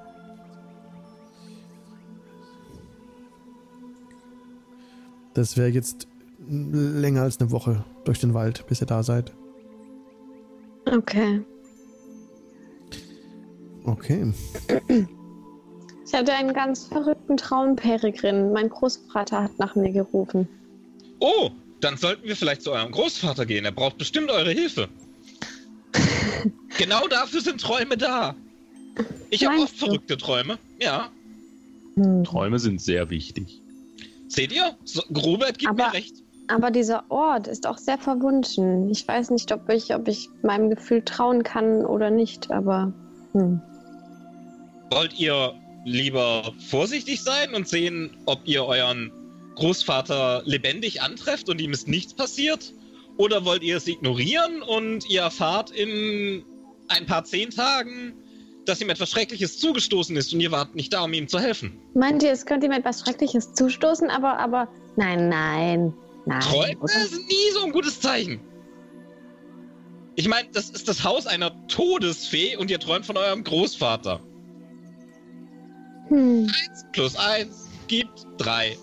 Das wäre jetzt länger als eine Woche durch den Wald, bis ihr da seid. Okay. Okay. Ich hatte einen ganz verrückten Traum, Peregrin. Mein Großvater hat nach mir gerufen. Oh, dann sollten wir vielleicht zu eurem Großvater gehen. Er braucht bestimmt eure Hilfe. Genau dafür sind Träume da. Ich habe oft verrückte Träume. Ja. Träume sind sehr wichtig. Seht ihr? Robert gibt mir recht. Aber dieser Ort ist auch sehr verwunschen. Ich weiß nicht, ob ich meinem Gefühl trauen kann oder nicht, aber... Wollt ihr lieber vorsichtig sein und sehen, ob ihr euren Großvater lebendig antrefft und ihm ist nichts passiert? Oder wollt ihr es ignorieren und ihr erfahrt in ein paar 10 Tagen, dass ihm etwas Schreckliches zugestoßen ist und ihr wart nicht da, um ihm zu helfen? Meint ihr, es könnte ihm etwas Schreckliches zustoßen? Aber nein. Träume sind nie so ein gutes Zeichen. Ich meine, das ist das Haus einer Todesfee und ihr träumt von eurem Großvater. 1 + 1 gibt 3.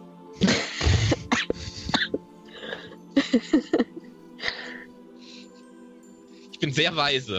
Ich bin sehr weise.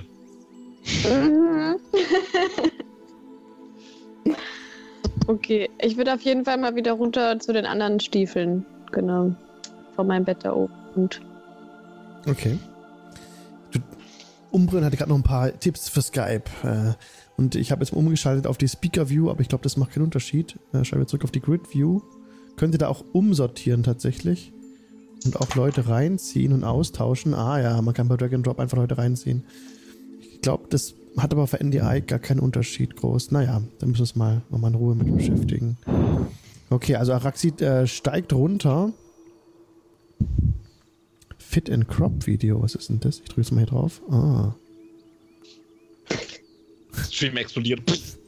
Okay, ich würde auf jeden Fall mal wieder runter zu den anderen Stiefeln. Genau. Von meinem Bett da oben. Okay. Umbren hatte gerade noch ein paar Tipps für Skype. Und ich habe jetzt mal umgeschaltet auf die Speaker View, aber ich glaube, das macht keinen Unterschied. Schreibe jetzt zurück auf die Grid View. Könnt ihr da auch umsortieren tatsächlich. Und auch Leute reinziehen und austauschen. Ah ja, man kann bei Drag and Drop einfach Leute reinziehen. Ich glaube, das hat aber für NDI gar keinen Unterschied groß. Naja, dann müssen wir uns mal in Ruhe mit beschäftigen. Okay, also Araxi steigt runter. Fit and Crop Video, was ist denn das? Ich drücke jetzt mal hier drauf. Ah. Stream explodiert.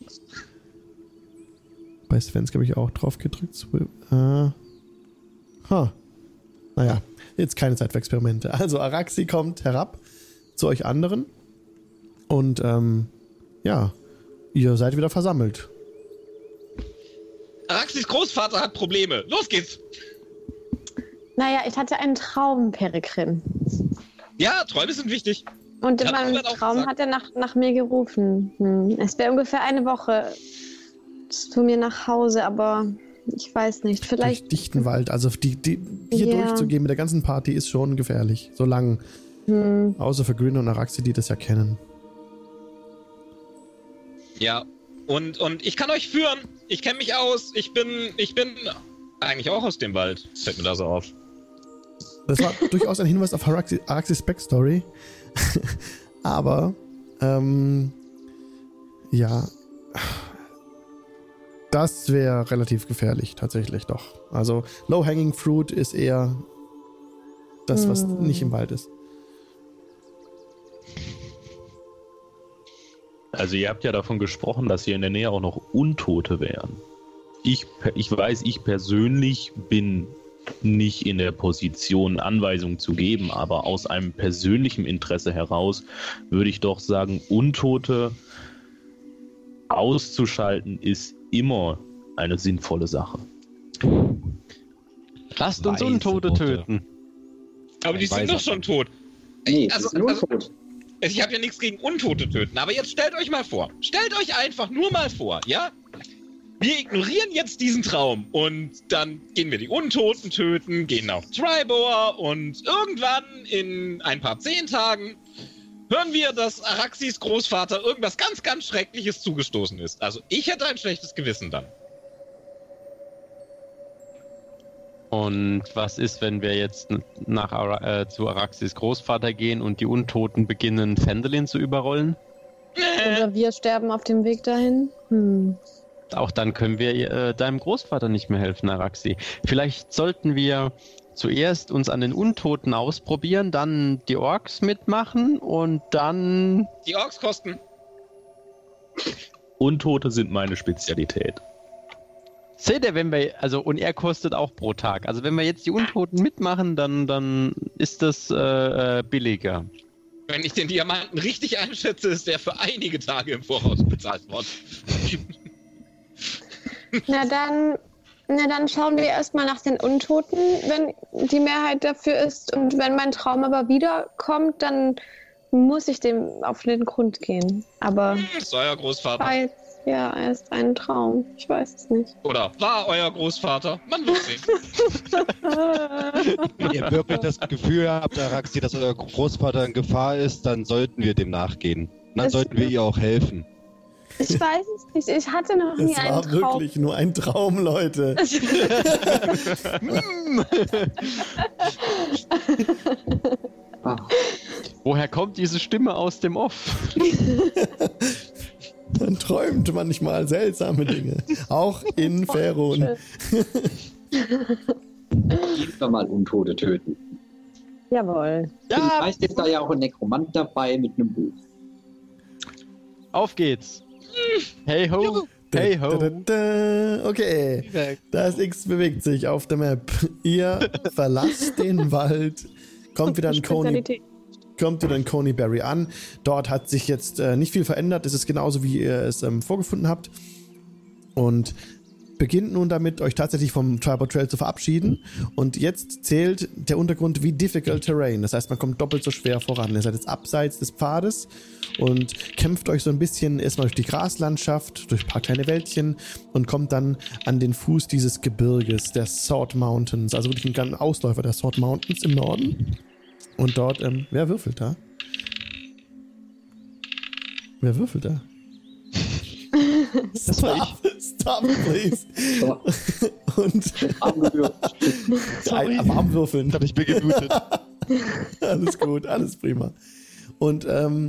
Bei Svensk habe ich auch drauf gedrückt. Naja, jetzt keine Zeit für Experimente. Also Araxi kommt herab zu euch anderen. Und ja, ihr seid wieder versammelt. Araxis Großvater hat Probleme. Los geht's! Naja, ich hatte einen Traum, Peregrin. Ja, Träume sind wichtig. Und in meinem Traum hat er nach mir gerufen. Es wäre ungefähr eine Woche zu mir nach Hause, aber Ich weiß nicht, vielleicht... Durch dichten Wald, also hier durchzugehen mit der ganzen Party ist schon gefährlich. So lang. Außer für Grin und Araxi, die das ja kennen. Ja, und ich kann euch führen. Ich kenne mich aus. Ich bin eigentlich auch aus dem Wald. Fällt mir da so auf. Das war durchaus ein Hinweis auf Araxis Backstory. Aber, ja, das wäre relativ gefährlich, tatsächlich doch. Also, Low-Hanging Fruit ist eher das, was nicht im Wald ist. Also, ihr habt ja davon gesprochen, dass hier in der Nähe auch noch Untote wären. Ich weiß, ich persönlich bin nicht in der Position, Anweisungen zu geben, aber aus einem persönlichen Interesse heraus würde ich doch sagen, Untote auszuschalten ist immer eine sinnvolle Sache. Lasst uns Untote töten. Aber die sind doch schon tot. Nee, die sind nur tot. Ich habe ja nichts gegen Untote töten, aber jetzt stellt euch mal vor. Stellt euch einfach nur mal vor, ja? Wir ignorieren jetzt diesen Traum und dann gehen wir die Untoten töten, gehen auf Triboar und irgendwann in ein paar 10 Tagen hören wir, dass Araxis Großvater irgendwas ganz, ganz Schreckliches zugestoßen ist. Also ich hätte ein schlechtes Gewissen dann. Und was ist, wenn wir jetzt zu Araxis Großvater gehen und die Untoten beginnen, Phandalin zu überrollen? Oder wir sterben auf dem Weg dahin? Auch dann können wir deinem Großvater nicht mehr helfen, Araxi. Vielleicht sollten wir zuerst uns an den Untoten ausprobieren, dann die Orks mitmachen und dann... Die Orks kosten. Untote sind meine Spezialität. Seht ihr, und er kostet auch pro Tag. Also wenn wir jetzt die Untoten mitmachen, dann ist das billiger. Wenn ich den Diamanten richtig einschätze, ist der für einige Tage im Voraus bezahlt worden. Na dann schauen wir erstmal nach den Untoten, wenn die Mehrheit dafür ist. Und wenn mein Traum aber wiederkommt, dann muss ich dem auf den Grund gehen. Aber... Das ist euer Großvater. Ja, er ist ein Traum. Ich weiß es nicht. Oder war euer Großvater? Man wird sehen. Wenn ihr wirklich das Gefühl habt, Araxi, dass euer Großvater in Gefahr ist, dann sollten wir dem nachgehen. Dann sollten wir ihr auch helfen. Ich weiß es nicht. Ich hatte noch nie einen Traum. Es war wirklich nur ein Traum, Leute. Woher kommt diese Stimme aus dem Off? Man träumt manchmal seltsame Dinge. Auch in Faerun. Lieber mal Untote töten. Jawohl. Ja, vielleicht ist da ja auch ein Nekromant dabei mit einem Buch. Auf geht's. Hey ho. Hey ho. Okay. Das X bewegt sich auf der Map. Ihr verlasst den Wald. Kommt wieder ein Coney Berry an. Dort hat sich jetzt nicht viel verändert. Es ist genauso, wie ihr es vorgefunden habt. Und beginnt nun damit, euch tatsächlich vom Triboar Trail zu verabschieden. Und jetzt zählt der Untergrund wie Difficult Terrain. Das heißt, man kommt doppelt so schwer voran. Ihr seid jetzt abseits des Pfades und kämpft euch so ein bisschen erstmal durch die Graslandschaft, durch ein paar kleine Wäldchen und kommt dann an den Fuß dieses Gebirges, der Sword Mountains. Also wirklich ein Ausläufer der Sword Mountains im Norden. Und dort, wer würfelt da? Wer würfelt da? Das war ich. Stop, please. Und warm würfeln. Hab ich mir gemutet. Alles gut, alles prima. Und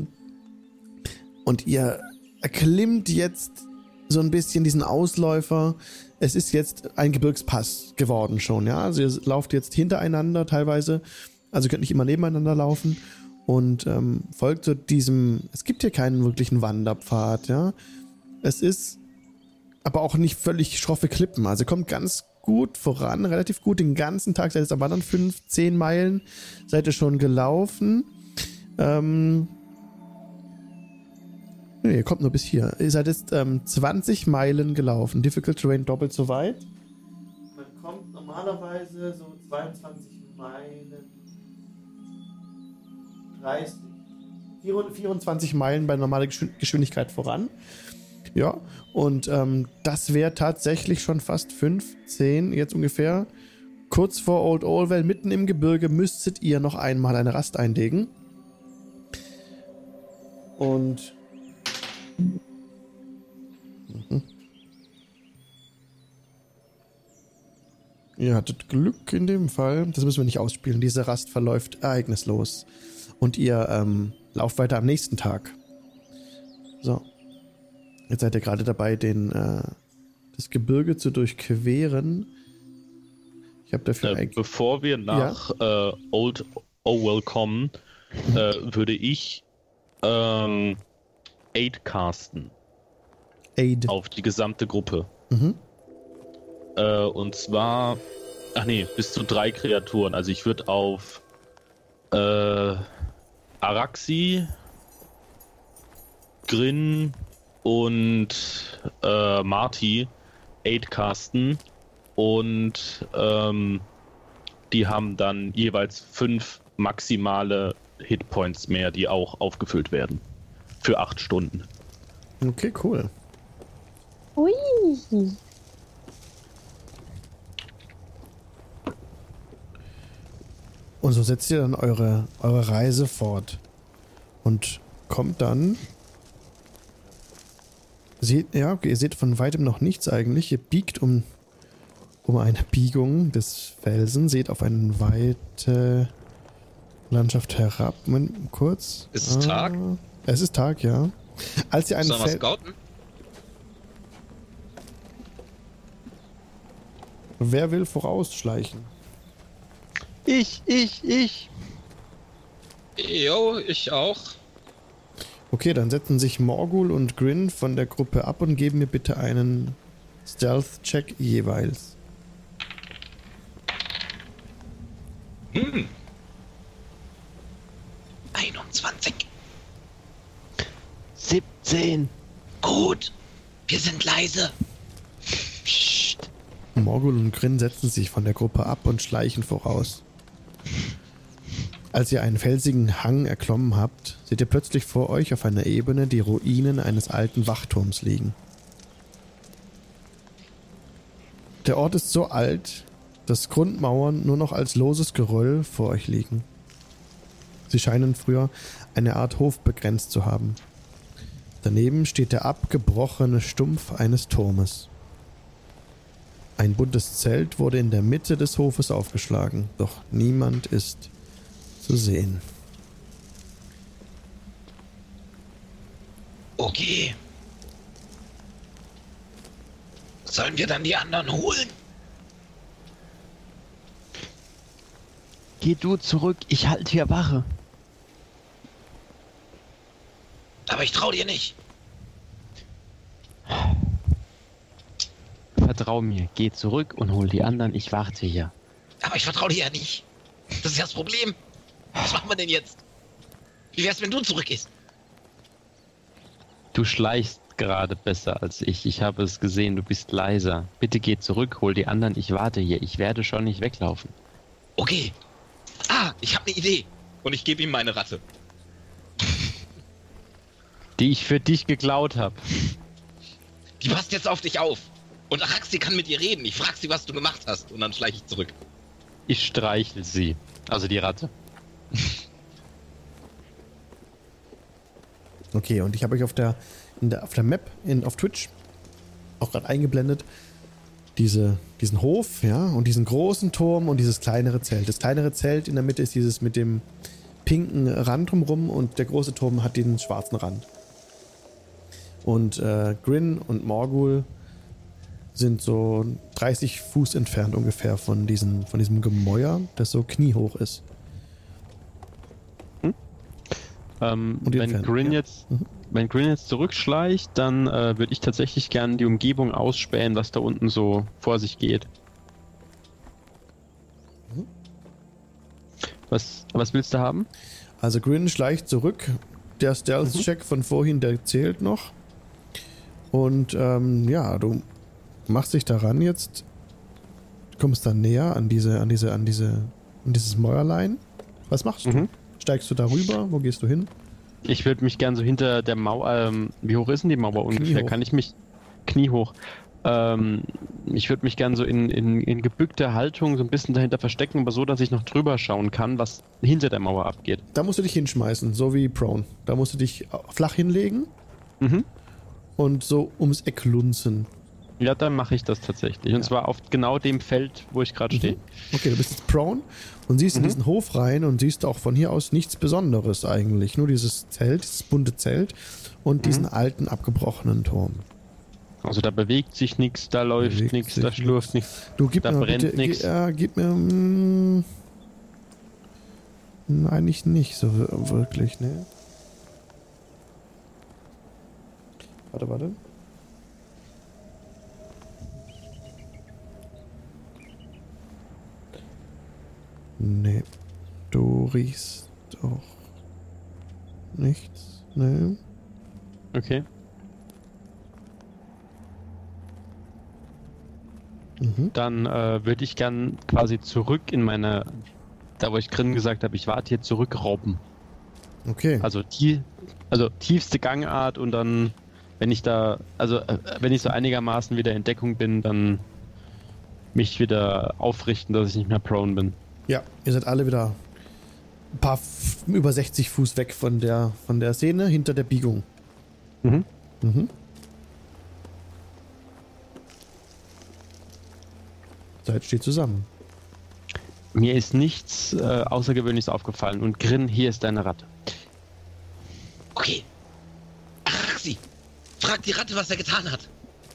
ihr erklimmt jetzt so ein bisschen diesen Ausläufer. Es ist jetzt ein Gebirgspass geworden schon, ja. Also ihr lauft jetzt hintereinander teilweise. Also ihr könnt nicht immer nebeneinander laufen. Und folgt so diesem, es gibt hier keinen wirklichen Wanderpfad, ja. Es ist aber auch nicht völlig schroffe Klippen. Also kommt ganz gut voran, relativ gut den ganzen Tag. Seid jetzt am Wandern 5-10 Meilen. Seid ihr schon gelaufen. Ihr kommt nur bis hier. Ihr seid jetzt 20 Meilen gelaufen. Difficult Terrain doppelt so weit. Man kommt normalerweise so 22 Meilen. 24 Meilen bei normaler Geschwindigkeit voran. Ja, und das wäre tatsächlich schon fast 5:10 jetzt ungefähr. Kurz vor Old Olwell, mitten im Gebirge, müsstet ihr noch einmal eine Rast einlegen. Und ihr hattet Glück in dem Fall. Das müssen wir nicht ausspielen. Diese Rast verläuft ereignislos. Und ihr lauft weiter am nächsten Tag. So. Jetzt seid ihr gerade dabei, das Gebirge zu durchqueren. Ich habe dafür bevor wir nach Old Olwell kommen, würde ich Aid casten. Aid. Auf die gesamte Gruppe. Mhm. Und zwar, bis zu 3 Kreaturen. Also ich würde auf Araxi, Grin und Marty Aid casten. Und die haben dann jeweils 5 maximale Hitpoints mehr, die auch aufgefüllt werden. Für 8 Stunden. Okay, cool. Ui. Und so setzt ihr dann eure Reise fort. Und kommt dann... ihr seht von weitem noch nichts eigentlich. Ihr biegt um eine Biegung des Felsen, seht auf eine weite Landschaft herab. Moment, kurz. Ist es Tag? Es ist Tag, ja. Als ihr einen Sollen wir scouten? Wer will vorausschleichen? Ich. Jo, ich auch. Okay, dann setzen sich Morgul und Grin von der Gruppe ab und geben mir bitte einen Stealth-Check jeweils. 21. 17. Gut. Wir sind leise. Psst. Morgul und Grin setzen sich von der Gruppe ab und schleichen voraus. Als ihr einen felsigen Hang erklommen habt, seht ihr plötzlich vor euch auf einer Ebene die Ruinen eines alten Wachturms liegen. Der Ort ist so alt, dass Grundmauern nur noch als loses Geröll vor euch liegen. Sie scheinen früher eine Art Hof begrenzt zu haben. Daneben steht der abgebrochene Stumpf eines Turmes. Ein buntes Zelt wurde in der Mitte des Hofes aufgeschlagen, doch niemand ist zu sehen. Okay. Sollen wir dann die anderen holen? Geh du zurück, ich halte hier Wache. Aber ich trau dir nicht. Vertrau mir, geh zurück und hol die anderen, ich warte hier. Aber ich vertraue dir ja nicht. Das ist ja das Problem. Was machen wir denn jetzt? Wie wär's, wenn du zurückgehst? Du schleichst gerade besser als ich. Ich habe es gesehen, du bist leiser. Bitte geh zurück, hol die anderen, ich warte hier. Ich werde schon nicht weglaufen. Okay. Ich habe eine Idee. Und ich gebe ihm meine Ratte. Die ich für dich geklaut habe. Die passt jetzt auf dich auf. Und Araxi kann mit ihr reden. Ich frage sie, was du gemacht hast. Und dann schleiche ich zurück. Ich streichel sie. Also die Ratte. Okay, und ich habe euch auf der Map auf Twitch auch gerade eingeblendet diesen Hof, ja, und diesen großen Turm und dieses kleinere Zelt. Das kleinere Zelt in der Mitte ist dieses mit dem pinken Rand drumherum und der große Turm hat den schwarzen Rand. Und Grin und Morgul sind so 30 Fuß entfernt ungefähr von diesem Gemäuer, das so kniehoch ist. Wenn Grin jetzt zurückschleicht, dann würde ich tatsächlich gerne die Umgebung ausspähen, was da unten so vor sich geht. Mhm. Was willst du haben? Also Grin schleicht zurück. Der Stealth-Check von vorhin, der zählt noch. Und du machst dich daran jetzt. Du kommst dann näher an dieses Mäuerlein. Was machst du? Steigst du darüber? Wo gehst du hin? Ich würde mich gern so hinter der Mauer, wie hoch ist denn die Mauer ungefähr? Kniehoch. Kann ich mich, kniehoch, ich würde mich gern so in gebückter Haltung so ein bisschen dahinter verstecken, aber so, dass ich noch drüber schauen kann, was hinter der Mauer abgeht. Da musst du dich hinschmeißen, so wie Prone. Da musst du dich flach hinlegen und so ums Eck lunzen. Ja, dann mache ich das tatsächlich. Und zwar auf genau dem Feld, wo ich gerade stehe. Okay, du bist jetzt prone und siehst in diesen Hof rein und siehst auch von hier aus nichts Besonderes eigentlich. Nur dieses Zelt, dieses bunte Zelt und diesen alten, abgebrochenen Turm. Also da bewegt sich nichts, da läuft nichts, da schlurft nichts, Du, gib da mir brennt bitte, nichts. gib mir... eigentlich nicht so wirklich, ne? Warte. Nee, du riechst doch nichts, ne? Okay. Dann würde ich gern quasi zurück in meine, da wo ich Grin gesagt habe, ich warte hier zurückrobben. Okay. Also tiefste Gangart und dann, wenn ich wenn ich so einigermaßen wieder in Deckung bin, dann mich wieder aufrichten, dass ich nicht mehr prone bin. Ja, ihr seid alle wieder ein paar über 60 Fuß weg von der Szene, hinter der Biegung. Steht zusammen. Mir ist nichts Außergewöhnliches aufgefallen und Grin, hier ist deine Ratte. Okay. Ach, sie. Frag die Ratte, was er getan hat.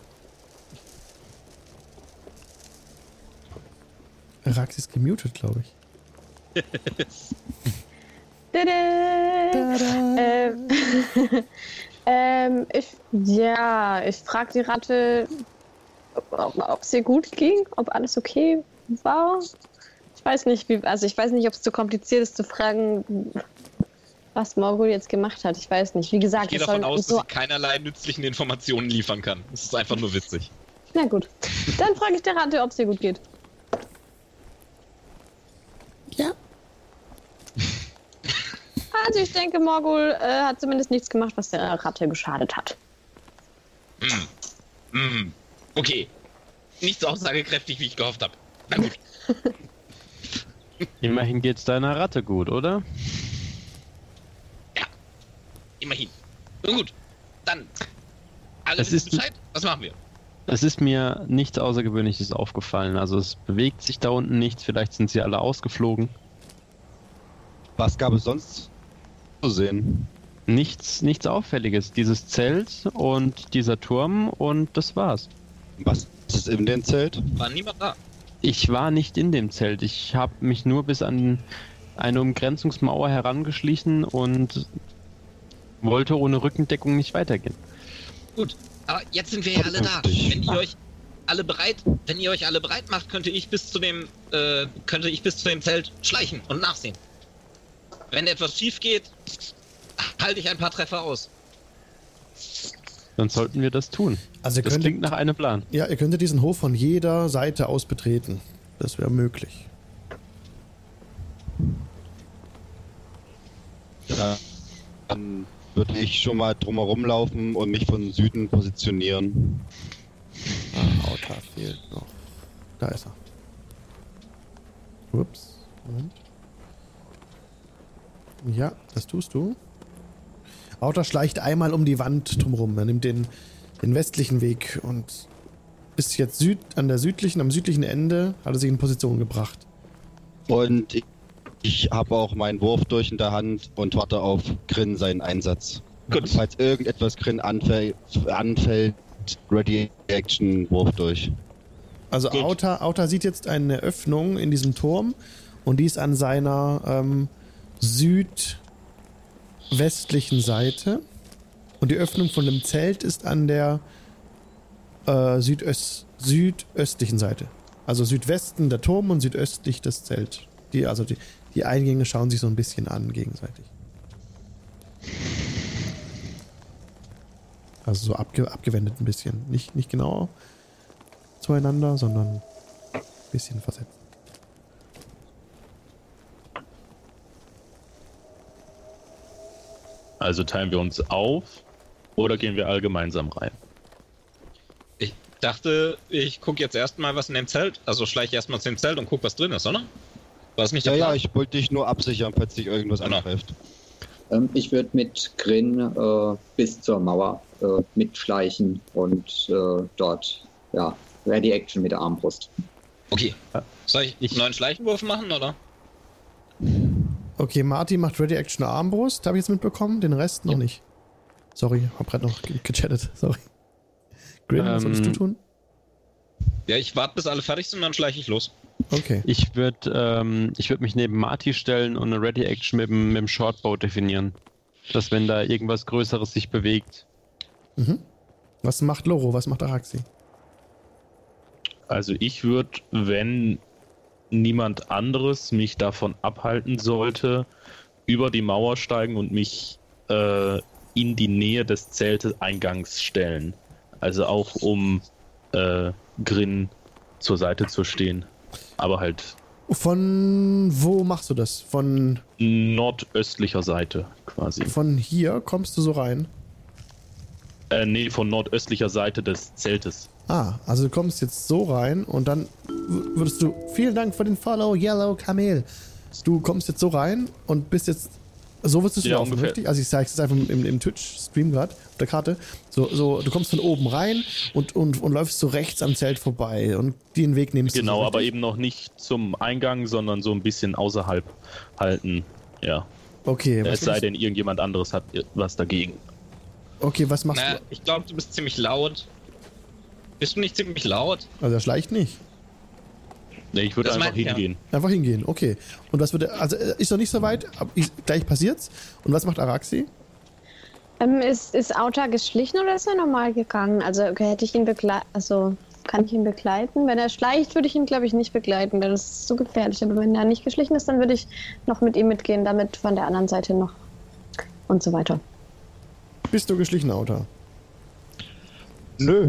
Rax ist gemutet, glaube ich. Ich frage die Ratte, ob es ihr gut ging, ob alles okay war. Ich weiß nicht, ob es zu kompliziert ist zu fragen, was Morgul jetzt gemacht hat. Ich weiß nicht. Wie gesagt, ich gehe davon aus, dass sie keinerlei nützlichen Informationen liefern kann. Das ist einfach nur witzig. Na gut. Dann frage ich der Ratte, ob es ihr gut geht. Ja. Also ich denke, Morgul hat zumindest nichts gemacht, was der Ratte geschadet hat. Okay. Nicht so aussagekräftig, wie ich gehofft habe. Na gut. Immerhin geht's deiner Ratte gut, oder? Ja. Immerhin. Nun gut. Dann. Alle wissen Bescheid. Was machen wir? Es ist mir nichts Außergewöhnliches aufgefallen. Also es bewegt sich da unten nichts. Vielleicht sind sie alle ausgeflogen. Was gab es sonst zu sehen? Nichts Auffälliges. Dieses Zelt und dieser Turm und das war's. Was ist in dem Zelt? War niemand da? Ich war nicht in dem Zelt. Ich habe mich nur bis an eine Umgrenzungsmauer herangeschlichen und wollte ohne Rückendeckung nicht weitergehen. Gut, aber jetzt sind wir ja alle da. Wenn ihr euch alle bereit macht, könnte ich bis zu dem Zelt schleichen und nachsehen. Wenn etwas schief geht, halte ich ein paar Treffer aus. Dann sollten wir das tun. Also das klingt nach einem Plan. Ja, ihr könntet diesen Hof von jeder Seite aus betreten. Das wäre möglich. Ja, dann würde ich schon mal drumherum laufen und mich von Süden positionieren. Auta fehlt noch. Da ist er. Ups. Moment. Ja, das tust du. Auta schleicht einmal um die Wand drumherum. Er nimmt den westlichen Weg und ist jetzt am südlichen Ende, hat er sich in Position gebracht. Und ich habe auch meinen Wurf durch in der Hand und warte auf Grin seinen Einsatz. Gut. Falls irgendetwas Grin anfällt, Ready Action, Wurf durch. Also Auta sieht jetzt eine Öffnung in diesem Turm und die ist an seiner südwestlichen Seite. Und die Öffnung von dem Zelt ist an der südöstlichen Seite. Also Südwesten der Turm und südöstlich das Zelt. Die Eingänge schauen sich so ein bisschen an gegenseitig. Also so abgewendet ein bisschen. Nicht genau zueinander, sondern ein bisschen versetzt. Also teilen wir uns auf oder gehen wir all gemeinsam rein? Ich dachte, ich gucke jetzt erstmal, was in dem Zelt. Also schleiche erstmal zu dem Zelt und guck, was drin ist, oder? War das nicht der Plan? Ja, ich wollte dich nur absichern, falls dich irgendwas angreift. Ich würde mit Grin bis zur Mauer mitschleichen und dort, Ready Action mit der Armbrust. Okay. Soll ich einen neuen Schleichenwurf machen, oder? Okay, Marty macht Ready Action Armbrust, habe ich jetzt mitbekommen, den Rest noch nicht. Sorry, hab gerade noch gechattet, sorry. Grin, was solltest du tun? Ja, ich warte, bis alle fertig sind und dann schleiche ich los. Okay. Ich würde mich neben Marty stellen und eine Ready Action mit dem Shortbow definieren. Dass wenn da irgendwas Größeres sich bewegt. Mhm. Was macht Loro, was macht Araxi? Also ich würde, wenn niemand anderes mich davon abhalten sollte, über die Mauer steigen und mich in die Nähe des Zelteingangs stellen. Also auch um Grin zur Seite zu stehen. Aber halt... Von wo machst du das? Von nordöstlicher Seite quasi. Von hier kommst du so rein? Nee, von nordöstlicher Seite des Zeltes. Also du kommst jetzt so rein und dann würdest du... Vielen Dank für den Follow, Yellow Kamel. Du kommst jetzt so rein und bist jetzt... So wirst du es laufen, richtig? Also ich zeige es einfach im Twitch-Stream gerade, auf der Karte. So, du kommst von oben rein und läufst so rechts am Zelt vorbei und den Weg nimmst du. Genau, so, aber eben noch nicht zum Eingang, sondern so ein bisschen außerhalb halten. Ja. Okay. Es sei denn, irgendjemand anderes hat was dagegen. Okay, was machst du? Ich glaube, du bist ziemlich laut. Bist du nicht ziemlich laut? Also er schleicht nicht. Nee, ich würde einfach hingehen. Ja. Einfach hingehen, okay. Und was würde... Also ist noch nicht so weit, gleich passiert's. Und was macht Araxi? Ist Auta geschlichen oder ist er normal gegangen? Also hätte ich ihn kann ich ihn begleiten? Wenn er schleicht, würde ich ihn, glaube ich, nicht begleiten, denn das ist zu gefährlich. Aber wenn er nicht geschlichen ist, dann würde ich noch mit ihm mitgehen, damit von der anderen Seite noch und so weiter. Bist du geschlichen, Auta? Nö.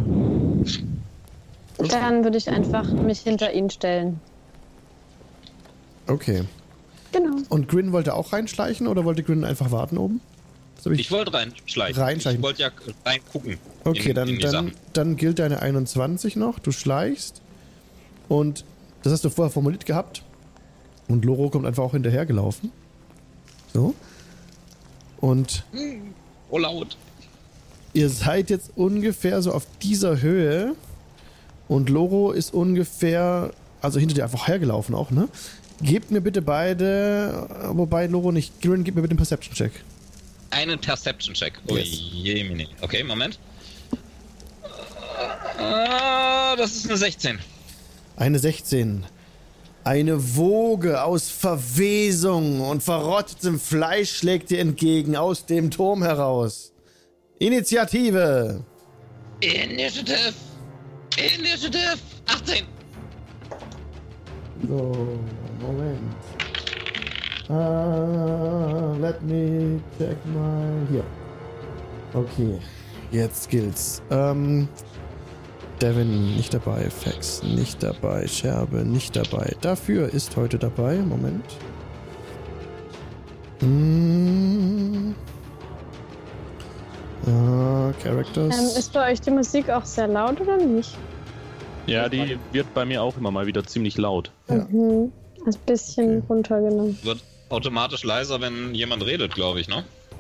Dann würde ich einfach mich hinter ihn stellen. Okay. Genau. Und Grin wollte auch reinschleichen oder wollte Grin einfach warten oben? Ich wollte reinschleichen. Ich wollte ja reingucken. Okay, dann gilt deine 21 noch. Du schleichst. Und das hast du vorher formuliert gehabt. Und Loro kommt einfach auch hinterhergelaufen. So. Und... Oh, laut. Ihr seid jetzt ungefähr so auf dieser Höhe. Und Loro ist ungefähr, also hinter dir einfach hergelaufen auch, ne? Gebt mir bitte beide, wobei Loro nicht, Grin, gib mir bitte einen Perception-Check. Einen Perception-Check. Oh je, Mini. Okay, Moment. Das ist eine 16. Eine 16. Eine Woge aus Verwesung und verrottetem Fleisch schlägt dir entgegen aus dem Turm heraus. Initiative! Initiative! 18! So, Moment. Let me check my... Hier. Okay, jetzt gilt's. Devin nicht dabei, Fax nicht dabei, Scherbe nicht dabei. Dafür ist heute dabei, Moment. Characters. Ist bei euch die Musik auch sehr laut oder nicht? Ja, die wird bei mir auch immer mal wieder ziemlich laut. Ja. Mhm. Ein bisschen runtergenommen. Wird automatisch leiser, wenn jemand redet, glaube ich, ne?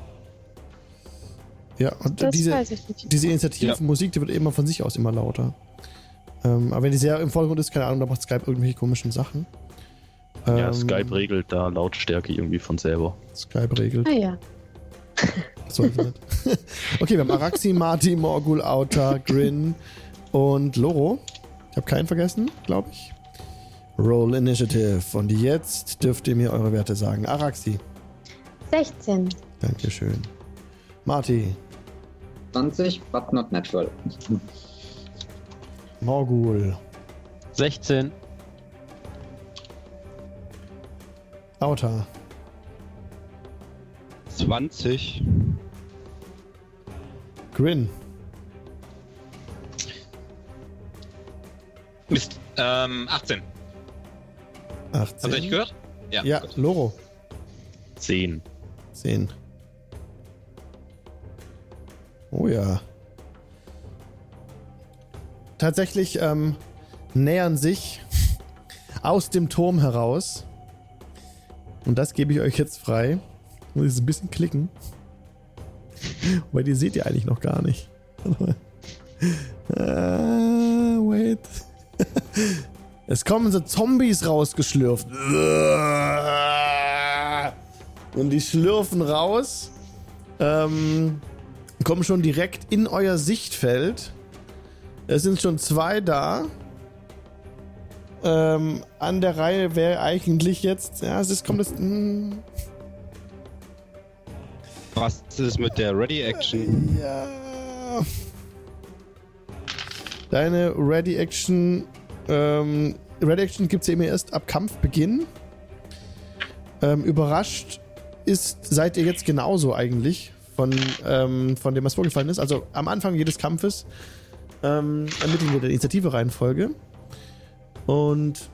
Ja, und das diese weiß ich nicht. Initiativmusik, die wird immer von sich aus immer lauter. Aber wenn die sehr im Vordergrund ist, keine Ahnung, da macht Skype irgendwelche komischen Sachen. Ja, Skype regelt da Lautstärke irgendwie von selber. Skype regelt. Ah ja. So ist es nicht. Okay, wir haben Araxi, Marty, Morgul, Auta, Grin und Loro. Ich habe keinen vergessen, glaube ich. Roll Initiative. Und jetzt dürft ihr mir eure Werte sagen. Araxi. 16. Dankeschön. Marty. 20, but not natural. Morgul. 16. Auta. 20. Grin. Mist. 18. 18. Habt ihr nicht gehört? Ja, Loro. 10. 10. Oh ja. Tatsächlich nähern sich aus dem Turm heraus. Und das gebe ich euch jetzt frei. Muss ich ein bisschen klicken. Weil die seht ihr eigentlich noch gar nicht. Wait. Es kommen so Zombies rausgeschlürft. Und die schlürfen raus. Kommen schon direkt in euer Sichtfeld. Es sind schon 2 da. An der Reihe wäre eigentlich jetzt. Ja, kommt das. Was ist mit der Ready-Action? Ja. Deine Ready-Action. Ready-Action gibt es ja immer erst ab Kampfbeginn. Überrascht seid ihr jetzt genauso eigentlich von dem, was vorgefallen ist. Also am Anfang jedes Kampfes ermitteln wir die Initiative-Reihenfolge. Und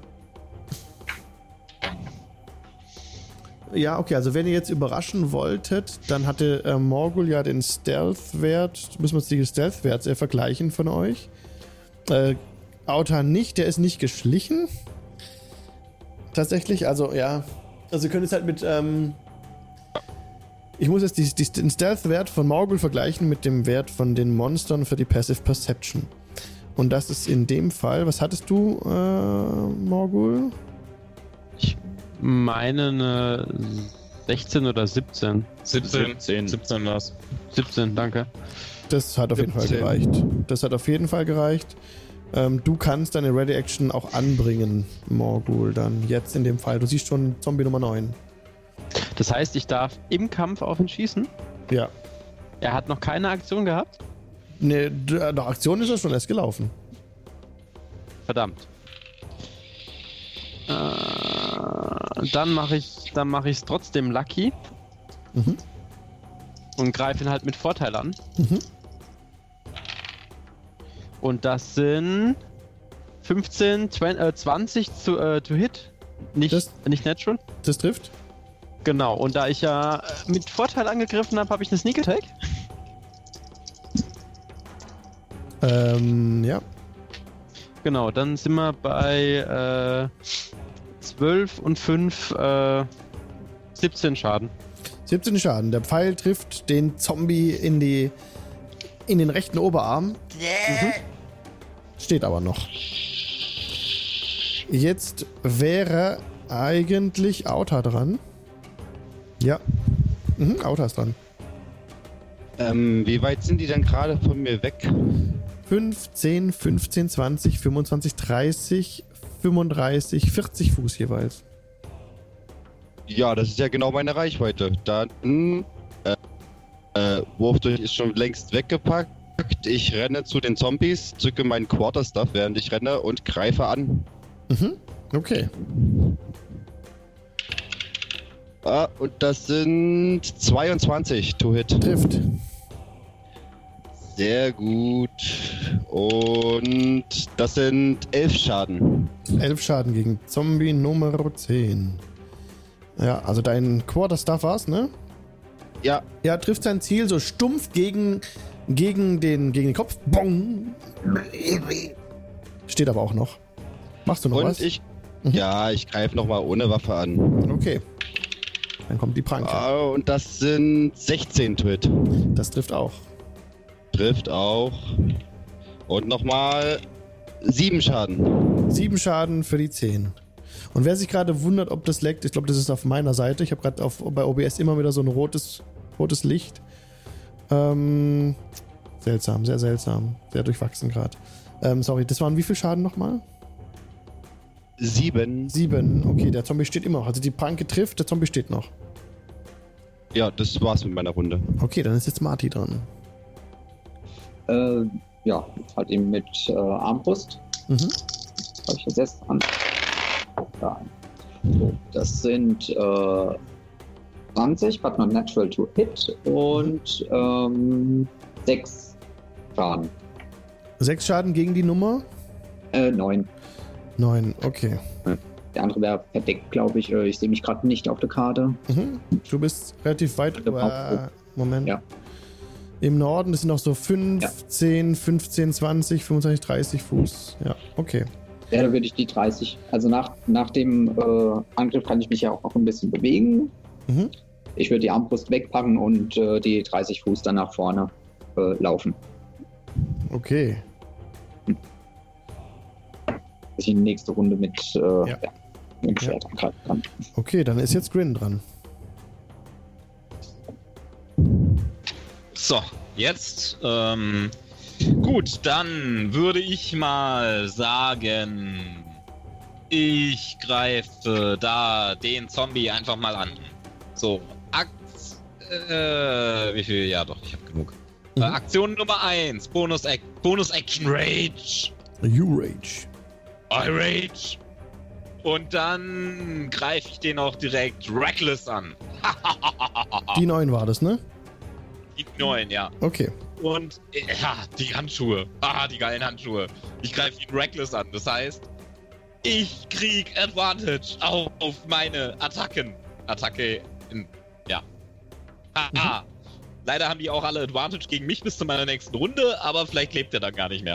ja, okay, also wenn ihr jetzt überraschen wolltet, dann hatte Morgul ja den Stealth-Wert. Müssen wir uns die Stealth-Wert vergleichen von euch. Auta nicht, der ist nicht geschlichen. Tatsächlich, also ja. Also ihr könnt es halt mit ich muss jetzt den Stealth-Wert von Morgul vergleichen mit dem Wert von den Monstern für die Passive Perception. Und das ist in dem Fall, was hattest du, Morgul? Ich meine eine 16 oder 17. 17 war's. 17, danke. Das hat auf jeden Fall gereicht. Du kannst deine Ready-Action auch anbringen, Morgul, dann jetzt in dem Fall. Du siehst schon Zombie Nummer 9. Das heißt, ich darf im Kampf auf ihn schießen? Ja. Er hat noch keine Aktion gehabt? Ne, nach Aktion ist er schon erst gelaufen. Verdammt. Dann mache ich's trotzdem lucky. Mhm. Und greife ihn halt mit Vorteil an. Mhm. Und das sind 15, 20 to hit. Nicht natural. Das trifft. Genau, und da ich ja mit Vorteil angegriffen habe, habe ich eine Sneak Attack. Ja. Genau, dann sind wir bei 12 und 5, 17 Schaden. 17 Schaden. Der Pfeil trifft den Zombie in den rechten Oberarm. Mhm. Steht aber noch. Jetzt wäre eigentlich Auta dran. Ja. Auta ist dran. Wie weit sind die denn gerade von mir weg? 15, 15, 20, 25, 30, 35, 40 Fuß jeweils. Ja, das ist ja genau meine Reichweite. Dann, Wurfdurch ist schon längst weggepackt. Ich renne zu den Zombies, zücke meinen Quarterstaff, während ich renne und greife an. Mhm, okay. Und das sind 22 to hit. Trifft. Sehr gut. Und das sind 11 Schaden. 11 Schaden gegen Zombie Nummer 10. Ja, also dein Quarterstaff war's, ne? Ja. Ja, trifft sein Ziel so stumpf gegen den Kopf. Bong. Steht aber auch noch. Machst du noch was? Ja, ich greife nochmal ohne Waffe an. Okay. Dann kommt die Pranke. Und das sind 16 to hit. Das trifft auch. Trifft auch. Und nochmal 7 Schaden. 7 Schaden für die 10. Und wer sich gerade wundert, ob das leckt, ich glaube, das ist auf meiner Seite. Ich habe gerade bei OBS immer wieder so ein rotes Licht. Seltsam, sehr seltsam. Sehr durchwachsen gerade. Sorry, das waren wie viel Schaden nochmal? 7. 7, okay, der Zombie steht immer noch. Also die Pranke trifft, der Zombie steht noch. Ja, das war's mit meiner Runde. Okay, dann ist jetzt Marty dran. Ja, halt eben mit Armbrust. Mhm. Habe ich jetzt an. Ja. So, das sind 20, but not natural to hit und 6 Schaden. 6 Schaden gegen die Nummer? 9. 9, okay. Der andere wäre verdeckt, glaube ich. Ich sehe mich gerade nicht auf der Karte. Mhm. Du bist relativ weit. Moment. Ja. Im Norden, das sind noch so 15, 15, 20, 25, 30 Fuß. Ja, okay. Ja, da würde ich die 30. Also nach dem Angriff kann ich mich ja auch noch ein bisschen bewegen. Mhm. Ich würde die Armbrust wegpacken und die 30 Fuß dann nach vorne laufen. Okay. Dass ich in die nächste Runde mit dem Schwert angreifen kann. Okay, dann ist jetzt Grin dran. So, jetzt, gut, dann würde ich mal sagen, ich greife da den Zombie einfach mal an. So, wie viel? Ja doch, ich habe genug. Aktion Nummer 1, Bonus Action Rage. You Rage. I Rage. Und dann greife ich den auch direkt Reckless an. Die 9 war das, ne? Die 9, ja. Okay. Und ja, die Handschuhe. Die geilen Handschuhe. Ich greife ihn Reckless an. Das heißt, ich krieg Advantage auf meine Attacken. Leider haben die auch alle Advantage gegen mich bis zu meiner nächsten Runde, aber vielleicht lebt er dann gar nicht mehr.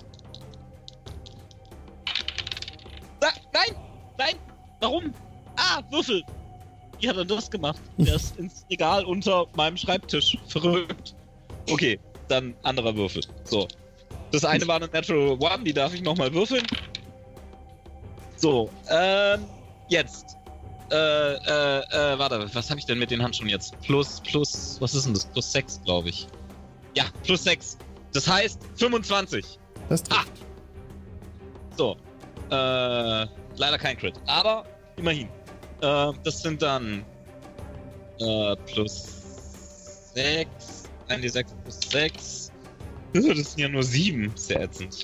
Nein! Warum? Würfel! Wie hat er das gemacht? Der ist ins Regal unter meinem Schreibtisch. Verrückt. Okay, dann anderer Würfel. So. Das eine war eine Natural One, die darf ich nochmal würfeln. So, jetzt. Warte, was habe ich denn mit den Handschuhen jetzt? Plus, was ist denn das? Plus 6, glaube ich. Ja, plus 6. Das heißt 25. Das trifft. So. Leider kein Crit, aber immerhin. Das sind dann plus 6. 1d6 plus 6. Das sind ja nur 7. Sehr ätzend.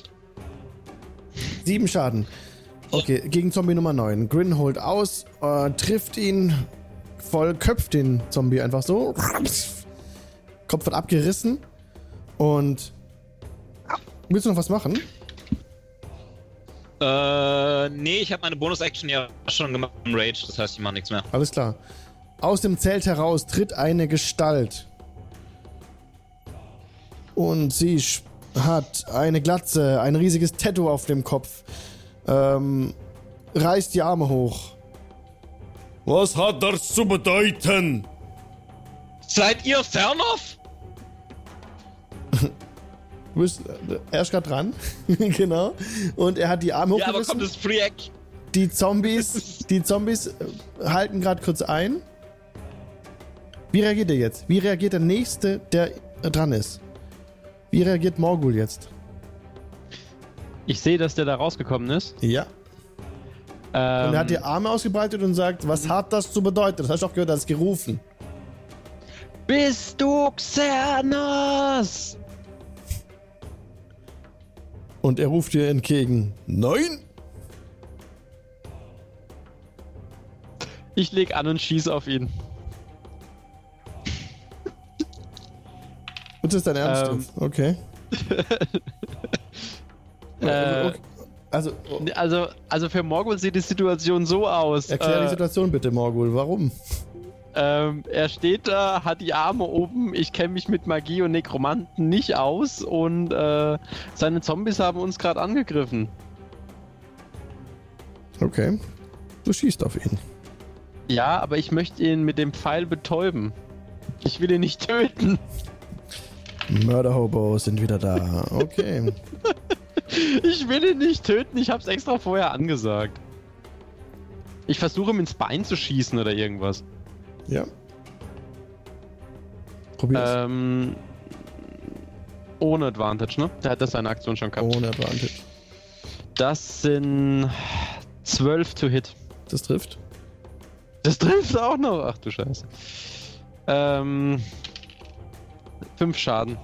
7 Schaden. Okay, gegen Zombie Nummer 9. Grin holt aus, trifft ihn voll, köpft den Zombie einfach so. Kopf wird abgerissen. Und willst du noch was machen? Nee, ich habe meine Bonus-Action ja schon gemacht im Rage, das heißt, ich mache nichts mehr. Alles klar. Aus dem Zelt heraus tritt eine Gestalt. Und sie hat eine Glatze, ein riesiges Tattoo auf dem Kopf. Reißt die Arme hoch. Was hat das zu bedeuten? Seid ihr Fernhoff? Er ist gerade dran. Genau. Und er hat die Arme hochgerissen. Ja, aber kommt das Free Action? Die Zombies halten gerade kurz ein. Wie reagiert er jetzt? Wie reagiert der Nächste, der dran ist? Wie reagiert Morgul jetzt? Ich sehe, dass der da rausgekommen ist. Ja. Und er hat die Arme ausgebreitet und sagt, was hat das zu bedeuten? Das hast du auch gehört, er hat gerufen. Bist du Xernas? Und er ruft dir entgegen, nein? Ich leg an und schieße auf ihn. Das ist dein Ernst? Okay. Also für Morgul sieht die Situation so aus. Erklär die Situation bitte, Morgul. Warum? Er steht da, hat die Arme oben. Ich kenne mich mit Magie und Nekromanten nicht aus und seine Zombies haben uns gerade angegriffen. Okay. Du schießt auf ihn. Ja, aber ich möchte ihn mit dem Pfeil betäuben. Ich will ihn nicht töten. Mörder-Hobos sind wieder da. Okay. Ich will ihn nicht töten, ich hab's extra vorher angesagt. Ich versuche ihm ins Bein zu schießen oder irgendwas. Ja. Probier's. Ohne Advantage, ne? Der hat das seine Aktion schon gehabt. Ohne Advantage. Das sind 12 to hit. Das trifft. Das trifft auch noch. Ach du Scheiße. 5 Schaden.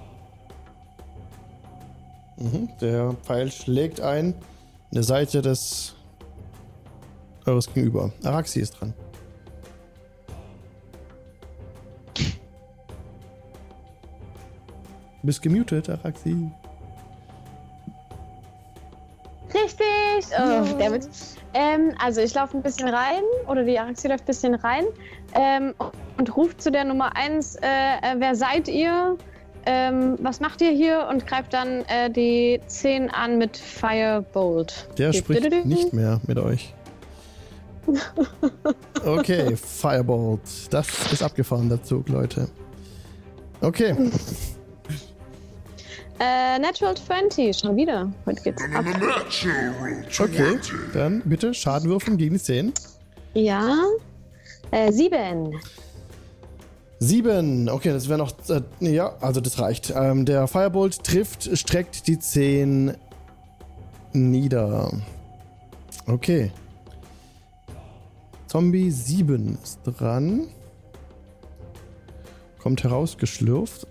Der Pfeil schlägt ein in der Seite des eures Gegenüber. Araxi ist dran. Du bist gemutet, Araxi. Richtig! Oh, der Witz. Also ich laufe ein bisschen rein, oder die Araxi läuft ein bisschen rein und ruft zu der Nummer 1, wer seid ihr? was macht ihr hier? Und greift dann die 10 an mit Firebolt. Der spricht nicht mehr mit euch. Okay, Firebolt. Das ist abgefahren, der Zug, Leute. Okay. Natural 20, schon wieder. Heute geht's ab. Okay, dann bitte Schadenwürfen gegen die 10. Ja. 7. 7, okay, das wäre noch, ja, also das reicht. Der Firebolt trifft, streckt die 10 nieder. Okay. Zombie 7 ist dran. Kommt herausgeschlürft.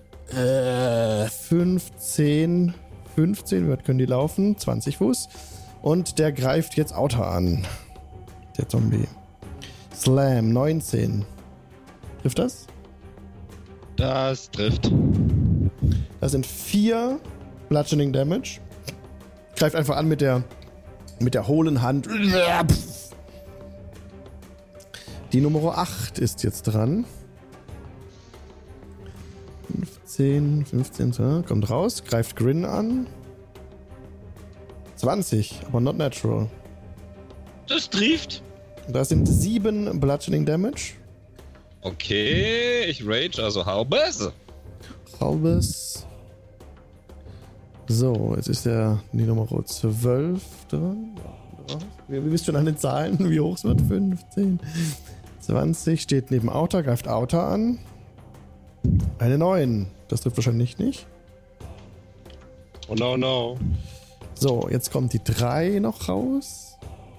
15, wie weit können die laufen? 20 Fuß. Und der greift jetzt Outer an. Der Zombie. Slam, 19. Trifft das? Das trifft. Das sind 4 Bludgeoning Damage. Greift einfach an mit der hohlen Hand. Die Nummer 8 ist jetzt dran. 15, kommt raus, greift Grin an. 20, aber not natural. Das trifft. Da sind 7 Bludgeoning Damage. Okay, ich rage, also halbes. Halbes. So, jetzt ist die Nummer 12 dran. Wie bist du an den Zahlen? Wie hoch es wird? 15. 20, steht neben Outer, greift Outer an. Eine 9. Das trifft wahrscheinlich nicht. Oh no, no. So, jetzt kommt die 3 noch raus.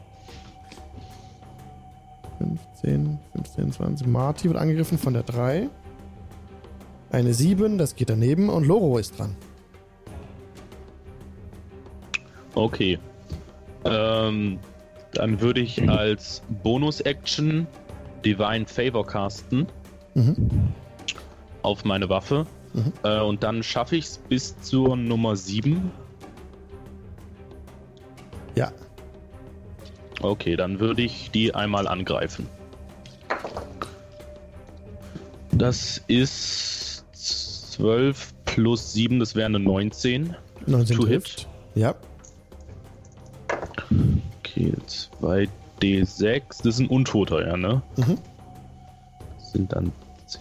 15, 20. Marty wird angegriffen von der 3. Eine 7, das geht daneben. Und Loro ist dran. Okay. Dann würde ich als Bonus-Action Divine Favor casten. Auf meine Waffe. Und dann schaffe ich es bis zur Nummer 7. Ja. Okay, dann würde ich die einmal angreifen. Das ist 12 plus 7, das wäre eine 19. 19 to trifft. hit. Ja. Okay, 2d6. Das ist ein Untoter, ja, ne? Das sind dann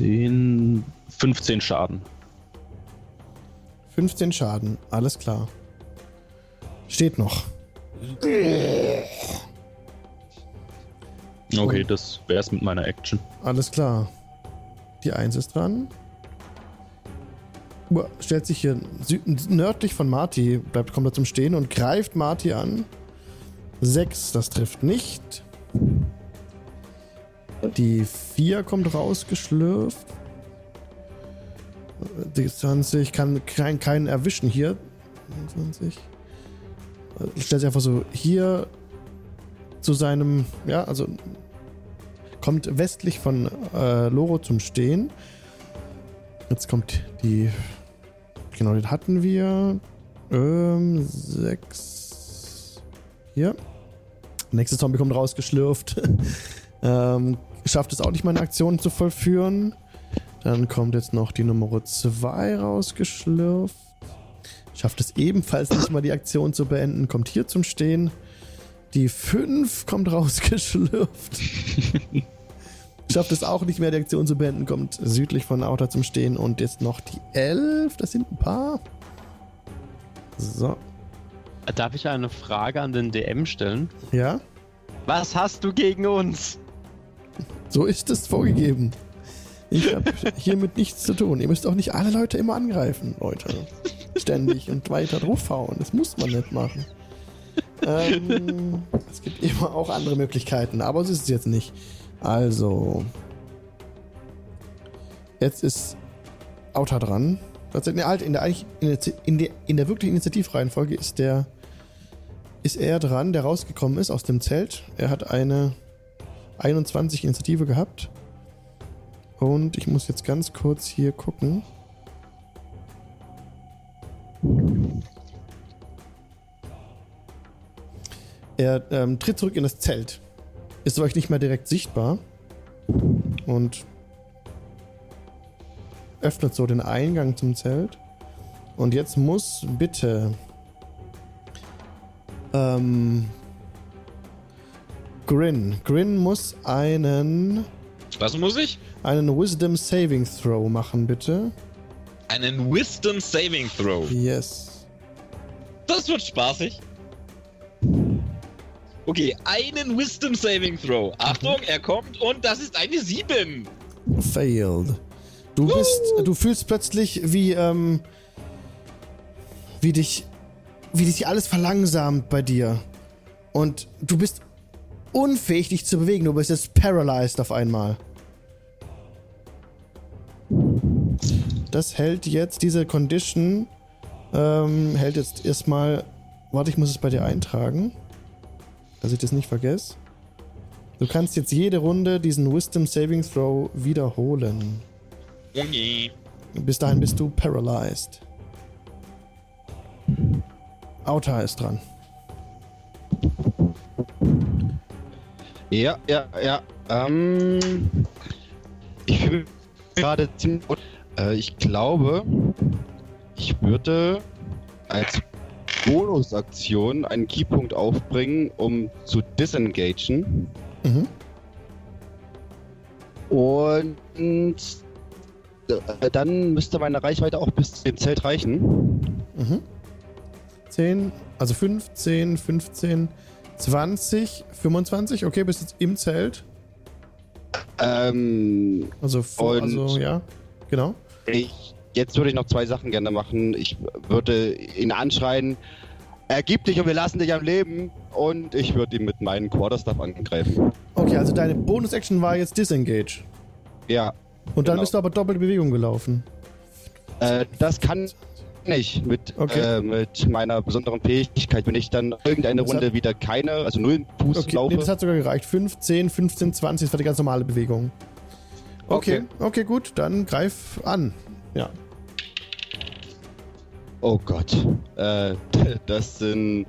15 Schaden. 15 Schaden, alles klar. Steht noch. Okay, das wär's mit meiner Action. Alles klar. Die 1 ist dran. Stellt sich hier nördlich von Marty, kommt er zum Stehen und greift Marty an. 6, das trifft nicht. Die 4 kommt rausgeschlürft. Die 20, kann keinen erwischen hier. 20. Stellt sich einfach so hier zu seinem, ja, also kommt westlich von Loro zum Stehen. Jetzt kommt die, genau, den hatten wir. 6. Hier. Nächstes Zombie kommt rausgeschlürft. Schafft es auch nicht, meine Aktion zu vollführen. Dann kommt jetzt noch die Nummer 2 rausgeschlürft. Schafft es ebenfalls nicht mal, die Aktion zu beenden. Kommt hier zum Stehen. Die 5 kommt rausgeschlürft. Schafft es auch nicht mehr, die Aktion zu beenden. Kommt südlich von Outer zum Stehen. Und jetzt noch die 11. Das sind ein paar. So. Darf ich eine Frage an den DM stellen? Ja? Was hast du gegen uns? So ist es vorgegeben. Ich habe hiermit nichts zu tun. Ihr müsst auch nicht alle Leute immer angreifen, Leute. Ständig und weiter draufhauen. Das muss man nicht machen. Es gibt immer auch andere Möglichkeiten, aber so ist es jetzt nicht. Also. Jetzt ist Outer dran. In der wirklichen Initiativreihenfolge ist er dran, der rausgekommen ist aus dem Zelt. Er hat eine 21 Initiative gehabt. Und ich muss jetzt ganz kurz hier gucken. Er tritt zurück in das Zelt. Ist euch nicht mehr direkt sichtbar. Und öffnet so den Eingang zum Zelt. Und jetzt muss bitte Grin muss einen... Was muss ich? Einen Wisdom Saving Throw machen, bitte. Einen Wisdom Saving Throw? Yes. Das wird spaßig. Okay, einen Wisdom Saving Throw. Achtung, er kommt und das ist eine 7. Failed. Du fühlst plötzlich, wie dich alles verlangsamt bei dir. Und du bist unfähig, dich zu bewegen. Du bist jetzt paralyzed auf einmal. Das hält jetzt, diese Condition, hält jetzt erstmal... Warte, ich muss es bei dir eintragen, dass ich das nicht vergesse. Du kannst jetzt jede Runde diesen Wisdom Saving Throw wiederholen. Okay. Bis dahin bist du paralyzed. Auta ist dran. Ja. Ich fühle mich gerade ziemlich... ich glaube, ich würde als Bonusaktion einen Keypunkt aufbringen, um zu disengagen. Mhm. Und dann müsste meine Reichweite auch bis zum Zelt reichen. Mhm. 10, also 15, 20, 25. Okay, bist jetzt im Zelt. Also ja, genau. Jetzt würde ich noch 2 Sachen gerne machen. Ich würde ihn anschreien, ergib dich und wir lassen dich am Leben. Und ich würde ihn mit meinem Quarterstaff angreifen. Okay, also deine Bonus-Action war jetzt Disengage. Ja. Und dann bist du aber doppelte Bewegung gelaufen. Das kann ich mit meiner besonderen Fähigkeit, wenn ich dann irgendeine Runde wieder keine, also 0 Fuß laufe. Nee, das hat sogar gereicht. 15, 15, 20, das war die ganz normale Bewegung. Okay, gut, dann greif an. Ja. Oh Gott. Das sind...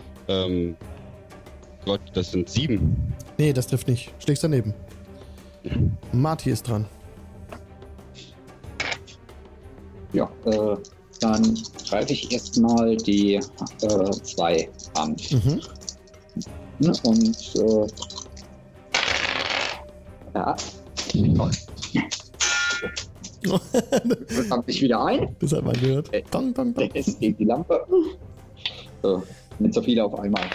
das sind 7. Nee, das trifft nicht. Schlägst daneben. Marty ist dran. Ja, dann greife ich erstmal die 2 an. Mhm. Und ja. Fang dich wieder ein. Das hat man gehört. Dong, dong, dong. Es geht die Lampe. So, nicht so viele auf einmal.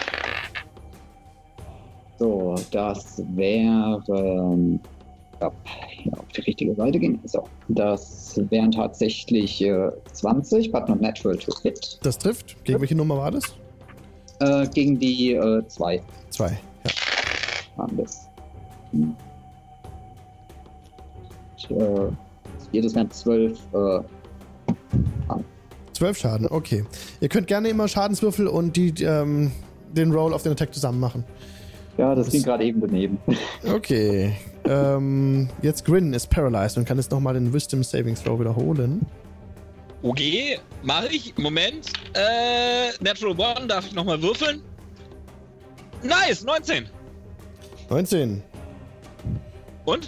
So, das wäre auf die richtige Seite gehen. So, das wären tatsächlich 20, but not natural to hit. Das trifft. Gegen welche Nummer war das? Gegen die 2. 2, ja. Anders. Jedes wären 12 12 Schaden, okay. Ihr könnt gerne immer Schadenswürfel und den Roll auf den Attack zusammen machen. Ja, das ging gerade eben daneben. Okay. Jetzt Grin ist paralyzed und kann jetzt nochmal den Wisdom Saving Throw wiederholen. Okay, mache ich. Moment. Natural One, darf ich nochmal würfeln? Nice, 19. 19. Und?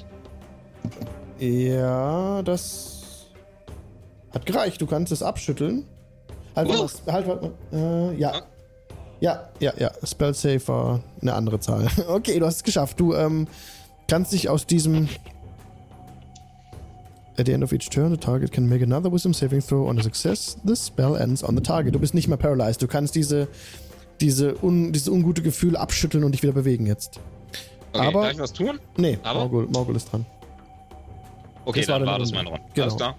Ja, das hat gereicht. Du kannst es abschütteln. Ja. Ja. Spell Save war eine andere Zahl. Okay, du hast es geschafft. Du kannst dich aus diesem... At the end of each turn, the target can make another wisdom saving throw. On a success, the spell ends on the target. Du bist nicht mehr paralyzed. Du kannst dieses ungute Gefühl abschütteln und dich wieder bewegen jetzt. Okay, kann ich was tun? Nee, Morgul ist dran. Okay, das dann war das meine Runde. Genau. Alles klar.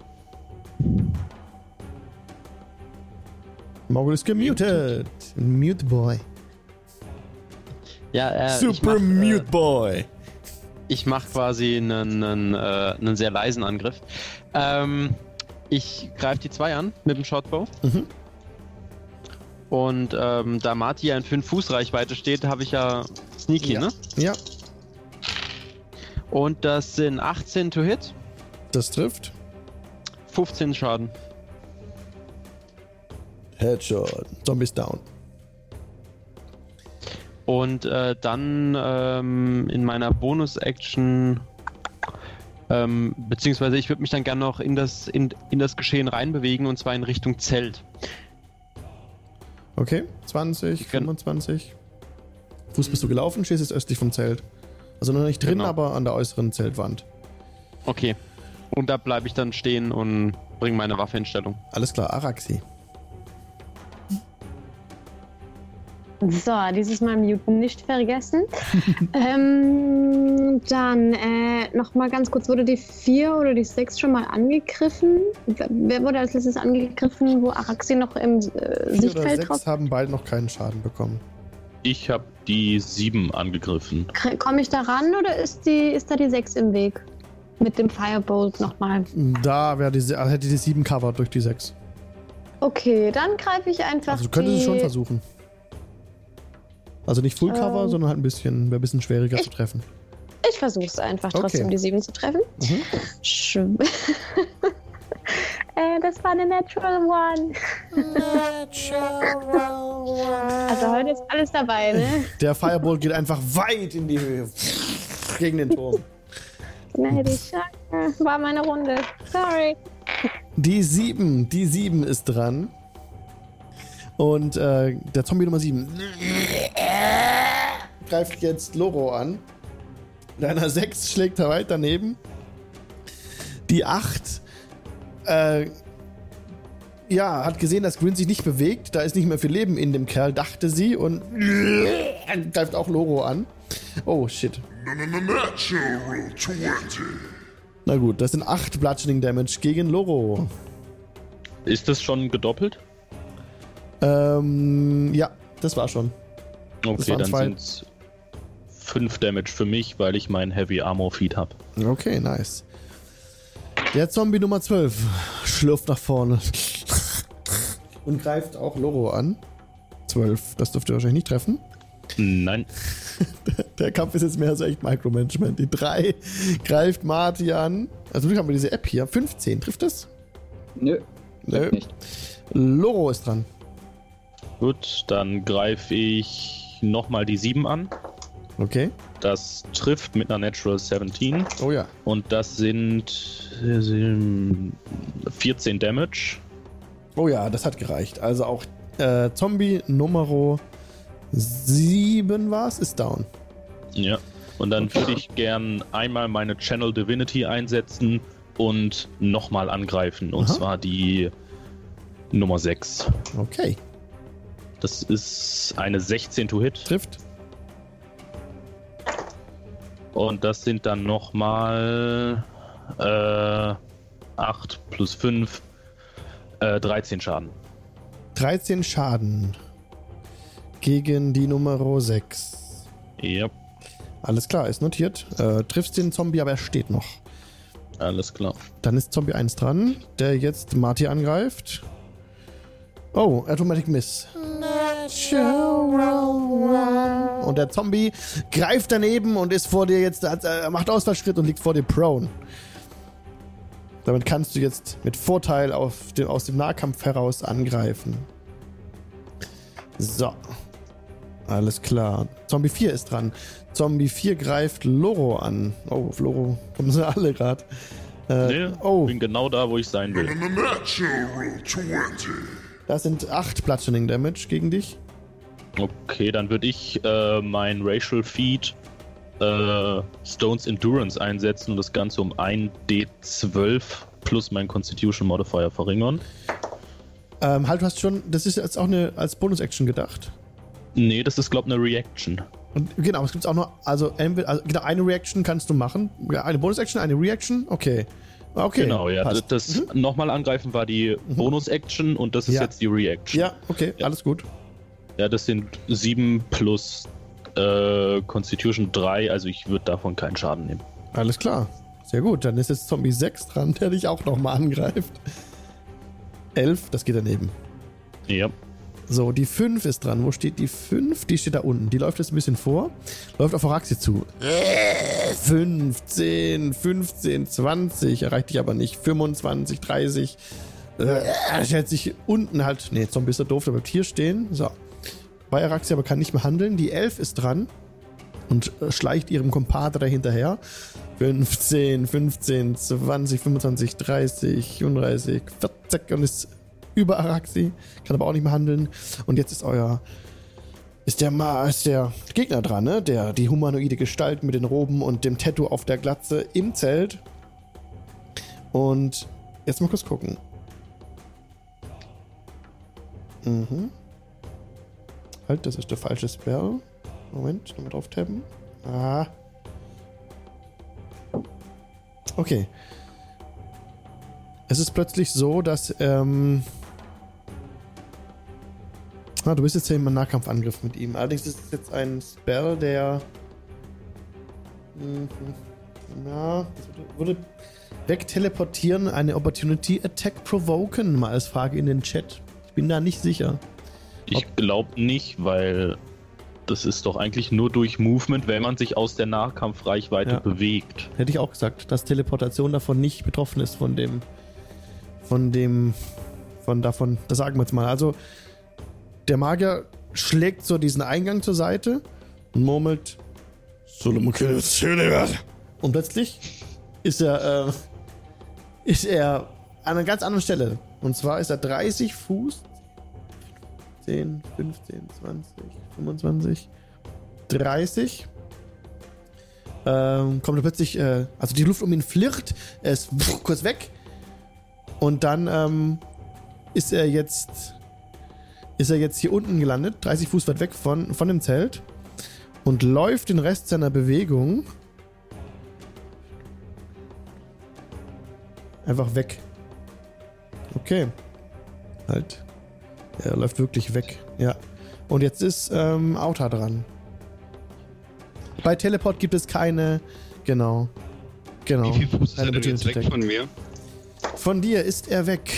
Morgul ist gemutet. Mute Boy. Ja, Super Mute Boy. Ich mache quasi einen sehr leisen Angriff. Ich greife die 2 an mit dem Shortbow. Mhm. Und da Marty ja in 5 Fuß Reichweite steht, habe ich ja Sneaky, ja. Ne? Ja. Und das sind 18 to hit. Das trifft. 15 Schaden. Headshot. Zombies down. Und dann in meiner Bonus-Action Beziehungsweise ich würde mich dann gerne noch in das Geschehen reinbewegen und zwar in Richtung Zelt. Okay, 20, 25. Fuß bist du gelaufen, stehst jetzt östlich vom Zelt. Also noch nicht drin, aber an der äußeren Zeltwand. Okay. Und da bleibe ich dann stehen und bringe meine Waffe in Stellung. Alles klar, Araxi. So, dieses Mal Muten nicht vergessen. Dann nochmal ganz kurz, wurde die 4 oder die 6 schon mal angegriffen? Wer wurde als letztes angegriffen, wo Araxi noch im Sichtfeld 4 oder 6 drauf? haben beide noch keinen Schaden bekommen. Ich habe die 7 angegriffen. Komme ich da ran oder ist da die 6 im Weg? Mit dem Firebolt nochmal. Da hätte die 7 covered durch die 6. Okay, dann greife ich einfach. Also du könntest es schon versuchen. Also nicht Full Cover, sondern halt wäre ein bisschen schwieriger zu treffen. Ich versuche es einfach trotzdem, die 7 zu treffen. Das war eine Natural One. Also heute ist alles dabei, ne? Der Firebolt geht einfach weit in die Höhe. Gegen den Turm. War meine Runde. Sorry. Die 7 ist dran. Und der Zombie Nummer 7 greift jetzt Loro an. Deiner 6 schlägt er weit daneben. Die 8 hat gesehen, dass Grin sich nicht bewegt. Da ist nicht mehr viel Leben in dem Kerl, dachte sie. Und greift auch Loro an. Oh, shit. Na gut, das sind 8 Bludgeoning Damage gegen Loro. Ist das schon gedoppelt? Ja, das war schon. Okay, dann sind es 5 Damage für mich, weil ich mein Heavy Armor Feat habe. Okay, nice. Der Zombie Nummer 12 schlürft nach vorne und greift auch Loro an. 12, das dürfte wahrscheinlich nicht treffen. Nein. Der Kampf ist jetzt mehr so echt Micromanagement. Die 3 greift Marty an. Also wir haben diese App hier. 15, trifft das? Nö. Nicht. Loro ist dran. Gut, dann greife ich nochmal die 7 an. Okay. Das trifft mit einer Natural 17. Oh ja. Und das sind 14 Damage. Oh ja, das hat gereicht. Also auch Zombie Nummer 7 war's, ist down. Ja. Und dann würde ich gern einmal meine Channel Divinity einsetzen und nochmal angreifen. Und zwar die Nummer 6. Okay. Das ist eine 16 to hit. Trifft. Und das sind dann nochmal 8 plus 5, 13 Schaden. 13 Schaden gegen die Nummer 6. Ja. Alles klar, ist notiert. Triffst den Zombie, aber er steht noch. Alles klar. Dann ist Zombie 1 dran, der jetzt Marty angreift. Oh, Automatic Miss. Und der Zombie greift daneben und ist vor dir jetzt, macht Ausfallschritt und liegt vor dir prone. Damit kannst du jetzt mit Vorteil aus dem Nahkampf heraus angreifen. So. Alles klar. Zombie 4 ist dran. Zombie 4 greift Loro an. Oh, auf Loro kommen sie alle gerade. Ich bin genau da, wo ich sein will. Das sind 8 Bludgeoning Damage gegen dich. Okay, dann würde ich mein Racial Feat Stone's Endurance einsetzen und das Ganze um 1d12 plus mein Constitution Modifier verringern. Du hast schon, das ist jetzt auch als Bonus-Action gedacht. Nee, das ist, glaube ich, eine Reaction. Und genau, es gibt auch noch, genau, eine Reaction kannst du machen. Eine Bonus-Action, eine Reaction, okay. Genau, ja. Passt. Das nochmal angreifen war die Bonus-Action und das ist jetzt die Reaction. Ja, okay, alles gut. Ja, das sind 7 plus Constitution 3, also ich würde davon keinen Schaden nehmen. Alles klar, sehr gut. Dann ist jetzt Zombie 6 dran, der dich auch nochmal angreift. 11, das geht daneben. Ja. So, die 5 ist dran. Wo steht die 5? Die steht da unten. Die läuft jetzt ein bisschen vor. Läuft auf Araxi zu. 15, 20. Erreicht dich aber nicht. 25, 30. Stellt sich unten halt. Nee, Zombie ist so doof, der bleibt hier stehen. So. Bei Araxi aber kann nicht mehr handeln. Die 11 ist dran und schleicht ihrem Compadre hinterher. 15, 20, 25, 30, 35, 40 und ist über Araxi. Kann aber auch nicht mehr handeln. Und jetzt ist der Gegner dran, ne? Die humanoide Gestalt mit den Roben und dem Tattoo auf der Glatze im Zelt. Und jetzt mal kurz gucken. Halt, das ist der falsche Spell. Moment, nochmal drauf tappen. Okay. Es ist plötzlich so, dass, du bist jetzt hier im Nahkampfangriff mit ihm. Allerdings ist es jetzt ein Spell, der würde wegteleportieren, eine Opportunity Attack provoken, mal als Frage in den Chat. Ich bin da nicht sicher. Ich glaube nicht, weil das ist doch eigentlich nur durch Movement, wenn man sich aus der Nahkampfreichweite bewegt. Hätte ich auch gesagt, dass Teleportation davon nicht betroffen ist von davon, das sagen wir jetzt mal. Also, der Magier schlägt so diesen Eingang zur Seite und murmelt und plötzlich ist er an einer ganz anderen Stelle. Und zwar ist er 30 Fuß 10, 15, 20, 25, 30. Kommt er plötzlich, also die Luft um ihn flirrt, er ist kurz weg und dann ist er jetzt hier unten gelandet, 30 Fuß weit weg von dem Zelt und läuft den Rest seiner Bewegung einfach weg. Okay. Halt. Er läuft wirklich weg. Ja. Und jetzt ist Auta dran. Bei Teleport gibt es keine. Genau. Wie viel Fuß ist er denn jetzt weg von mir? Von dir ist er weg.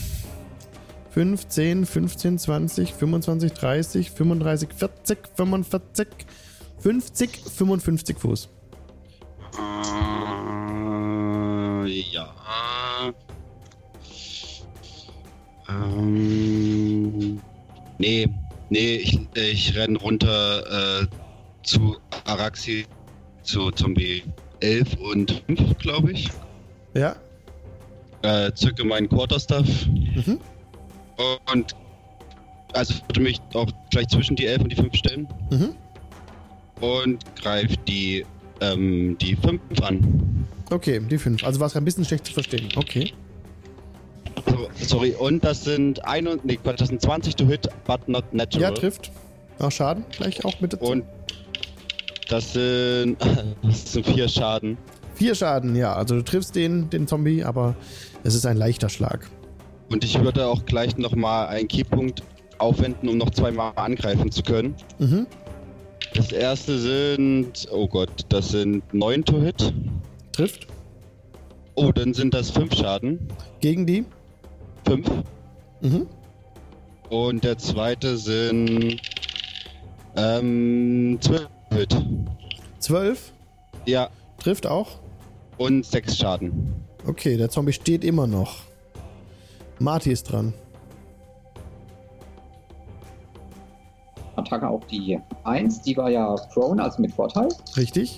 15, 15, 20, 25, 30, 35, 40, 45, 50, 55 Fuß. Ja. Nee, ich renn runter zu Araxi, zu Zombie 11 und 5, glaube ich. Ja. Zücke meinen Quarterstaff. Und also würde mich auch gleich zwischen die 11 und die 5 stellen. Und greife die 5 an. Okay, die 5. Also war es ein bisschen schlecht zu verstehen. Okay. So, sorry, und das sind das sind 20 to hit, but not natural. Ja, trifft. Auch Schaden gleich auch mit dazu. Und das sind 4 Schaden. 4 Schaden, ja. Also du triffst den Zombie, aber es ist ein leichter Schlag. Und ich würde auch gleich nochmal einen Keypunkt aufwenden, um noch 2-mal angreifen zu können. Das erste sind, das sind 9 to hit. Trifft. Oh, dann sind das 5 Schaden. Gegen die? 5. Und der zweite sind 12 Hit. 12? Ja. Trifft auch? Und 6 Schaden. Okay, der Zombie steht immer noch. Marty ist dran. Attacke auf die 1, die war ja prone, also mit Vorteil. Richtig.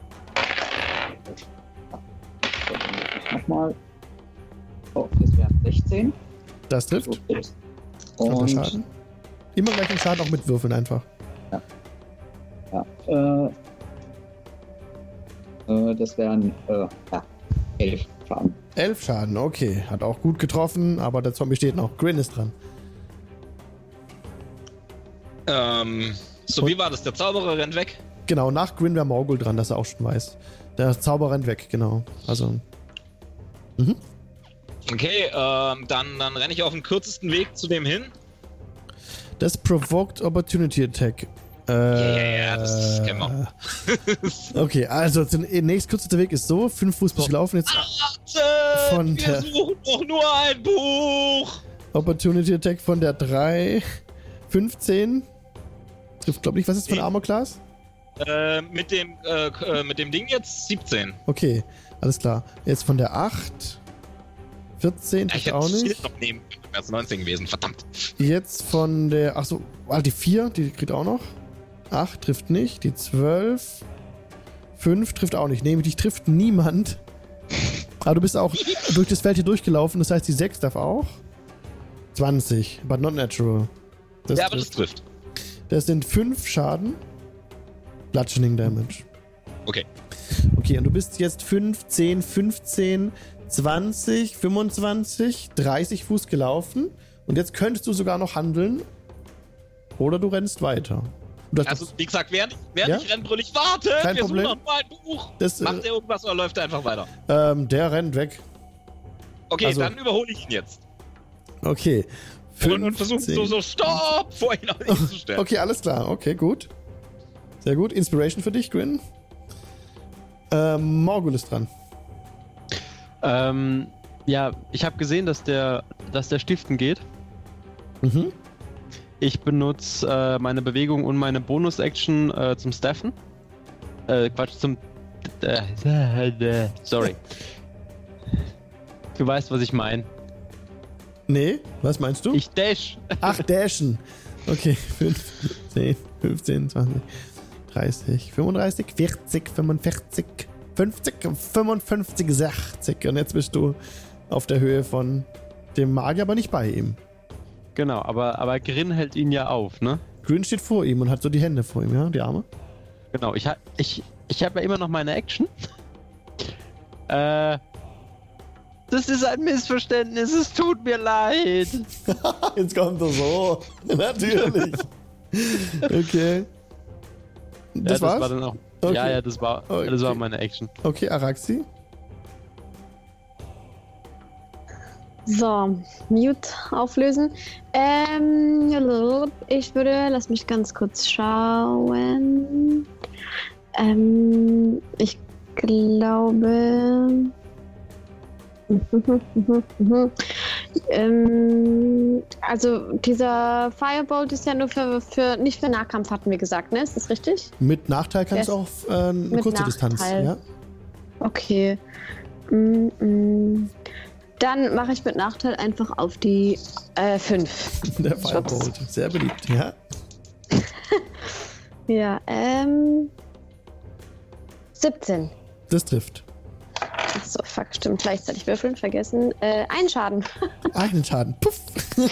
Nochmal. Oh, das wären 16. Das trifft. Und Schaden. Immer gleich den Schaden auch mit Würfeln einfach. Ja. Das wären 11 Schaden. 11 Schaden, okay. Hat auch gut getroffen, aber der Zombie steht noch. Grin ist dran. Wie war das? Der Zauberer rennt weg? Genau, nach Grin wäre Morgul dran, dass er auch schon weiß. Der Zauberer rennt weg, genau. Also. Okay, dann renne ich auf den kürzesten Weg zu dem hin. Das Provoked Opportunity Attack. Das kennen wir. Okay, also der nächstkürzeste Weg ist so: 5 Fuß bis gelaufen. Jetzt von wir suchen doch nur ein Buch! Opportunity Attack von der 3. 15. Trifft, glaube ich, was ist von Armor Class? Mit dem Ding jetzt 17. Okay, alles klar. Jetzt von der 8. 14 trifft auch nicht. Ich noch neben März 19 gewesen, verdammt. Jetzt von der, die 4, die kriegt auch noch. 8 trifft nicht. Die 12. 5 trifft auch nicht. Nee, dich trifft niemand. Aber du bist auch durch das Feld hier durchgelaufen, das heißt, die 6 darf auch. 20, but not natural. Aber das trifft. Das sind 5 Schaden. Bludgeoning Damage. Okay. Okay, und du bist jetzt 15, 20, 25, 30 Fuß gelaufen. Und jetzt könntest du sogar noch handeln. Oder du rennst weiter. Also, wie gesagt, während ich renne, brüll ich, warte! Kein Problem. Suchen noch mal ein Buch! Das, macht der irgendwas oder läuft er einfach weiter? Der rennt weg. Okay, also, dann überhole ich ihn jetzt. Okay. Und versuche so, stopp! Vor ihn auch nicht zu stellen. Okay, alles klar. Okay, gut. Sehr gut. Inspiration für dich, Grin. Morgul ist dran. Ja, ich habe gesehen, dass der Stiften geht. Mhm. Ich benutze meine Bewegung und meine Bonus-Action zum Staffen. Zum... sorry. Du weißt, was ich meine. Nee, was meinst du? Ich dash. Ach, dashen. Okay, 5, 10, 15, 20, 30, 35, 40, 45, 50, 55, 60. Und jetzt bist du auf der Höhe von dem Magier, aber nicht bei ihm. Genau, aber Grin hält ihn ja auf, ne? Grin steht vor ihm und hat so die Hände vor ihm, ja? Die Arme? Genau, ich hab ja immer noch meine Action. Das ist ein Missverständnis, es tut mir leid. Jetzt kommt er so. Natürlich. Okay. Das war's? War dann auch. Okay. Ja, das war meine Action. Okay, Araxi. So, Mute auflösen. Ich würde, lass mich ganz kurz schauen. Ich glaube. Also dieser Firebolt ist ja nur für nicht für Nahkampf, hatten wir gesagt, ne? Ist das richtig? Mit Nachteil kannst du auch eine kurze Distanz. Ja? Okay. Dann mache ich mit Nachteil einfach auf die 5. Der Firebolt, sehr beliebt, ja? Ja, 17. Das trifft. Achso, fuck, stimmt. Gleichzeitig würfeln, vergessen. Einen Schaden. Einen Schaden. Puff.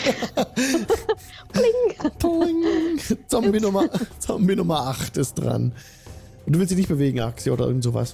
Pling. Pling. Zombie Nummer 8 ist dran. Und du willst dich nicht bewegen, Axi, oder irgend sowas?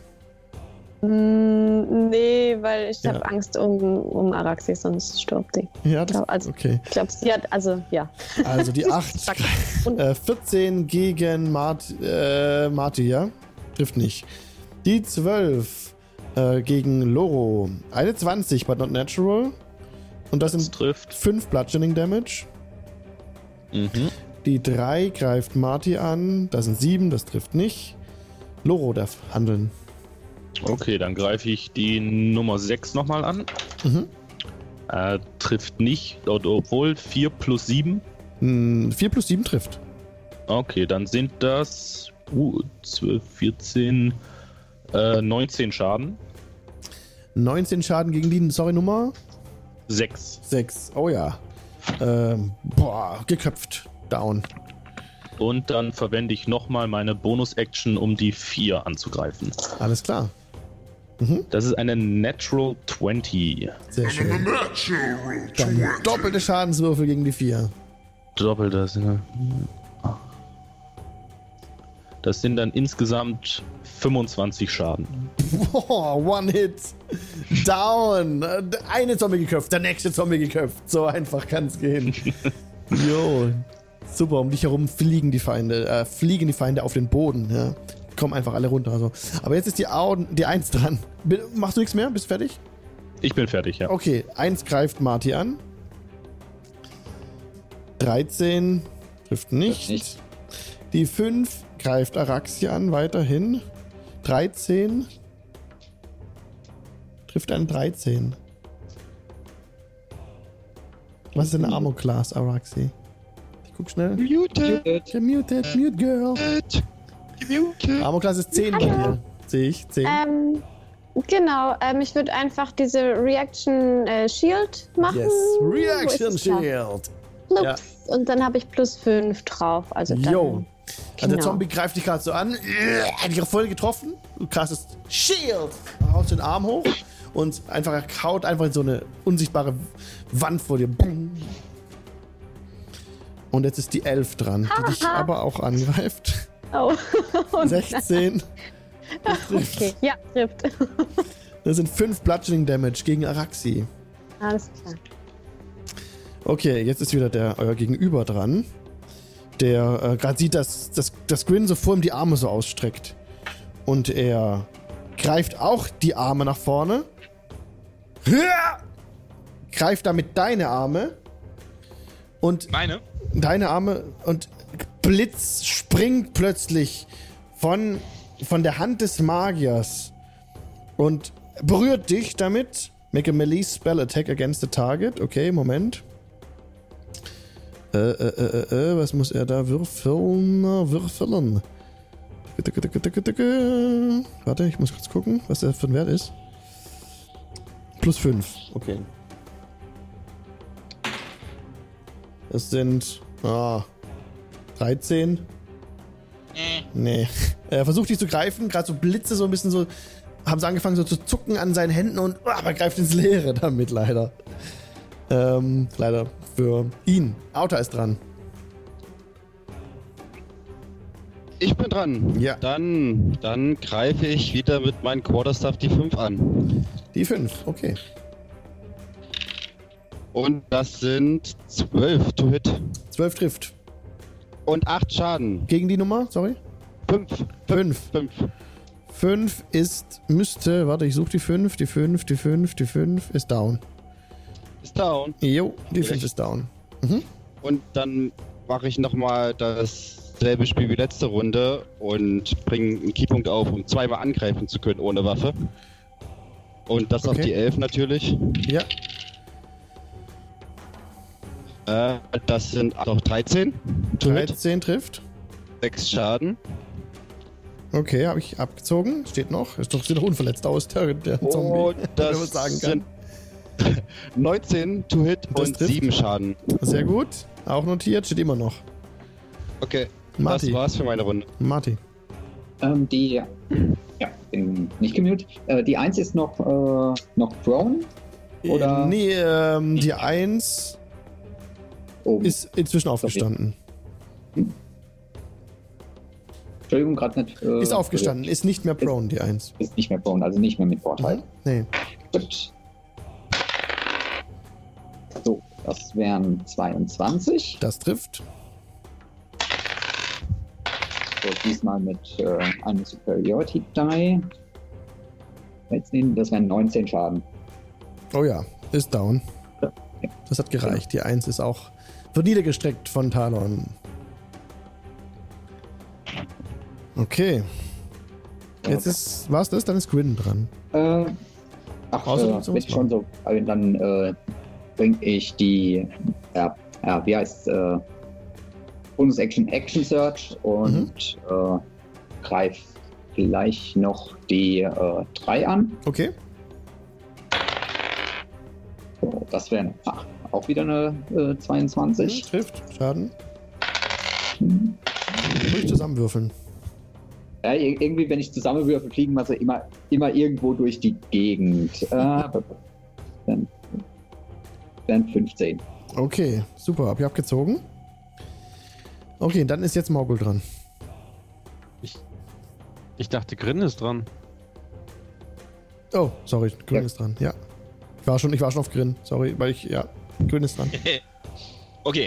Nee, weil ich habe Angst um Araxi, sonst stirbt die. Ja, das okay. Ich glaube, sie hat, ja. Also die 8, 14 gegen Marty, ja? Trifft nicht. Die 12 gegen Loro. Eine 20, but not natural. Und das sind 5 Bludgeoning Damage. Mhm. Die 3 greift Marty an. Das sind 7, das trifft nicht. Loro darf handeln. Okay, dann greife ich die Nummer 6 nochmal an. Mhm. Trifft nicht, obwohl 4 plus 7. 4 plus 7 trifft. Okay, dann sind das 12, 14, 19 Schaden. 19 Schaden gegen die, Nummer? 6. 6, oh ja. Geköpft. Down. Und dann verwende ich nochmal meine Bonus-Action, um die 4 anzugreifen. Alles klar. Das ist eine Natural 20. Sehr schön. Dann doppelte Schadenswürfel gegen die 4. Doppeltes, ne? Das sind dann insgesamt 25 Schaden. One Hit. Down. Eine Zombie geköpft, der nächste Zombie geköpft. So einfach kann's gehen. Jo. Super, um dich herum fliegen die Feinde auf den Boden. Ja. Kommen einfach alle runter. Also. Aber jetzt ist die 1 dran. Machst du nichts mehr? Bist du fertig? Ich bin fertig, ja. Okay, 1 greift Marty an. 13 trifft nicht. Die 5 greift Araxi an, weiterhin. 13 trifft einen 13. Was ist denn eine Armor Class, Araxi? Ich guck schnell. Muted. Mute Girl. Armor Class ist 10 bei dir. Sehe ich, 10. Genau, ich würde einfach diese Reaction Shield machen. Yes, Reaction Shield. Ja. Und dann habe ich plus 5 drauf. Also Jo, Also der Zombie greift dich gerade so an, hat dich voll getroffen, du castest Shield, haust den Arm hoch und haut einfach in so eine unsichtbare Wand vor dir. Und jetzt ist die 11 dran, die dich aber auch angreift. Oh. 16. Okay, ja, trifft. Das sind 5 Bludgeoning Damage gegen Araxi. Alles klar. Okay, jetzt ist wieder euer Gegenüber dran, der gerade sieht, dass Grin so vor ihm die Arme so ausstreckt. Und er greift auch die Arme nach vorne. Greift damit deine Arme. Und meine? Deine Arme und Blitz springt plötzlich von der Hand des Magiers und berührt dich damit. Make a melee spell attack against the target. Okay, Moment. Was muss er da würfeln? Warte, ich muss kurz gucken, was der für ein Wert ist. +5. Okay. Das sind 13. Nee. Er versucht dich zu greifen, gerade so Blitze so ein bisschen so, haben sie angefangen so zu zucken an seinen Händen und er greift ins Leere damit leider. Leider für ihn. Auta ist dran. Ich bin dran. Ja. Dann greife ich wieder mit meinem Quarterstaff die 5 an. Die 5, okay. Und das sind 12 to hit. 12 trifft. Und 8 Schaden. Gegen die Nummer, sorry? 5 warte, ich suche die 5 ist down. Ist down. Jo, die 5 ist down. Mhm. Und dann mache ich nochmal dasselbe Spiel wie letzte Runde und bringe einen Keypunkt auf, um 2-mal angreifen zu können ohne Waffe. Und das auf die 11 natürlich. Ja. Das sind auch 13. 13 trifft. 6 Schaden. Okay, habe ich abgezogen. Steht noch. Sieht doch unverletzt aus, der Zombie. Und das sind 19 to hit das und trifft. 7 Schaden. Sehr gut. Auch notiert, steht immer noch. Okay, Marty. das war's für meine Runde. Marty. Bin nicht gemutet. Die 1 ist noch prone? Oder? Nee, die 1 ist inzwischen aufgestanden. Entschuldigung, gerade nicht. Ist aufgestanden, ist nicht mehr prone, die 1. Ist nicht mehr prone, also nicht mehr mit Vorteil. Nee. Gut. So, das wären 22. Das trifft. So, diesmal mit einem Superiority Die. Das wären 19 Schaden. Oh ja, ist down. Ja. Das hat gereicht. Die 1 ist auch wird niedergestreckt von Talon. Okay. Jetzt war's das, dann ist Grin dran. Wenn schon so, dann bringe ich die, wie heißt Bonus-Action Action Search und greife gleich noch die 3 an. Okay. So, das wären auch wieder eine 22. Trifft, Schaden. Ruhig zusammenwürfeln. Ja, irgendwie, wenn ich zusammenwürfe, fliegen wir so immer irgendwo durch die Gegend. Dann 15. Okay, super. Hab ich abgezogen. Okay, dann ist jetzt Morgul dran. Ich dachte, Grin ist dran. Oh, sorry, Grin ist dran. Ja. Ich war schon auf Grin. Sorry, weil Grin ist dran. Okay,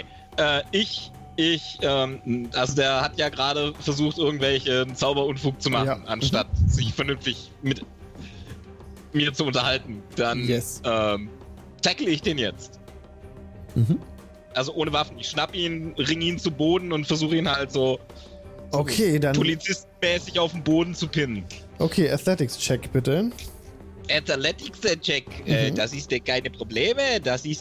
also der hat ja gerade versucht, irgendwelche Zauberunfug zu machen, anstatt sich vernünftig mit mir zu unterhalten. Dann tackle ich den jetzt. Mhm. Also ohne Waffen. Ich schnapp ihn, ring ihn zu Boden und versuche ihn halt so dann polizistmäßig auf den Boden zu pinnen. Okay, Athletics-Check bitte. Athletics-Check, das ist keine Probleme, das ist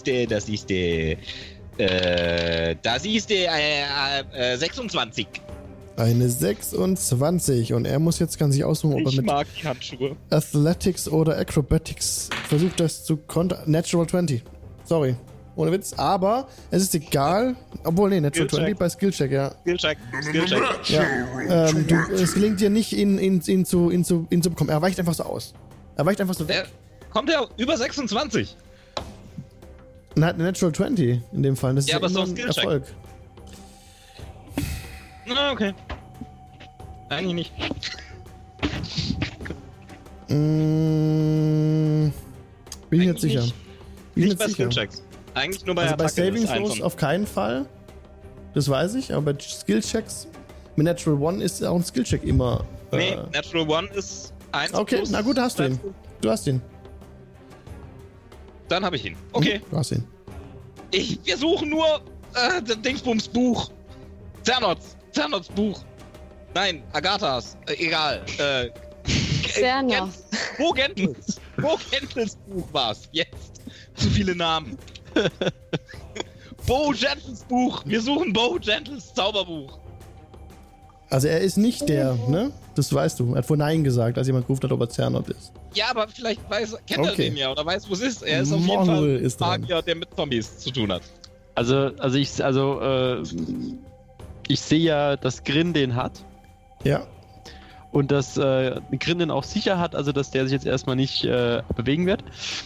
26. Eine 26 und er muss jetzt, kann sich aussuchen, ob er mit mag die Handschuhe. Athletics oder Acrobatics versucht, das zu kontern. Natural 20. Sorry. ohne Witz. Aber es ist egal. Obwohl, nee, Natural 20 bei Skillcheck, ja. Skillcheck. Ja. Es gelingt dir nicht, ihn zu bekommen. Er weicht einfach so aus. Er weicht einfach so weg. Kommt er über 26? Eine Natural 20 in dem Fall. Das ist ja aber immer so ein Erfolg. Na, okay. Eigentlich nicht. Bin ich jetzt sicher. Nicht bei Skillchecks. Eigentlich nur bei also Attacke. Bei Saving Throws auf keinen Fall. Das weiß ich. Aber bei Skillchecks mit Natural One ist auch ein Skillcheck immer. Nee, Natural One ist 1. Okay, na gut, hast du ihn. Du hast ihn. Dann habe ich ihn. Okay. Du hast ihn. Wir suchen nur das Dingsbums Buch. Cernots Buch. Nein, Agathas. Egal. Bo Gentles Buch war's. Jetzt. Zu viele Namen. Bo Gentles Buch. Wir suchen Bo Gentles Zauberbuch. Also er ist nicht der, ne? Das weißt du. Er hat vor Nein gesagt, als jemand gerufen hat, ob er Cernot ist. Ja, aber vielleicht kennt er den ja oder weiß, wo es ist. Er ist auf jeden Fall ein Magier, der mit Zombies zu tun hat. Ich sehe ja, dass Grin den hat. Ja. Und dass Grin den auch sicher hat, also dass der sich jetzt erstmal nicht bewegen wird.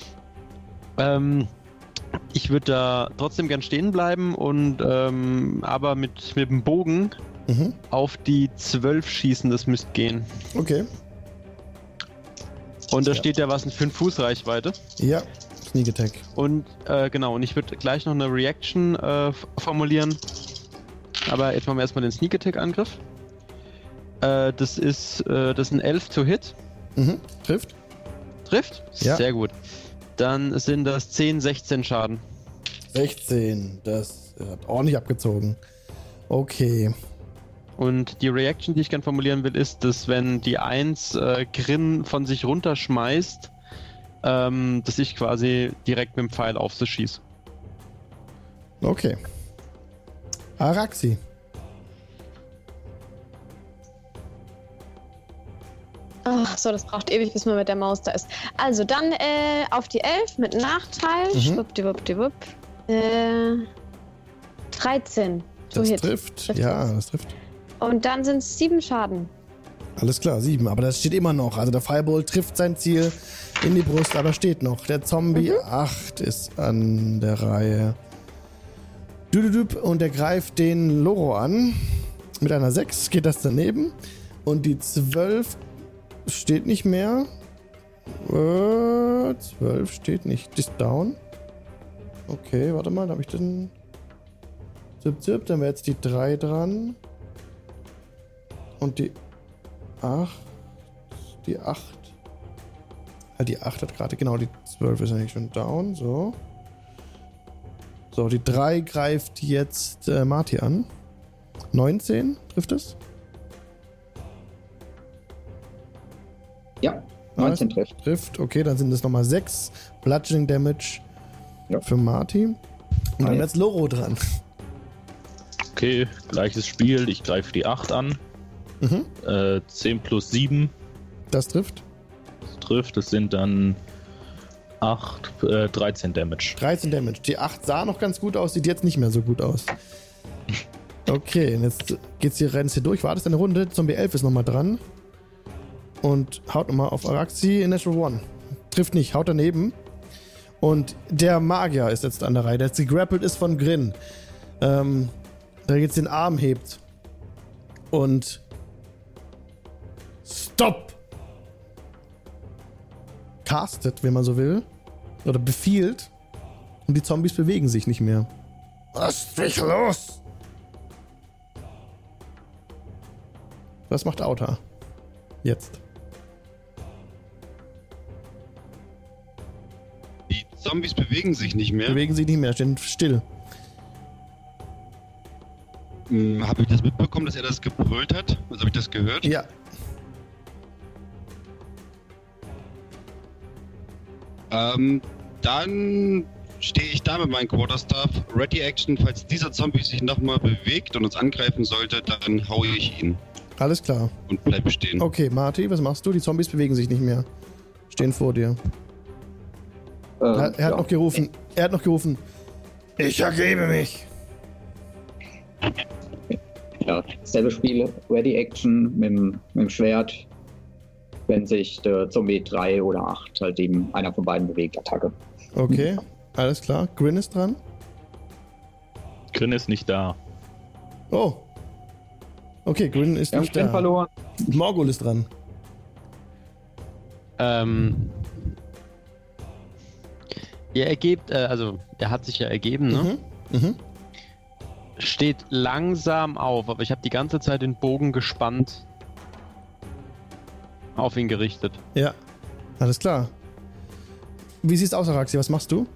Ich würde da trotzdem gern stehen bleiben und aber mit dem Bogen auf die 12 schießen, das müsste gehen. Okay. Und da steht ja was in 5 Fuß Reichweite. Ja, Sneak Attack. Und genau, und ich würde gleich noch eine Reaction formulieren. Aber jetzt machen wir erstmal den Sneak Attack Angriff. Das ist ein 11 to Hit. Trifft. Trifft? Ja. Sehr gut. Dann sind das 10, 16 Schaden. 16, das hat ordentlich abgezogen. Okay. Und die Reaction, die ich gerne formulieren will, ist, dass wenn die 1 Grin von sich runterschmeißt, dass ich quasi direkt mit dem Pfeil auf sie schieße. Okay. Araxi. Ach so, das braucht ewig, bis man mit der Maus da ist. Also dann auf die 11 mit Nachteil. Schwuppdiwuppdiwupp. 13. Das trifft. Ja, das trifft. Und dann sind es 7 Schaden. Alles klar, 7. Aber das steht immer noch. Also der Fireball trifft sein Ziel in die Brust, aber steht noch. Der Zombie 8 ist an der Reihe. Und er greift den Loro an. Mit einer 6 geht das daneben. Und die 12 steht nicht mehr. 12 steht nicht. Die ist down. Okay, warte mal, da habe ich den. Zip, dann wäre jetzt die 3 dran. Und die 8. Die 8. Die 8 hat gerade, genau, die 12 ist eigentlich schon down. So. So, die 3 greift jetzt Marty an. 19, trifft es? Ja, 19 trifft. Trifft, okay, dann sind es nochmal 6 Bludgeoning Damage für Marty. Und dann ist Loro dran. Okay, gleiches Spiel. Ich greife die 8 an. 10 plus 7. Das trifft. Das trifft, das sind dann 13 Damage. 13 Damage. Die 8 sah noch ganz gut aus, sieht jetzt nicht mehr so gut aus. Okay, jetzt rennst hier durch. Wartest eine Runde. Zombie 11 ist nochmal dran. Und haut nochmal auf Araxi in Natural One. Trifft nicht, haut daneben. Und der Magier ist jetzt an der Reihe, der jetzt gegrappelt ist von Grin. Der jetzt den Arm hebt. Und Stop! Castet, wenn man so will. Oder befiehlt. Und die Zombies bewegen sich nicht mehr. Lasst mich los! Was macht Auta? Jetzt. Die Zombies bewegen sich nicht mehr. Bewegen sich nicht mehr, stehen still. Habe ich das mitbekommen, dass er das gebrüllt hat? Also habe ich das gehört? Ja. Dann stehe ich da mit meinem Quarterstaff. Ready Action, falls dieser Zombie sich nochmal bewegt und uns angreifen sollte, dann haue ich ihn. Alles klar. Und bleib stehen. Okay, Marty, was machst du? Die Zombies bewegen sich nicht mehr. Stehen vor dir. Er hat noch gerufen. Ich ergebe mich. Ja, selbe Spiel, Ready Action mit dem Schwert. Wenn sich der Zombie 3 oder 8 halt eben einer von beiden bewegt, Attacke. Okay, alles klar. Grin ist dran. Grin ist nicht da. Oh. Okay, Grin ist nicht da. Verloren. Morgul ist dran. Ihr ergebt, also er hat sich ja ergeben, ne? Steht langsam auf, aber ich habe die ganze Zeit den Bogen gespannt auf ihn gerichtet. Ja, alles klar. Wie sieht's aus, Araxi? Was machst du?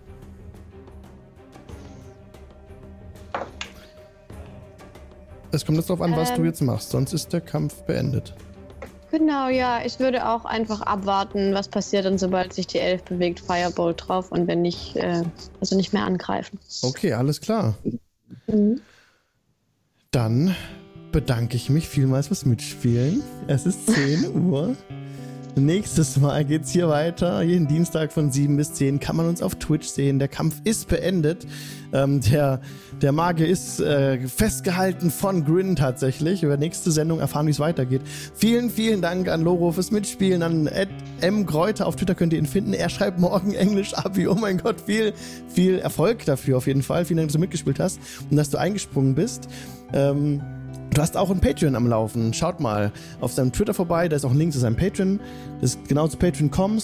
Es kommt jetzt darauf an, was du jetzt machst, sonst ist der Kampf beendet. Genau, ja. Ich würde auch einfach abwarten, was passiert dann, sobald sich die Elf bewegt, Firebolt drauf und wenn nicht, also nicht mehr angreifen. Okay, alles klar. Mhm. Dann bedanke ich mich vielmals fürs Mitspielen. Es ist 10 Uhr. Nächstes Mal geht's hier weiter. Jeden Dienstag von 7 bis 10 kann man uns auf Twitch sehen. Der Kampf ist beendet. Der Magier ist festgehalten von Grin tatsächlich. Über nächste Sendung erfahren, wie es weitergeht. Vielen, vielen Dank an Loro fürs Mitspielen, an @mgreuter auf Twitter könnt ihr ihn finden. Er schreibt morgen Englisch Abi. Oh mein Gott, viel Erfolg dafür auf jeden Fall. Vielen Dank, dass du mitgespielt hast und dass du eingesprungen bist. Du hast auch ein Patreon am Laufen. Schaut mal auf seinem Twitter vorbei. Da ist auch ein Link zu seinem Patreon. Das ist genauso patreon.com/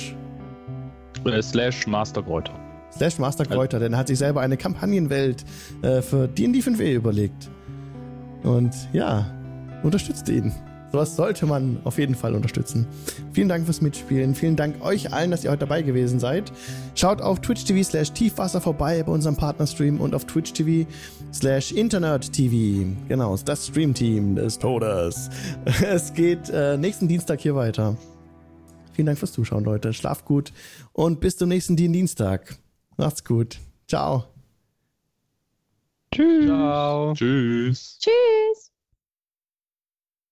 Masterkräuter. Masterkräuter, denn er hat sich selber eine Kampagnenwelt für D&D 5e überlegt. Und ja, unterstützt ihn. Sowas sollte man auf jeden Fall unterstützen. Vielen Dank fürs Mitspielen. Vielen Dank euch allen, dass ihr heute dabei gewesen seid. Schaut auf twitch.tv/Tiefwasser vorbei bei unserem Partnerstream und auf twitch.tv/InternetTV. Genau, das Streamteam des Todes. Es geht nächsten Dienstag hier weiter. Vielen Dank fürs Zuschauen, Leute. Schlaft gut und bis zum nächsten Dienstag. Macht's gut. Ciao. Tschüss. Ciao. Tschüss. Tschüss.